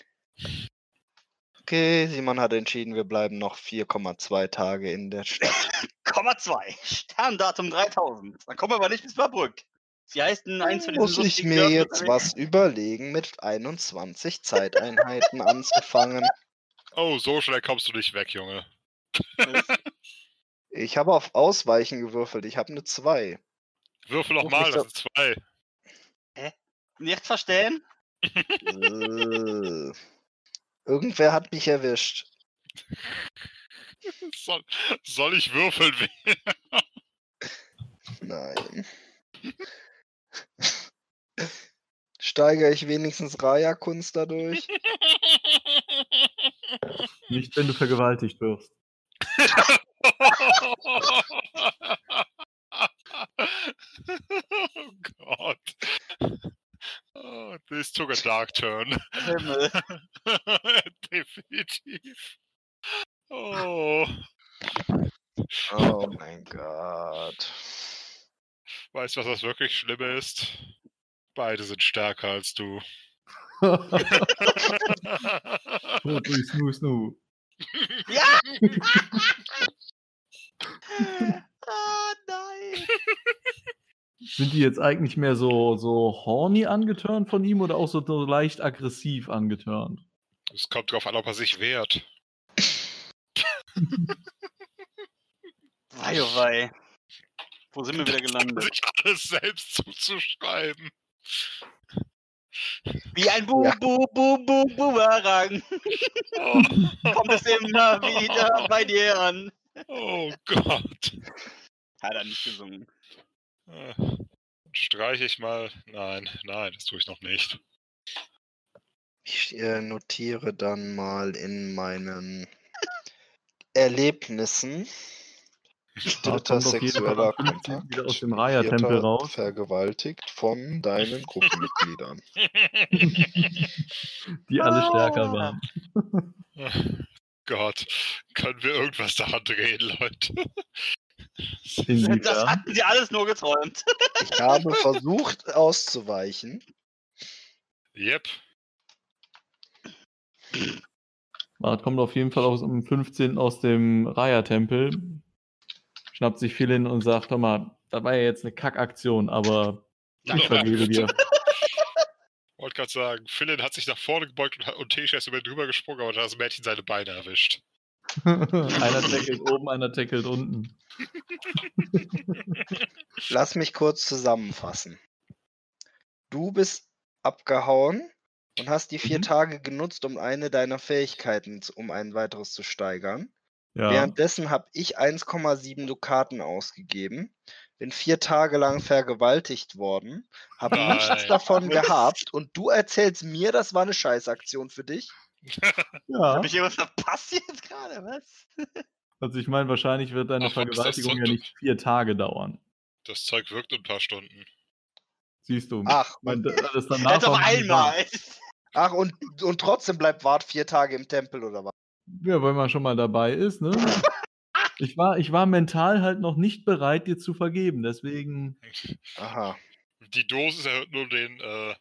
[SPEAKER 2] Okay, Simon hat entschieden, wir bleiben noch 4,2 Tage in der Stadt.
[SPEAKER 4] 2. Sterndatum 3000. Dann kommen wir aber nicht bis Barbrück. Wie heißt denn eins von diesen
[SPEAKER 2] Muss ich
[SPEAKER 4] lustigen
[SPEAKER 2] mir
[SPEAKER 4] Dörfern
[SPEAKER 2] jetzt
[SPEAKER 4] unterwegs?
[SPEAKER 2] was überlegen, mit 21 Zeiteinheiten anzufangen.
[SPEAKER 3] oh, so schnell kommst du nicht weg, Junge.
[SPEAKER 2] Ich habe auf Ausweichen gewürfelt, ich habe eine 2.
[SPEAKER 3] Würfel
[SPEAKER 2] Ruf
[SPEAKER 3] nochmal,
[SPEAKER 2] mich
[SPEAKER 3] das sind 2.
[SPEAKER 4] Nicht verstehen?
[SPEAKER 2] Irgendwer hat mich erwischt.
[SPEAKER 3] Soll ich würfeln?
[SPEAKER 2] Nein. Steigere ich wenigstens Raya-Kunst dadurch?
[SPEAKER 5] Nicht, wenn du vergewaltigt wirst.
[SPEAKER 3] Oh Gott. Oh, this took a dark turn.
[SPEAKER 4] Himmel.
[SPEAKER 3] Definitiv. Oh.
[SPEAKER 2] Oh mein Gott.
[SPEAKER 3] Weißt du, was das wirklich Schlimme ist? Beide sind stärker als du.
[SPEAKER 5] Snoo.
[SPEAKER 4] Ja! Ah, nein!
[SPEAKER 5] Sind die jetzt eigentlich mehr so horny angeturnt von ihm oder auch so leicht aggressiv angeturnt?
[SPEAKER 3] Es kommt drauf an, ob er sich wehrt.
[SPEAKER 4] Wei, oh wei. Wo sind wir wieder gelandet?
[SPEAKER 3] Sich alles selbst zuzuschreiben.
[SPEAKER 4] Wie ein Boomerang
[SPEAKER 3] Oh.
[SPEAKER 4] kommt es immer wieder bei dir an.
[SPEAKER 3] Oh Gott.
[SPEAKER 4] Hat er nicht gesungen.
[SPEAKER 3] Streiche ich mal. Nein, das tue ich noch nicht.
[SPEAKER 2] Ich notiere dann mal in meinen Erlebnissen. Dritter sexueller Kontakt.
[SPEAKER 5] Wieder aus dem Raya-Tempel raus.
[SPEAKER 2] Vergewaltigt von deinen Gruppenmitgliedern.
[SPEAKER 5] Die alle stärker waren.
[SPEAKER 3] Gott, können wir irgendwas daran drehen, Leute?
[SPEAKER 4] Das hatten sie alles nur geträumt.
[SPEAKER 2] Ich habe versucht auszuweichen.
[SPEAKER 3] Yep.
[SPEAKER 5] Man kommt auf jeden Fall am 15. aus dem Raya-Tempel, schnappt sich Philin und sagt, hör mal, da war ja jetzt eine Kackaktion, aber ich vergebe dir.
[SPEAKER 3] Wollte gerade sagen, Philin hat sich nach vorne gebeugt und Tesha ist über ihn drüber gesprungen, aber da hat das Mädchen seine Beine erwischt.
[SPEAKER 5] Einer tackelt oben, einer tackelt unten.
[SPEAKER 2] Lass mich kurz zusammenfassen. Du bist abgehauen und hast die 4 Tage genutzt, um eine deiner Fähigkeiten um ein weiteres zu steigern.
[SPEAKER 5] Ja.
[SPEAKER 2] Währenddessen habe ich 1,7 Dukaten ausgegeben, bin 4 Tage lang vergewaltigt worden, habe nichts davon gehabt und du erzählst mir, das war eine Scheißaktion für dich?
[SPEAKER 5] Ja.
[SPEAKER 4] Hab ich irgendwas verpasst jetzt gerade, was?
[SPEAKER 5] Also ich meine, wahrscheinlich wird deine Vergewaltigung ja nicht 4 Tage dauern.
[SPEAKER 3] Das Zeug wirkt in ein paar Stunden.
[SPEAKER 5] Siehst du.
[SPEAKER 2] Ach,
[SPEAKER 5] das danach
[SPEAKER 4] Jetzt auf einmal.
[SPEAKER 2] Ach, und trotzdem bleibt Wart 4 Tage im Tempel, oder was?
[SPEAKER 5] Ja, weil man schon mal dabei ist, ne? Ich war mental halt noch nicht bereit, dir zu vergeben, deswegen...
[SPEAKER 2] Aha.
[SPEAKER 3] Die Dosis erhöht nur den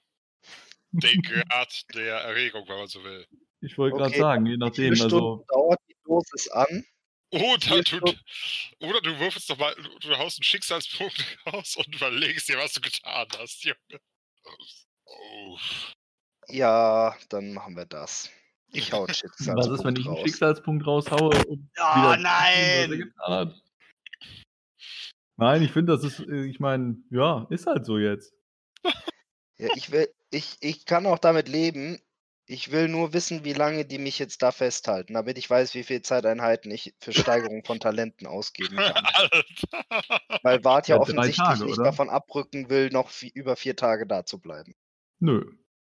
[SPEAKER 3] Grad der Erregung, wenn man so will.
[SPEAKER 5] Ich wollte gerade sagen, je nachdem.
[SPEAKER 2] Wie viele Stunden dauert die Dosis an?
[SPEAKER 3] Oder du würfelst doch mal, du haust einen Schicksalspunkt raus und überlegst dir, was du getan hast, Junge. Oh.
[SPEAKER 2] Ja, dann machen wir das. Ich hau einen Schicksalspunkt raus.
[SPEAKER 5] Was ist, wenn ich einen Schicksalspunkt raushaue und
[SPEAKER 4] wieder nein! Was er getan hat?
[SPEAKER 5] Nein, ich finde, das ist, ich meine, ja, ist halt so jetzt.
[SPEAKER 2] Ja, ich kann auch damit leben. Ich will nur wissen, wie lange die mich jetzt da festhalten, damit ich weiß, wie viele Zeiteinheiten ich für Steigerung von Talenten ausgeben kann. Weil Wart ja offensichtlich 3 Tage, nicht oder? Davon abrücken will, noch über 4 Tage da zu bleiben.
[SPEAKER 5] Nö.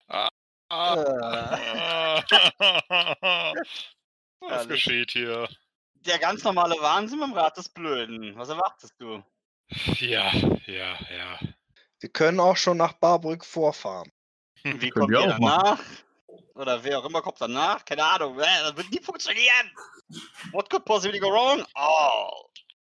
[SPEAKER 3] Was geschieht hier?
[SPEAKER 4] Der ganz normale Wahnsinn im Rat des Blöden. Was erwartest du?
[SPEAKER 3] Ja.
[SPEAKER 2] Wir können auch schon nach Barbrück vorfahren.
[SPEAKER 4] Wie kommt ihr danach? Oder wer auch immer kommt danach? Keine Ahnung. Das wird nie funktionieren. What could possibly go wrong? Oh.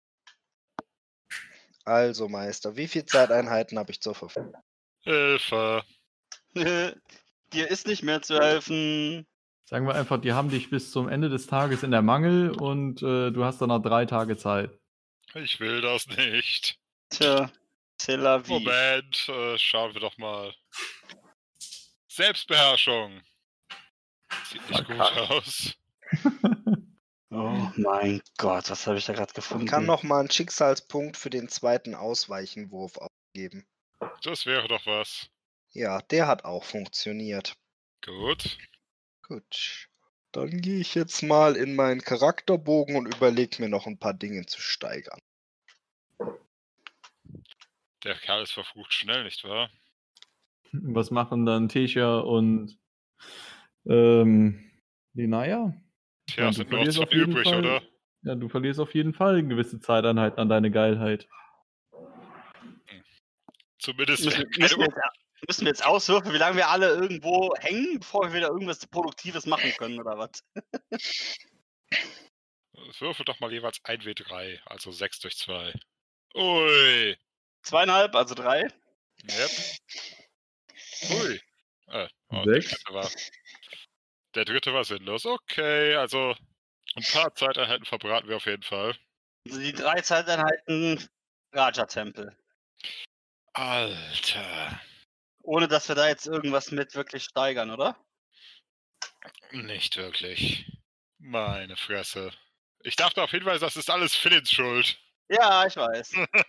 [SPEAKER 2] Also, Meister, wie viele Zeiteinheiten habe ich zur Verfügung?
[SPEAKER 3] Hilfe.
[SPEAKER 4] Dir ist nicht mehr zu helfen.
[SPEAKER 5] Sagen wir einfach, die haben dich bis zum Ende des Tages in der Mangel und du hast dann noch 3 Tage Zeit.
[SPEAKER 3] Ich will das nicht.
[SPEAKER 4] Tja,
[SPEAKER 3] Moment, schauen wir doch mal. Selbstbeherrschung. Sieht nicht gut aus.
[SPEAKER 4] Oh mein Gott, was habe ich da gerade gefunden?
[SPEAKER 2] Ich kann noch mal einen Schicksalspunkt für den zweiten Ausweichenwurf abgeben.
[SPEAKER 3] Das wäre doch was.
[SPEAKER 2] Ja, der hat auch funktioniert.
[SPEAKER 3] Gut.
[SPEAKER 2] Dann gehe ich jetzt mal in meinen Charakterbogen und überlege mir noch ein paar Dinge zu steigern.
[SPEAKER 3] Der Kerl ist verflucht schnell, nicht wahr?
[SPEAKER 5] Was machen dann Tesha und Linaya?
[SPEAKER 3] Tja,
[SPEAKER 5] Ja,
[SPEAKER 3] es
[SPEAKER 5] du
[SPEAKER 3] sind nur noch
[SPEAKER 5] verlierst
[SPEAKER 3] zwei
[SPEAKER 5] auf jeden
[SPEAKER 3] übrig,
[SPEAKER 5] Fall.
[SPEAKER 3] oder?
[SPEAKER 5] Ja, du verlierst auf jeden Fall eine gewisse Zeiteinheit an deine Geilheit.
[SPEAKER 3] Zumindest
[SPEAKER 4] Müssen wir jetzt auswürfen, wie lange wir alle irgendwo hängen, bevor wir wieder irgendwas Produktives machen können, oder was?
[SPEAKER 3] Würfel doch mal jeweils 1W3, also 6 durch 2. Ui.
[SPEAKER 4] 2,5, also 3.
[SPEAKER 3] Yep. Ui. Der
[SPEAKER 5] 6.
[SPEAKER 3] dritte war sinnlos. Okay, also ein paar Zeiteinheiten verbraten wir auf jeden Fall.
[SPEAKER 4] Also die 3 Zeiteinheiten Raja-Tempel.
[SPEAKER 3] Alter.
[SPEAKER 4] Ohne dass wir da jetzt irgendwas mit wirklich steigern, oder?
[SPEAKER 3] Nicht wirklich. Meine Fresse. Ich dachte auf jeden Fall, das ist alles Philins Schuld.
[SPEAKER 4] Ja, ich weiß.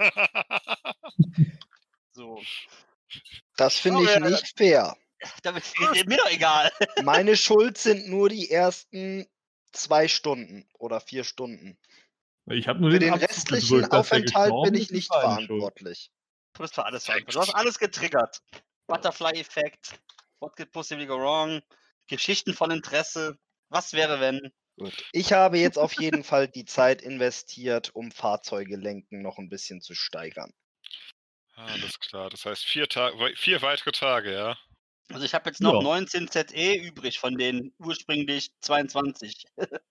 [SPEAKER 4] So.
[SPEAKER 2] Das finde ich nicht fair.
[SPEAKER 4] Damit ist mir doch egal.
[SPEAKER 2] Meine Schuld sind nur die ersten 2 Stunden oder 4 Stunden.
[SPEAKER 5] Ich habe nur
[SPEAKER 2] Für den
[SPEAKER 5] Abzug
[SPEAKER 2] restlichen
[SPEAKER 5] gedrückt, dass der
[SPEAKER 2] Aufenthalt bin
[SPEAKER 5] gestorben
[SPEAKER 2] ich
[SPEAKER 5] ist,
[SPEAKER 2] nicht
[SPEAKER 5] ist deine Schuld.
[SPEAKER 2] verantwortlich.
[SPEAKER 4] Du bist für alles verantwortlich. Du hast alles getriggert. Butterfly-Effekt. What could possibly go wrong? Geschichten von Interesse. Was wäre, wenn?
[SPEAKER 2] Gut. Ich habe jetzt auf jeden Fall die Zeit investiert, um Fahrzeuge lenken noch ein bisschen zu steigern.
[SPEAKER 3] Alles klar, das heißt 4 weitere Tage, ja?
[SPEAKER 4] Also ich habe jetzt noch
[SPEAKER 5] Ja.
[SPEAKER 4] 19 ZE übrig von den ursprünglich 22.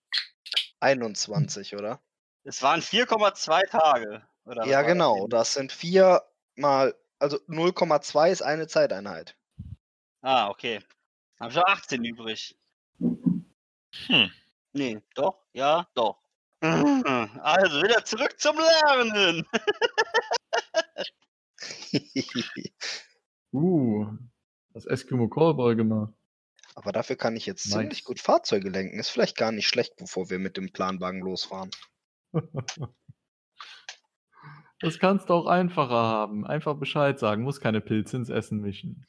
[SPEAKER 2] 21, oder?
[SPEAKER 4] Es waren 4,2 Tage. Oder was
[SPEAKER 2] Ja,
[SPEAKER 4] war das
[SPEAKER 2] genau.
[SPEAKER 4] eben?
[SPEAKER 2] Das sind 4 mal, also 0,2 ist eine Zeiteinheit.
[SPEAKER 4] Ah, okay. Habe ich noch 18 übrig. Nee, doch? Ja, doch. Also wieder zurück zum Lernen.
[SPEAKER 5] Das Eskimo Callboy gemacht.
[SPEAKER 2] Aber dafür kann ich jetzt
[SPEAKER 5] Nice.
[SPEAKER 2] ziemlich gut Fahrzeuge lenken. Ist vielleicht gar nicht schlecht, bevor wir mit dem Planwagen losfahren.
[SPEAKER 5] Das kannst du auch einfacher haben. Einfach Bescheid sagen, muss keine Pilze ins Essen mischen.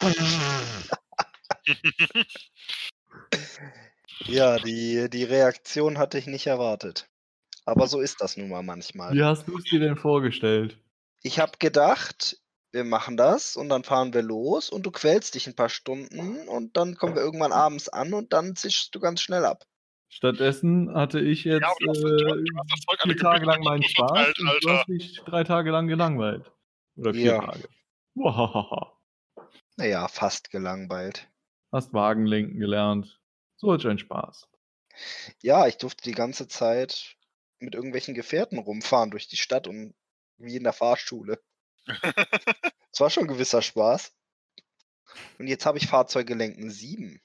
[SPEAKER 2] Ja, die Reaktion hatte ich nicht erwartet. Aber so ist das nun mal manchmal.
[SPEAKER 5] Wie hast du es dir denn vorgestellt?
[SPEAKER 2] Ich habe gedacht, wir machen das und dann fahren wir los und du quälst dich ein paar Stunden und dann kommen wir irgendwann abends an und dann zischst du ganz schnell ab.
[SPEAKER 5] Stattdessen hatte ich jetzt
[SPEAKER 3] Ja, du hast das Zeug an
[SPEAKER 5] 4
[SPEAKER 3] die
[SPEAKER 5] Tage lang
[SPEAKER 3] Gemüse
[SPEAKER 5] meinen Spaß
[SPEAKER 3] verteilt,
[SPEAKER 5] und du
[SPEAKER 3] Alter.
[SPEAKER 5] hast dich 3 Tage lang gelangweilt. Oder 4
[SPEAKER 2] Ja.
[SPEAKER 5] Tage. Wahahaha.
[SPEAKER 2] Naja, fast gelangweilt.
[SPEAKER 5] Hast Wagenlenken gelernt. Solch ein Spaß.
[SPEAKER 2] Ja, ich durfte die ganze Zeit mit irgendwelchen Gefährten rumfahren durch die Stadt und wie in der Fahrschule. Es war schon ein gewisser Spaß. Und jetzt habe ich Fahrzeuge lenken 7.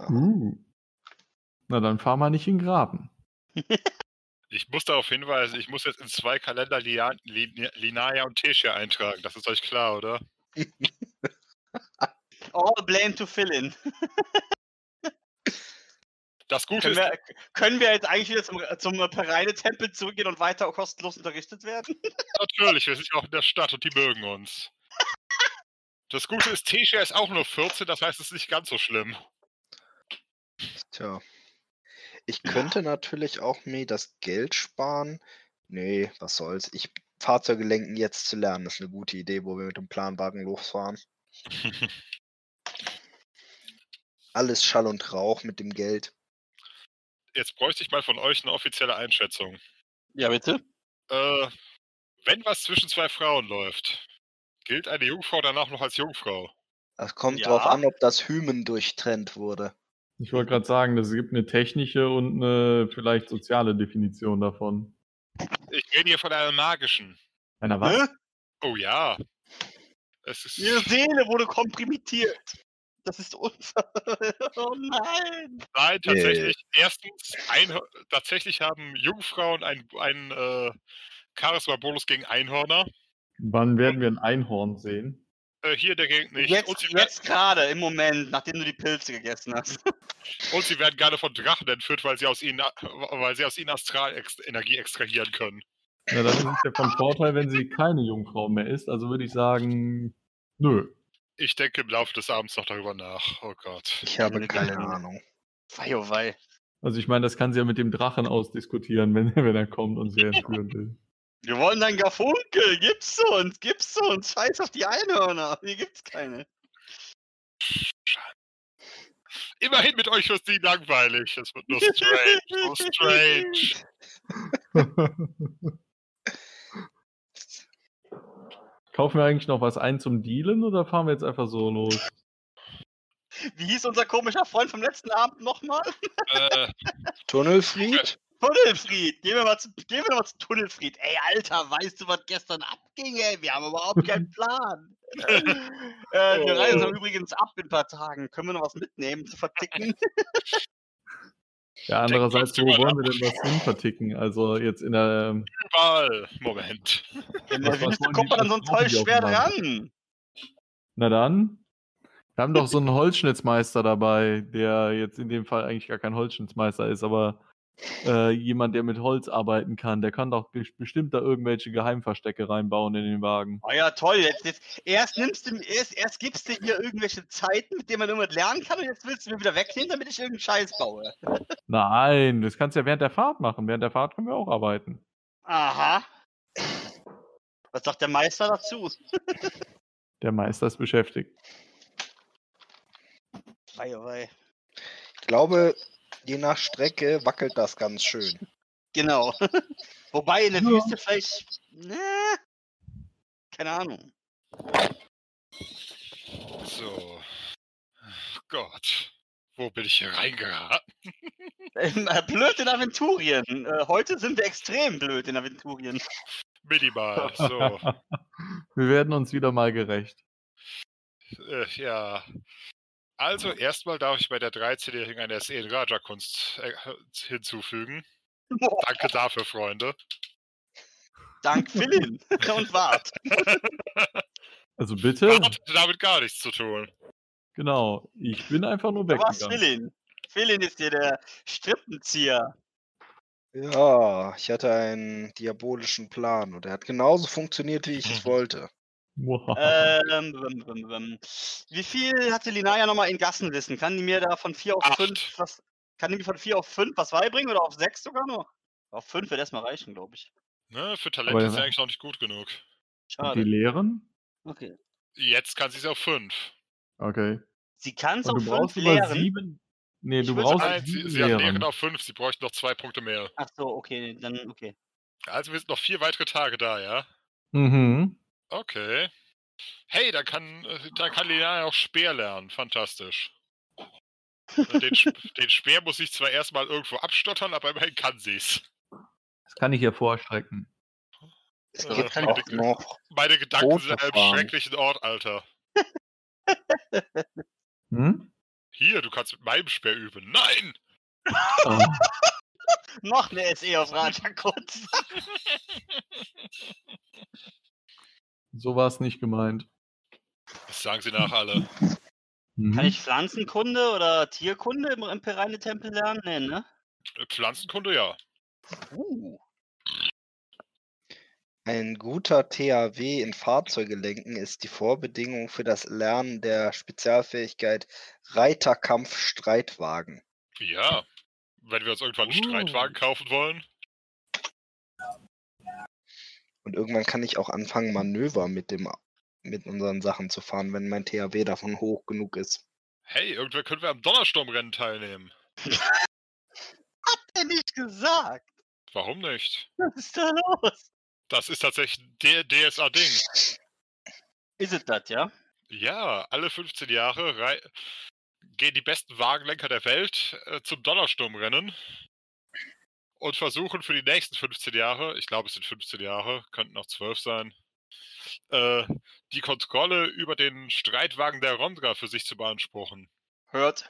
[SPEAKER 5] Na dann fahr mal nicht in den Graben.
[SPEAKER 3] Ich muss darauf hinweisen, ich muss jetzt in 2 Kalender Linaya und Tesha eintragen. Das ist euch klar, oder?
[SPEAKER 4] All blame to fill in.
[SPEAKER 3] Das Gute ist,
[SPEAKER 4] Können wir jetzt eigentlich wieder zum Pereine-Tempel zurückgehen und weiter kostenlos unterrichtet werden?
[SPEAKER 3] natürlich, wir sind ja auch in der Stadt und die mögen uns. Das Gute ist, Tesha ist auch nur 14, das heißt, es ist nicht ganz so schlimm.
[SPEAKER 2] Tja. Ich könnte natürlich auch mir das Geld sparen. Nee, was soll's. Fahrzeuge lenken jetzt zu lernen, ist eine gute Idee, wo wir mit dem Planwagen losfahren. Alles Schall und Rauch mit dem Geld.
[SPEAKER 3] Jetzt bräuchte ich mal von euch eine offizielle Einschätzung.
[SPEAKER 4] Ja, bitte.
[SPEAKER 3] Wenn was zwischen 2 Frauen läuft, gilt eine Jungfrau danach noch als Jungfrau?
[SPEAKER 2] Das kommt
[SPEAKER 4] Ja.
[SPEAKER 2] drauf an, ob das Hymen durchtrennt wurde.
[SPEAKER 5] Ich wollte gerade sagen, es gibt eine technische und eine vielleicht soziale Definition davon.
[SPEAKER 3] Ich rede hier von einer magischen.
[SPEAKER 5] Einer was?
[SPEAKER 4] Hä?
[SPEAKER 3] Oh ja. Es ist.
[SPEAKER 4] Ihre Seele wurde komprimiert. Das ist unser. Oh nein.
[SPEAKER 3] Nein, tatsächlich. Erstens, tatsächlich haben Jungfrauen einen Charisma-Bonus gegen Einhörner.
[SPEAKER 5] Wann werden wir ein Einhorn sehen?
[SPEAKER 3] Hier der Gegend nicht.
[SPEAKER 4] Jetzt gerade, im Moment, nachdem du die Pilze gegessen hast.
[SPEAKER 3] Und sie werden gerne von Drachen entführt, weil sie aus ihnen Astralenergie extrahieren können.
[SPEAKER 5] Ja, dann ist es ja von Vorteil, wenn sie keine Jungfrau mehr ist. Also würde ich sagen, nö.
[SPEAKER 3] Ich denke im Laufe des Abends noch darüber nach. Oh Gott.
[SPEAKER 2] Ich habe keine Ahnung.
[SPEAKER 4] Wei, oh wei.
[SPEAKER 5] Also ich meine, das kann sie ja mit dem Drachen ausdiskutieren, wenn er kommt und sie entführen will.
[SPEAKER 4] Wir wollen dann Garfunkel. Gib's uns. Scheiß auf die Einhörner. Hier gibt's keine.
[SPEAKER 3] Immerhin mit euch wird sie langweilig. Es wird nur strange. So strange.
[SPEAKER 5] Kaufen wir eigentlich noch was ein zum Dealen oder fahren wir jetzt einfach so los?
[SPEAKER 4] Wie hieß unser komischer Freund vom letzten Abend nochmal?
[SPEAKER 2] Tunnelfried?
[SPEAKER 4] Tunnelfried. Gehen wir mal zu Tunnelfried. Ey, Alter, weißt du, was gestern abging, ey? Wir haben überhaupt keinen Plan. Wir reisen übrigens ab in ein paar Tagen. Können wir noch was mitnehmen zu verticken?
[SPEAKER 5] Ja, andererseits, wo wollen wir denn was hin verticken? Also jetzt in der...
[SPEAKER 3] Moment.
[SPEAKER 4] In der Wüste kommt man dann so toll schwer dran.
[SPEAKER 5] Na dann. Wir haben doch so einen Holzschnitzmeister dabei, der jetzt in dem Fall eigentlich gar kein Holzschnitzmeister ist, aber jemand, der mit Holz arbeiten kann, der kann doch bestimmt da irgendwelche Geheimverstecke reinbauen in den Wagen.
[SPEAKER 4] Oh ja, toll. Erst gibst du hier irgendwelche Zeiten, mit denen man irgendwas lernen kann, und jetzt willst du mir wieder wegnehmen, damit ich irgendeinen Scheiß baue.
[SPEAKER 5] Nein, das kannst du ja während der Fahrt machen. Während der Fahrt können wir auch arbeiten.
[SPEAKER 4] Aha. Was sagt der Meister dazu?
[SPEAKER 5] Der Meister ist beschäftigt.
[SPEAKER 4] Wei.
[SPEAKER 2] Ich glaube, je nach Strecke wackelt das ganz schön.
[SPEAKER 4] Genau. Wobei in der Wüste vielleicht... keine Ahnung.
[SPEAKER 3] So. Gott. Wo bin ich hier reingeraten?
[SPEAKER 4] Blöd in Aventurien. Heute sind wir extrem blöd in Aventurien.
[SPEAKER 3] Minimal. So.
[SPEAKER 5] Wir werden uns wieder mal gerecht.
[SPEAKER 3] Ja. Also, erstmal darf ich bei der 13-Jährigen eine SE in Raja-Kunst hinzufügen. Danke dafür, Freunde.
[SPEAKER 4] Dank Philin und Wart.
[SPEAKER 5] Also bitte?
[SPEAKER 3] Wart hatte damit gar nichts zu tun.
[SPEAKER 5] Genau, ich bin einfach nur
[SPEAKER 4] Was
[SPEAKER 5] weggegangen.
[SPEAKER 4] Philin? Philin ist hier der Strippenzieher.
[SPEAKER 2] Ja, ich hatte einen diabolischen Plan und er hat genauso funktioniert, wie ich es wollte.
[SPEAKER 5] Wow.
[SPEAKER 4] Wie viel hatte Linaya nochmal in Gassenwissen? Kann die mir da von 4 auf 5 was... Kann die mir von 4 auf 5 was beibringen oder auf 6 sogar noch? Auf 5 wird erstmal reichen, glaube ich.
[SPEAKER 3] Ne, für Talent
[SPEAKER 5] Aber
[SPEAKER 3] ist sie eigentlich noch nicht gut genug.
[SPEAKER 5] Und die
[SPEAKER 4] Schade.
[SPEAKER 5] Lehren?
[SPEAKER 4] Okay.
[SPEAKER 3] Jetzt kann sie es auf 5.
[SPEAKER 5] Okay.
[SPEAKER 4] Sie kann es
[SPEAKER 5] Und
[SPEAKER 4] auf
[SPEAKER 5] du
[SPEAKER 4] 5
[SPEAKER 5] brauchst aber
[SPEAKER 4] lehren.
[SPEAKER 5] 7. Nee,
[SPEAKER 4] Ich
[SPEAKER 5] du
[SPEAKER 4] will
[SPEAKER 5] brauchst
[SPEAKER 3] Nein,
[SPEAKER 5] 7
[SPEAKER 3] sie hat Lehren
[SPEAKER 5] Lehren.
[SPEAKER 3] auf 5, sie bräuchte noch 2 Punkte mehr.
[SPEAKER 4] Ach so, okay, dann okay.
[SPEAKER 3] Also wir sind noch 4 weitere Tage da, ja?
[SPEAKER 5] Mhm.
[SPEAKER 3] Okay. Hey, da kann Liliana auch Speer lernen. Fantastisch. Den Speer muss ich zwar erstmal irgendwo abstottern, aber immerhin kann sie's.
[SPEAKER 5] Das kann ich hier vorstrecken.
[SPEAKER 2] Es
[SPEAKER 3] Ja,
[SPEAKER 2] gibt
[SPEAKER 3] meine
[SPEAKER 2] auch noch
[SPEAKER 3] Meine Gedanken
[SPEAKER 2] Boote
[SPEAKER 3] sind an einem
[SPEAKER 2] fahren.
[SPEAKER 3] schrecklichen Ort, Alter.
[SPEAKER 5] Hm?
[SPEAKER 3] Hier, du kannst mit meinem Speer üben. Nein!
[SPEAKER 5] Oh.
[SPEAKER 4] Noch eine SE auf Raja-Kunst.
[SPEAKER 5] So war es nicht gemeint.
[SPEAKER 3] Das sagen sie nach alle.
[SPEAKER 5] Mhm.
[SPEAKER 4] Kann ich Pflanzenkunde oder Tierkunde im Imperine-Tempel lernen? Nee, ne?
[SPEAKER 3] Pflanzenkunde, ja.
[SPEAKER 2] Ein guter THW in Fahrzeuge lenken ist die Vorbedingung für das Lernen der Spezialfähigkeit Reiterkampf-Streitwagen.
[SPEAKER 3] Ja. Wenn wir uns irgendwann einen Streitwagen kaufen wollen.
[SPEAKER 2] Und irgendwann kann ich auch anfangen, Manöver mit unseren Sachen zu fahren, wenn mein THW davon hoch genug ist.
[SPEAKER 3] Hey, irgendwann können wir am Donnersturmrennen teilnehmen.
[SPEAKER 4] Hat er nicht gesagt?
[SPEAKER 3] Warum nicht?
[SPEAKER 4] Was ist da los?
[SPEAKER 3] Das ist tatsächlich der DSA-Ding.
[SPEAKER 4] Ist es das, ja?
[SPEAKER 3] Ja, alle 15 Jahre gehen die besten Wagenlenker der Welt zum Donnersturmrennen und versuchen für die nächsten 15 Jahre, ich glaube es sind 15 Jahre, könnten auch 12 sein, die Kontrolle über den Streitwagen der Rondra für sich zu beanspruchen.
[SPEAKER 4] Hört.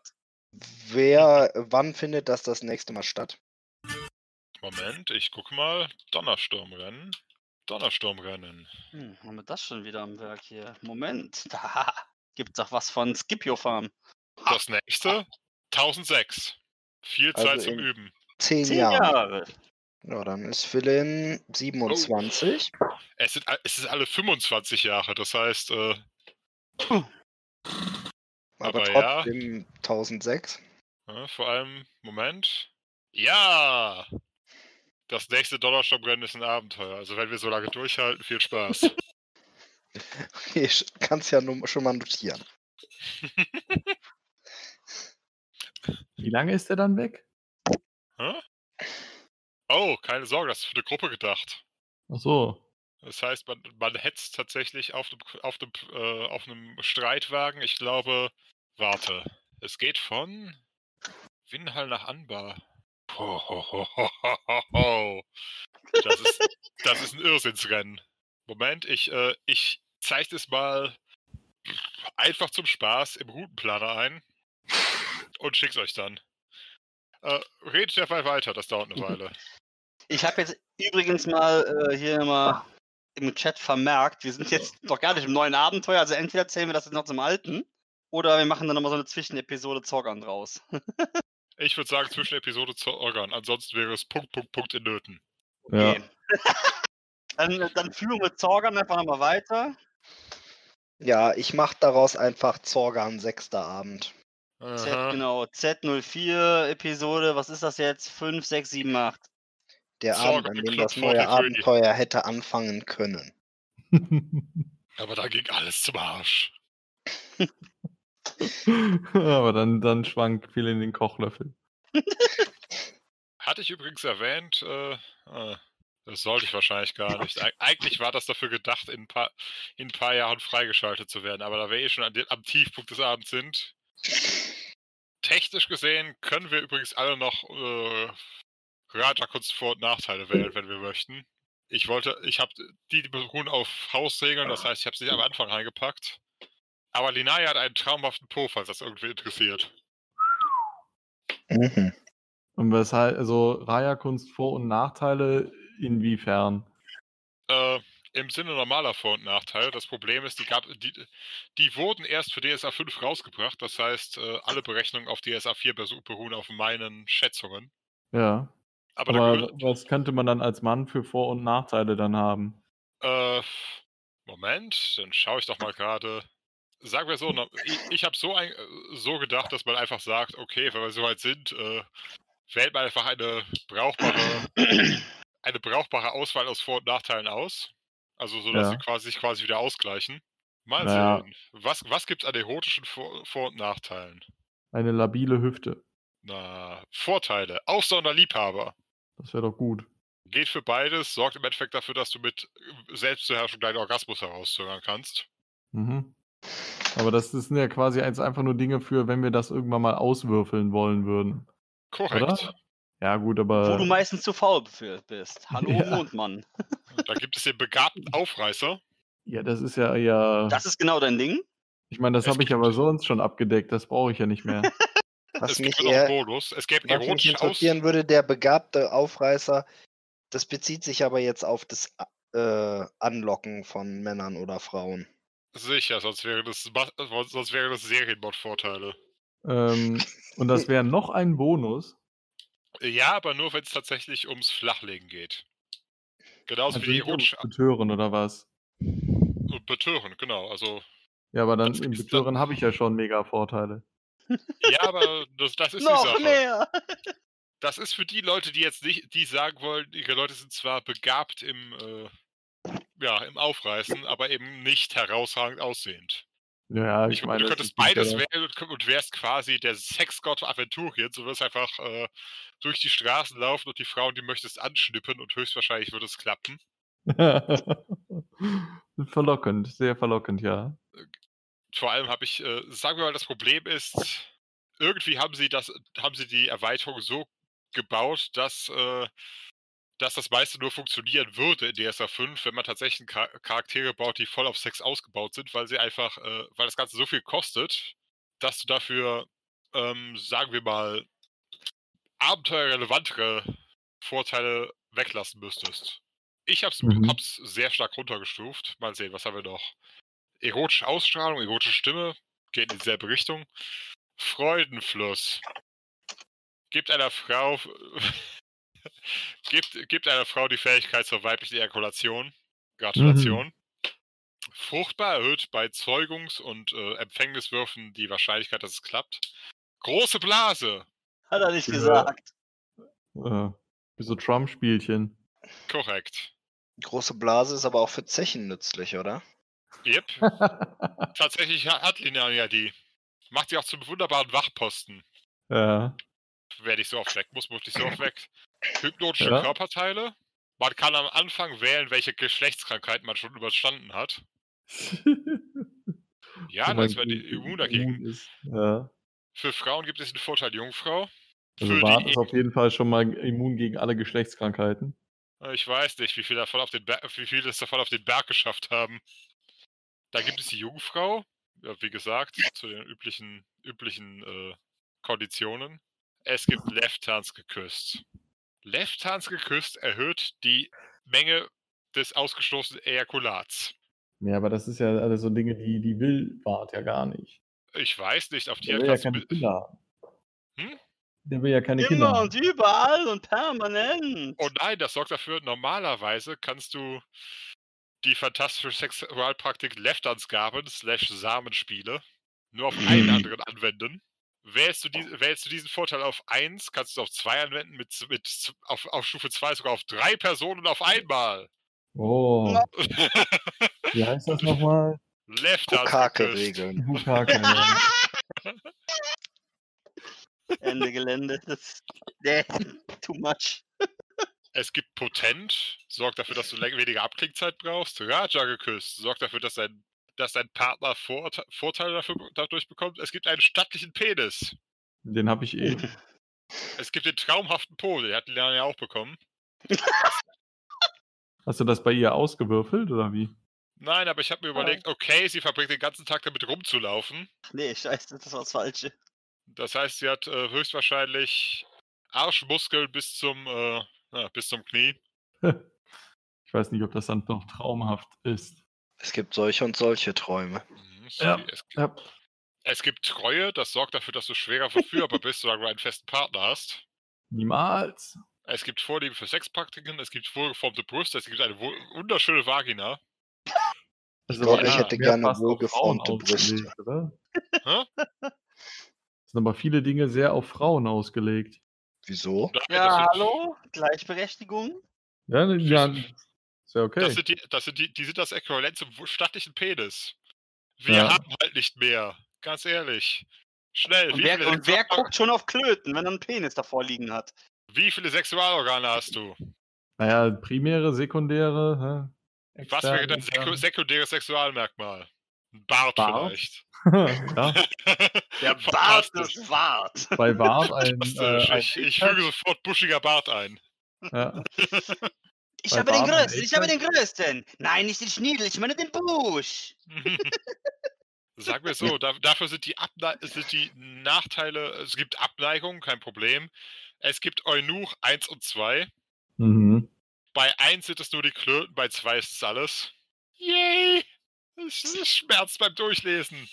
[SPEAKER 2] Wann findet das nächste Mal statt?
[SPEAKER 3] Moment, ich gucke mal. Donnersturmrennen.
[SPEAKER 4] Haben wir das schon wieder am Werk hier? Moment. Da gibt's doch was von Scipio Farm.
[SPEAKER 3] Das nächste, 1006. Viel
[SPEAKER 2] Also
[SPEAKER 3] Zeit zum
[SPEAKER 2] in
[SPEAKER 3] Üben.
[SPEAKER 2] 10
[SPEAKER 4] 10
[SPEAKER 2] Jahren.
[SPEAKER 4] Jahre.
[SPEAKER 2] Ja, dann ist Philin 27.
[SPEAKER 3] Es ist alle 25 Jahre, das heißt,
[SPEAKER 2] Aber
[SPEAKER 3] aber ja.
[SPEAKER 2] trotzdem 1006.
[SPEAKER 3] Vor allem, Moment. Ja! Das nächste Donnerstockbrennen ist ein Abenteuer. Also wenn wir so lange durchhalten, viel Spaß.
[SPEAKER 2] Okay, kannst ja schon mal notieren.
[SPEAKER 5] Wie lange ist er dann weg?
[SPEAKER 3] Oh, keine Sorge, das ist für eine Gruppe gedacht.
[SPEAKER 5] Ach so.
[SPEAKER 3] Das heißt, man hetzt tatsächlich auf einem Streitwagen. Ich glaube, warte. Es geht von Winhall nach Anbar. Ho. Das ist ein Irrsinnsrennen. Moment, ich zeichne es mal einfach zum Spaß im Routenplaner ein und schick's euch dann. Redet dabei weiter, das dauert eine Weile.
[SPEAKER 4] Ich habe jetzt übrigens mal hier mal im Chat vermerkt, wir sind jetzt noch gar nicht im neuen Abenteuer, also entweder zählen wir das jetzt noch zum alten, oder wir machen dann nochmal so eine Zwischenepisode Zorgern draus.
[SPEAKER 3] Ich würde sagen, Zwischenepisode Zorgern, ansonsten wäre es Punkt in Nöten.
[SPEAKER 5] Ja.
[SPEAKER 4] Okay. Dann führen wir Zorgern einfach nochmal weiter.
[SPEAKER 2] Ja, ich mache daraus einfach Zorgan 6. Abend.
[SPEAKER 4] Genau, Z04 Episode, was ist das jetzt? 5, 6, 7, 8.
[SPEAKER 2] Der Abend,
[SPEAKER 3] Zorgan
[SPEAKER 2] an dem
[SPEAKER 3] Club
[SPEAKER 2] das neue
[SPEAKER 3] 43.
[SPEAKER 2] Abenteuer hätte anfangen können.
[SPEAKER 3] Aber da ging alles zum Arsch.
[SPEAKER 5] Aber dann schwank viel in den Kochlöffel.
[SPEAKER 3] Hatte ich übrigens erwähnt, das sollte ich wahrscheinlich gar nicht. Eigentlich war das dafür gedacht, in ein paar Jahren freigeschaltet zu werden, aber da wir schon am Tiefpunkt des Abends sind. Technisch gesehen können wir übrigens alle noch Raja-Kunst Vor- und Nachteile wählen, wenn wir möchten. Die beruhen auf Hausregeln, das heißt, ich habe sie nicht am Anfang reingepackt. Aber Linaya hat einen traumhaften Po, falls das irgendwie interessiert.
[SPEAKER 2] Mhm.
[SPEAKER 5] Und weshalb, also Raya-Kunst Vor- und Nachteile inwiefern?
[SPEAKER 3] Im Sinne normaler Vor- und Nachteile. Das Problem ist, die wurden erst für DSA 5 rausgebracht. Das heißt, alle Berechnungen auf DSA 4 beruhen auf meinen Schätzungen.
[SPEAKER 5] Ja.
[SPEAKER 3] Aber
[SPEAKER 5] was könnte man dann als Mann für Vor- und Nachteile dann haben?
[SPEAKER 3] Moment, dann schaue ich doch mal gerade. Sagen wir so, ich habe so gedacht, dass man einfach sagt, okay, wenn wir so weit sind, wählt man einfach eine brauchbare Auswahl aus Vor- und Nachteilen aus. Also so, dass sie sich quasi wieder ausgleichen. Mal sehen. Was gibt's an erotischen Vor- und Nachteilen?
[SPEAKER 5] Eine labile Hüfte.
[SPEAKER 3] Na, Vorteile. Ausdauernder Liebhaber.
[SPEAKER 5] Das wäre doch gut.
[SPEAKER 3] Geht für beides, sorgt im Endeffekt dafür, dass du mit Selbstbeherrschung deinen Orgasmus herauszögern kannst.
[SPEAKER 5] Mhm. Aber das sind ja quasi jetzt einfach nur Dinge für, wenn wir das irgendwann mal auswürfeln wollen würden.
[SPEAKER 3] Korrekt.
[SPEAKER 5] Oder? Ja, gut, aber.
[SPEAKER 4] Wo du meistens zu faul für bist. Hallo,
[SPEAKER 5] Ja.
[SPEAKER 4] Mondmann.
[SPEAKER 3] Da gibt es den begabten Aufreißer.
[SPEAKER 5] Ja, das ist ja.
[SPEAKER 4] Das ist genau dein Ding?
[SPEAKER 5] Ich meine, das habe ich aber sonst schon abgedeckt. Das brauche ich ja nicht mehr.
[SPEAKER 3] Es gibt noch einen Bonus. Es gäbe
[SPEAKER 2] was mich
[SPEAKER 3] erotisch
[SPEAKER 2] interessieren würde, der begabte Aufreißer, das bezieht sich aber jetzt auf das Anlocken von Männern oder Frauen.
[SPEAKER 3] Sicher, sonst wäre das Serienmod-Vorteile.
[SPEAKER 5] Und das wäre noch ein Bonus.
[SPEAKER 3] Ja, aber nur, wenn es tatsächlich ums Flachlegen geht. Genauso wie die erotische.
[SPEAKER 5] Betören oder was?
[SPEAKER 3] Betören, genau. Also.
[SPEAKER 5] Ja, aber dann im Betören habe ich ja schon mega Vorteile.
[SPEAKER 3] Ja, aber das ist
[SPEAKER 4] noch
[SPEAKER 3] die Sache.
[SPEAKER 4] mehr!
[SPEAKER 3] Das ist für die Leute, die jetzt nicht, die sagen wollen, ihre Leute sind zwar begabt im Aufreißen, aber eben nicht herausragend aussehend.
[SPEAKER 5] Ja, ich meine,
[SPEAKER 3] du könntest beides wählen und wärst quasi der Sexgott Aventurien. Du wirst einfach durch die Straßen laufen und die Frauen, die möchtest, anschnippen und höchstwahrscheinlich würde es klappen.
[SPEAKER 5] Verlockend, sehr verlockend, ja.
[SPEAKER 3] Vor allem habe ich, sagen wir mal, das Problem ist, irgendwie haben sie die Erweiterung so gebaut, dass das meiste nur funktionieren würde in DSA 5, wenn man tatsächlich Charaktere baut, die voll auf Sex ausgebaut sind, weil weil das Ganze so viel kostet, dass du dafür, sagen wir mal, abenteuerrelevantere Vorteile weglassen müsstest. Ich hab's sehr stark runtergestuft. Mal sehen, was haben wir noch? Erotische Ausstrahlung, erotische Stimme, geht in dieselbe Richtung. Freudenfluss. Gibt einer Frau die Fähigkeit zur weiblichen Ejakulation. Gratulation. Fruchtbar erhöht bei Zeugungs- und Empfängniswürfen die Wahrscheinlichkeit, dass es klappt. Große Blase.
[SPEAKER 4] Hat er nicht
[SPEAKER 5] Ja.
[SPEAKER 4] gesagt.
[SPEAKER 5] Wie so Trump-Spielchen.
[SPEAKER 3] Korrekt.
[SPEAKER 2] Große Blase ist aber auch für Zechen nützlich, oder?
[SPEAKER 3] Yep. Tatsächlich hat Lineal die. Macht sie auch zum wunderbaren Wachposten.
[SPEAKER 5] Ja.
[SPEAKER 3] Wer nicht so oft weg muss nicht so oft weg. Hypnotische
[SPEAKER 5] Ja.
[SPEAKER 3] Körperteile. Man kann am Anfang wählen, welche Geschlechtskrankheiten man schon überstanden hat. Ja,
[SPEAKER 5] Wo
[SPEAKER 3] dann
[SPEAKER 5] man
[SPEAKER 3] ist man immun dagegen.
[SPEAKER 5] ist. Ja.
[SPEAKER 3] Für Frauen gibt es den Vorteil Jungfrau.
[SPEAKER 5] Also
[SPEAKER 3] Für
[SPEAKER 5] Bart
[SPEAKER 3] die
[SPEAKER 5] ist auf jeden Fall schon mal immun gegen alle Geschlechtskrankheiten.
[SPEAKER 3] Ich weiß nicht, wie viele es davon auf den Berg geschafft haben. Da gibt es die Jungfrau, ja, wie gesagt, zu den üblichen Konditionen. Es gibt Left Turns geküsst. Left Turns geküsst erhöht die Menge des ausgestoßenen Ejakulats.
[SPEAKER 5] Ja, aber das ist ja alles so Dinge, die will Bart ja gar nicht.
[SPEAKER 3] Ich weiß nicht, auf die
[SPEAKER 5] Der
[SPEAKER 3] hat
[SPEAKER 5] will ja
[SPEAKER 3] kannst
[SPEAKER 5] keine
[SPEAKER 3] du.
[SPEAKER 5] Kinder haben.
[SPEAKER 3] Hm?
[SPEAKER 5] Der will ja keine Kinder
[SPEAKER 4] Immer
[SPEAKER 5] haben.
[SPEAKER 4] und überall und permanent.
[SPEAKER 3] Oh nein, das sorgt dafür, normalerweise kannst du die fantastische Sexualpraktik Left Turns Gaben / Samenspiele nur auf einen anderen anwenden. Wählst du diesen Vorteil auf 1, kannst du auf 2 anwenden, auf Stufe 2 sogar auf 3 Personen auf einmal.
[SPEAKER 5] Oh. Wie heißt das nochmal?
[SPEAKER 3] Left Turns geküsst.
[SPEAKER 2] Bukake-Regeln.
[SPEAKER 5] Bukake, ja.
[SPEAKER 4] Ende Gelände. Das nee, too much.
[SPEAKER 3] Es gibt Potent, sorgt dafür, dass du weniger Abklingzeit brauchst. Raja geküsst, sorgt dafür, dass dein Partner Vorteile dadurch bekommt. Es gibt einen stattlichen Penis.
[SPEAKER 5] Den habe ich eh.
[SPEAKER 3] Es gibt den traumhaften Po, den hat Liliana ja auch bekommen.
[SPEAKER 5] Hast du das bei ihr ausgewürfelt oder wie?
[SPEAKER 3] Nein, aber ich habe mir überlegt, okay, sie verbringt den ganzen Tag damit rumzulaufen.
[SPEAKER 4] Ach nee, scheiße, das war das Falsche.
[SPEAKER 3] Das heißt, sie hat höchstwahrscheinlich Arschmuskeln bis zum Knie.
[SPEAKER 5] Ich weiß nicht, ob das dann noch traumhaft ist.
[SPEAKER 2] Es gibt solche und solche Träume.
[SPEAKER 5] Ja.
[SPEAKER 3] Es gibt Treue, das sorgt dafür, dass du schwerer verführbar bist, solange du einen festen Partner hast.
[SPEAKER 5] Niemals.
[SPEAKER 3] Es gibt Vorlieben für Sexpraktiken, es gibt wohlgeformte Brüste, es gibt eine wunderschöne Vagina.
[SPEAKER 5] Also,
[SPEAKER 2] glaube, ich hätte gerne
[SPEAKER 5] mehr fast auf
[SPEAKER 2] wohlgeformte
[SPEAKER 5] Frauen
[SPEAKER 2] Brüste.
[SPEAKER 5] ausgelegt, oder?
[SPEAKER 3] Hä?
[SPEAKER 5] Es sind aber viele Dinge sehr auf Frauen ausgelegt.
[SPEAKER 2] Wieso?
[SPEAKER 3] Nein,
[SPEAKER 4] Ja, hallo? Gleichberechtigung?
[SPEAKER 5] Ja, ja, ist ja okay.
[SPEAKER 3] Die sind das Äquivalent zum stattlichen Penis. Wir
[SPEAKER 5] Ja.
[SPEAKER 3] haben halt nicht mehr. Ganz ehrlich. Schnell.
[SPEAKER 4] Und wer guckt schon auf Klöten, wenn er einen Penis davor liegen hat?
[SPEAKER 3] Wie viele Sexualorgane hast du?
[SPEAKER 5] Naja, primäre, sekundäre.
[SPEAKER 3] Was wäre dein
[SPEAKER 5] externe,
[SPEAKER 3] sekundäres Sexualmerkmal? Ein Bart
[SPEAKER 5] Bart?
[SPEAKER 3] vielleicht.
[SPEAKER 5] Ja,
[SPEAKER 4] Der Bart
[SPEAKER 3] Fantastisch.
[SPEAKER 4] ist Bart.
[SPEAKER 5] bei Bart
[SPEAKER 3] Fantastisch. Ich füge sofort buschiger Bart ein.
[SPEAKER 5] Ja.
[SPEAKER 4] Ich
[SPEAKER 5] Bei
[SPEAKER 4] habe den
[SPEAKER 5] Bart ein
[SPEAKER 4] größten, ich habe den größten. Nein, nicht den Schniedel, ich meine den Busch.
[SPEAKER 3] Sag mir so, dafür sind die Nachteile, es gibt Abneigungen, kein Problem. Es gibt Eunuch 1 und 2.
[SPEAKER 5] Mhm.
[SPEAKER 3] Bei 1 sind es nur die Klöten, bei 2 ist es alles. Yay! Es schmerzt beim Durchlesen.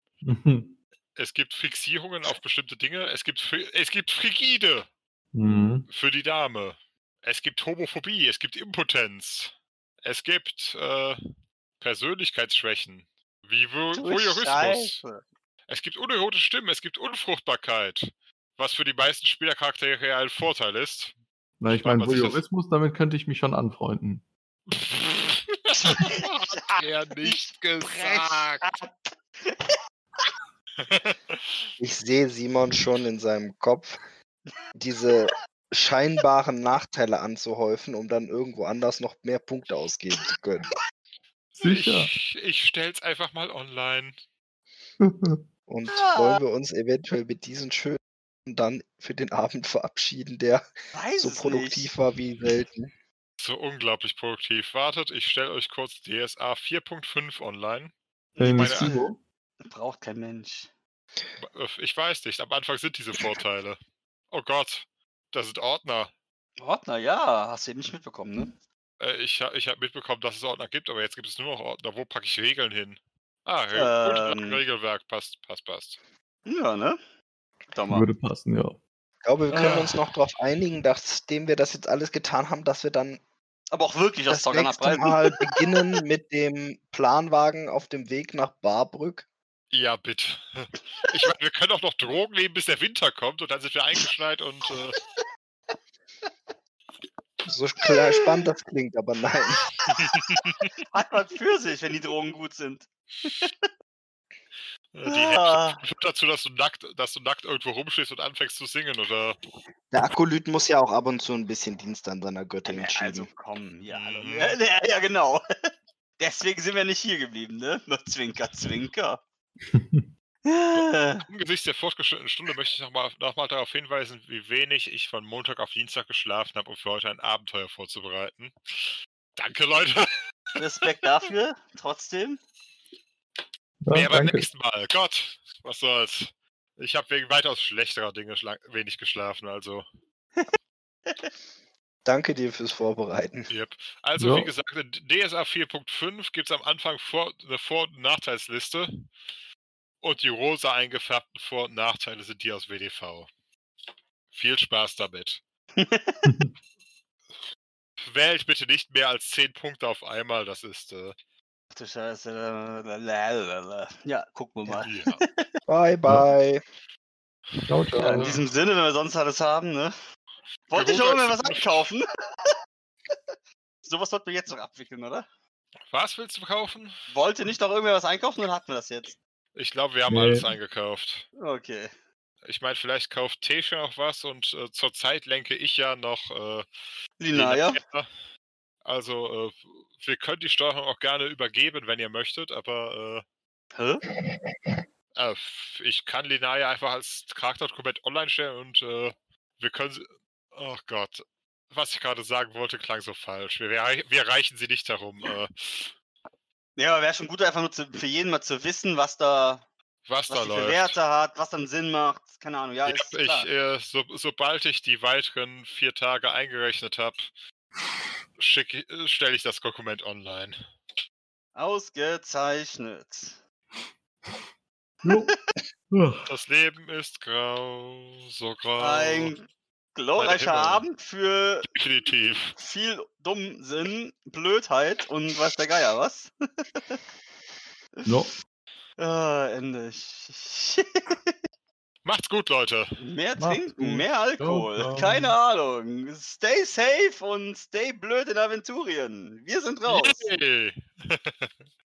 [SPEAKER 3] Es gibt Fixierungen auf bestimmte Dinge. Es gibt Frigide
[SPEAKER 5] Mhm.
[SPEAKER 3] für die Dame. Es gibt Homophobie, es gibt Impotenz. Es gibt Persönlichkeitsschwächen, wie Voyeurismus.
[SPEAKER 4] Scheiße.
[SPEAKER 3] Es gibt unerotische Stimmen, es gibt Unfruchtbarkeit, was für die meisten Spielercharaktere ja ein Vorteil ist.
[SPEAKER 5] Na, ich
[SPEAKER 3] Weil
[SPEAKER 5] meine,
[SPEAKER 3] man sich das-
[SPEAKER 5] Voyeurismus, damit könnte ich mich schon anfreunden.
[SPEAKER 3] Hat er nicht gesagt.
[SPEAKER 2] Ich sehe Simon schon in seinem Kopf, diese scheinbaren Nachteile anzuhäufen, um dann irgendwo anders noch mehr Punkte ausgeben zu können.
[SPEAKER 5] Sicher.
[SPEAKER 3] Ich stell's einfach mal online.
[SPEAKER 2] Und wollen wir uns eventuell mit diesen schönen dann für den Abend verabschieden, der
[SPEAKER 4] Weiß
[SPEAKER 2] so
[SPEAKER 4] es
[SPEAKER 2] produktiv
[SPEAKER 4] nicht.
[SPEAKER 2] war wie selten.
[SPEAKER 3] So unglaublich produktiv. Wartet, ich stelle euch kurz DSA 4.5 online.
[SPEAKER 5] In
[SPEAKER 3] meine-
[SPEAKER 5] Stevo?
[SPEAKER 4] Braucht kein Mensch.
[SPEAKER 3] Ich weiß nicht, am Anfang sind diese Vorteile. Oh Gott, das sind Ordner.
[SPEAKER 4] Ordner, ja, hast du eben nicht mitbekommen, ne?
[SPEAKER 3] Ich hab mitbekommen, dass es Ordner gibt, aber jetzt gibt es nur noch Ordner. Wo packe ich Regeln hin? Regelwerk, passt.
[SPEAKER 4] Ja, ne? Doch mal.
[SPEAKER 5] Würde passen, ja.
[SPEAKER 2] Ich glaube, wir können uns noch darauf einigen, nachdem wir das jetzt alles getan haben, dass wir dann
[SPEAKER 4] Aber auch wirklich das
[SPEAKER 2] das
[SPEAKER 4] Zockern
[SPEAKER 2] nächste
[SPEAKER 4] abreißen.
[SPEAKER 2] Mal beginnen mit dem Planwagen auf dem Weg nach Barbrück.
[SPEAKER 3] Ja, bitte. Ich meine, wir können auch noch Drogen nehmen, bis der Winter kommt und dann sind wir eingeschneit und
[SPEAKER 2] So spannend das klingt, aber nein.
[SPEAKER 4] Hat man für sich, wenn die Drogen gut sind.
[SPEAKER 3] die Hälfte führt dazu, dass du nackt irgendwo rumstehst und anfängst zu singen, oder?
[SPEAKER 2] Der Akolyt muss ja auch ab und zu ein bisschen Dienst an seiner Göttin
[SPEAKER 4] Also
[SPEAKER 2] schieben.
[SPEAKER 4] komm, ja, hallo.
[SPEAKER 3] Mhm.
[SPEAKER 4] Ja, genau. Deswegen sind wir nicht hier geblieben, ne? Nur Zwinker, Zwinker.
[SPEAKER 3] Angesichts der fortgeschrittenen Stunde möchte ich nochmal darauf hinweisen, wie wenig ich von Montag auf Dienstag geschlafen habe, um für heute ein Abenteuer vorzubereiten. Danke, Leute.
[SPEAKER 4] Respekt dafür, trotzdem.
[SPEAKER 5] Ja,
[SPEAKER 3] Mehr beim
[SPEAKER 5] danke.
[SPEAKER 3] nächsten Mal. Gott, was soll's. Ich habe wegen weitaus schlechterer Dinge wenig geschlafen, also.
[SPEAKER 2] Danke dir fürs Vorbereiten.
[SPEAKER 3] Yep. Also,
[SPEAKER 5] Ja.
[SPEAKER 3] wie gesagt, in DSA 4.5 gibt es am Anfang eine Vor- und Nachteilsliste. Und die rosa eingefärbten Vor- und Nachteile sind die aus WDV. Viel Spaß damit. Wählt bitte nicht mehr als 10 Punkte auf einmal, das ist.
[SPEAKER 4] Ach du Scheiße. Ja, gucken wir mal.
[SPEAKER 3] Ja.
[SPEAKER 2] Bye, bye.
[SPEAKER 5] Ciao, ciao.
[SPEAKER 4] Ja, in diesem Sinne, wenn wir sonst alles haben, ne? Wollte ich auch immer was einkaufen? Sowas sollten wir jetzt noch abwickeln, oder?
[SPEAKER 3] Was willst du kaufen?
[SPEAKER 4] Wollte nicht noch irgendwer was einkaufen, dann hatten wir das jetzt.
[SPEAKER 3] Ich glaube, wir haben
[SPEAKER 5] Nee.
[SPEAKER 3] alles eingekauft.
[SPEAKER 4] Okay.
[SPEAKER 3] Ich meine, vielleicht kauft Tesha noch was und zurzeit lenke ich ja noch
[SPEAKER 4] Linaya.
[SPEAKER 3] Also, wir können die Steuerung auch gerne übergeben, wenn ihr möchtet, aber
[SPEAKER 4] Hä?
[SPEAKER 3] ich kann Linaya einfach als Charakterdokument online stellen und wir können sie. Oh Gott. Was ich gerade sagen wollte, klang so falsch. Wir erreichen sie nicht darum.
[SPEAKER 4] Ja, aber wäre schon gut, einfach nur für jeden mal zu wissen, was da
[SPEAKER 3] was da
[SPEAKER 4] die für
[SPEAKER 3] läuft.
[SPEAKER 4] Werte hat, was dann Sinn macht. Keine Ahnung, ja,
[SPEAKER 3] Ja,
[SPEAKER 4] ist klar.
[SPEAKER 3] sobald ich die weiteren 4 Tage eingerechnet habe, stelle ich das Dokument online.
[SPEAKER 4] Ausgezeichnet.
[SPEAKER 5] Jo.
[SPEAKER 3] Das Leben ist grau, so grau.
[SPEAKER 4] Ein glorreicher
[SPEAKER 3] Himmel.
[SPEAKER 4] Abend für
[SPEAKER 3] Definitiv.
[SPEAKER 4] viel Dummsinn, Blödheit und weiß der Geier was.
[SPEAKER 5] No.
[SPEAKER 4] Ende.
[SPEAKER 3] Macht's gut, Leute.
[SPEAKER 4] Mehr
[SPEAKER 5] Macht's
[SPEAKER 4] trinken,
[SPEAKER 5] gut.
[SPEAKER 4] mehr Alkohol.
[SPEAKER 5] Ciao, ciao.
[SPEAKER 4] Keine Ahnung. Stay safe und stay blöd in Aventurien. Wir sind raus.
[SPEAKER 3] Yay.